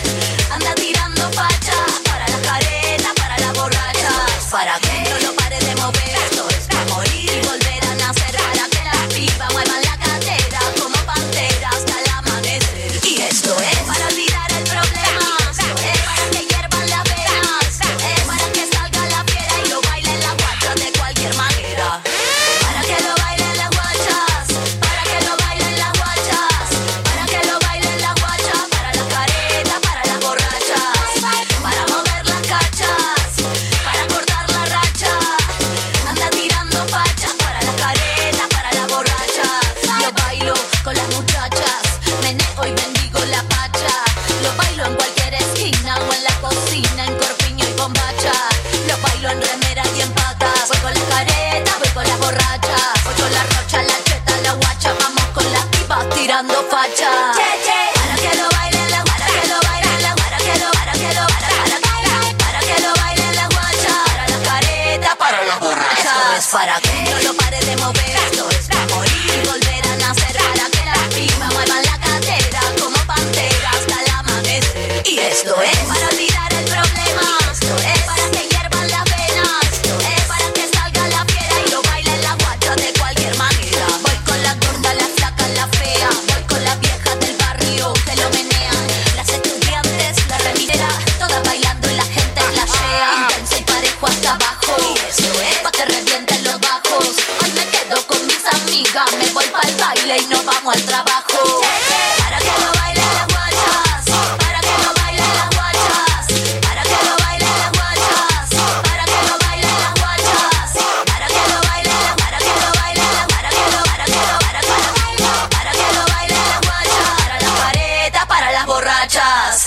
anda tirando fachas, para las caretas, para las borrachas, para que no lo pare de mover, esto es para morir y volver a nacer, para que las pibas muevan la cadera como panteras hasta el amanecer, y esto es para olvidar el problema, es para que hiervan las venas, es para que salga la fiera y lo bailen las guachas de cualquier manera. Para que lo bailen las guachas, para que lo bailen las guachas, para que lo bailen las guachas, para las caretas, para las borrachas, para mover las cachas, para cortar la racha, anda tirando fachas, para las caretas, para las borrachas. Lo bailo con las muchachas, meneo y bendigo la pacha, lo bailo en cualquier esquina o en la cocina, en corpiño y bombacha, lo bailo en remera y en patas, voy con las caretas, voy con las borrachas, voy con la rocha, la cheta, la guacha, vamos con las pibas tirando facha. Para que lo bailen las guachas, para que lo bailen las guachas, para que lo, para que lo, para, para, para, para que lo bailen las guachas, para las caretas, para las borrachas, es para que no lo pare de mover, esto es para morir y volver a nacer, para que las pibas muevan la cadera como panteras hasta el amanecer, y esto es para olvidar el problema, esto es para que hiervan las venas, esto es para que salga la fiera y lo bailen las guachas de cualquier manera. Voy con la gorda, la flaca, la fea, voy con las viejas del barrio que lo menean, las estudiantes, la remitera, todas bailando y la gente flashea, intenso y parejo hasta abajo, y esto es pa' que revienten los bajos. Hoy me quedo con mis amigas, me voy pa'l baile y nos vamos al trabajo. Para que lo bailen las guachas, para que lo bailen las guachas, para que lo bailen las guachas, para que lo bailen las guachas, para que lo bailen las, para que lo bailen las, para que lo, para que lo, para que lo, para que lo bailen las guachas, para las caretas, para las borrachas.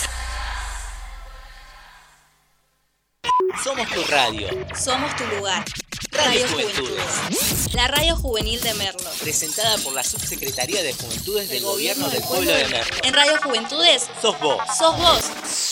Somos tu radio. Somos tu lugar. Radio Radio Juventudes. Juventudes. La radio juvenil de Merlo. Presentada por la Subsecretaría de Juventudes del Gobierno del Pueblo de Merlo. En Radio Juventudes Sos vos. sos vos.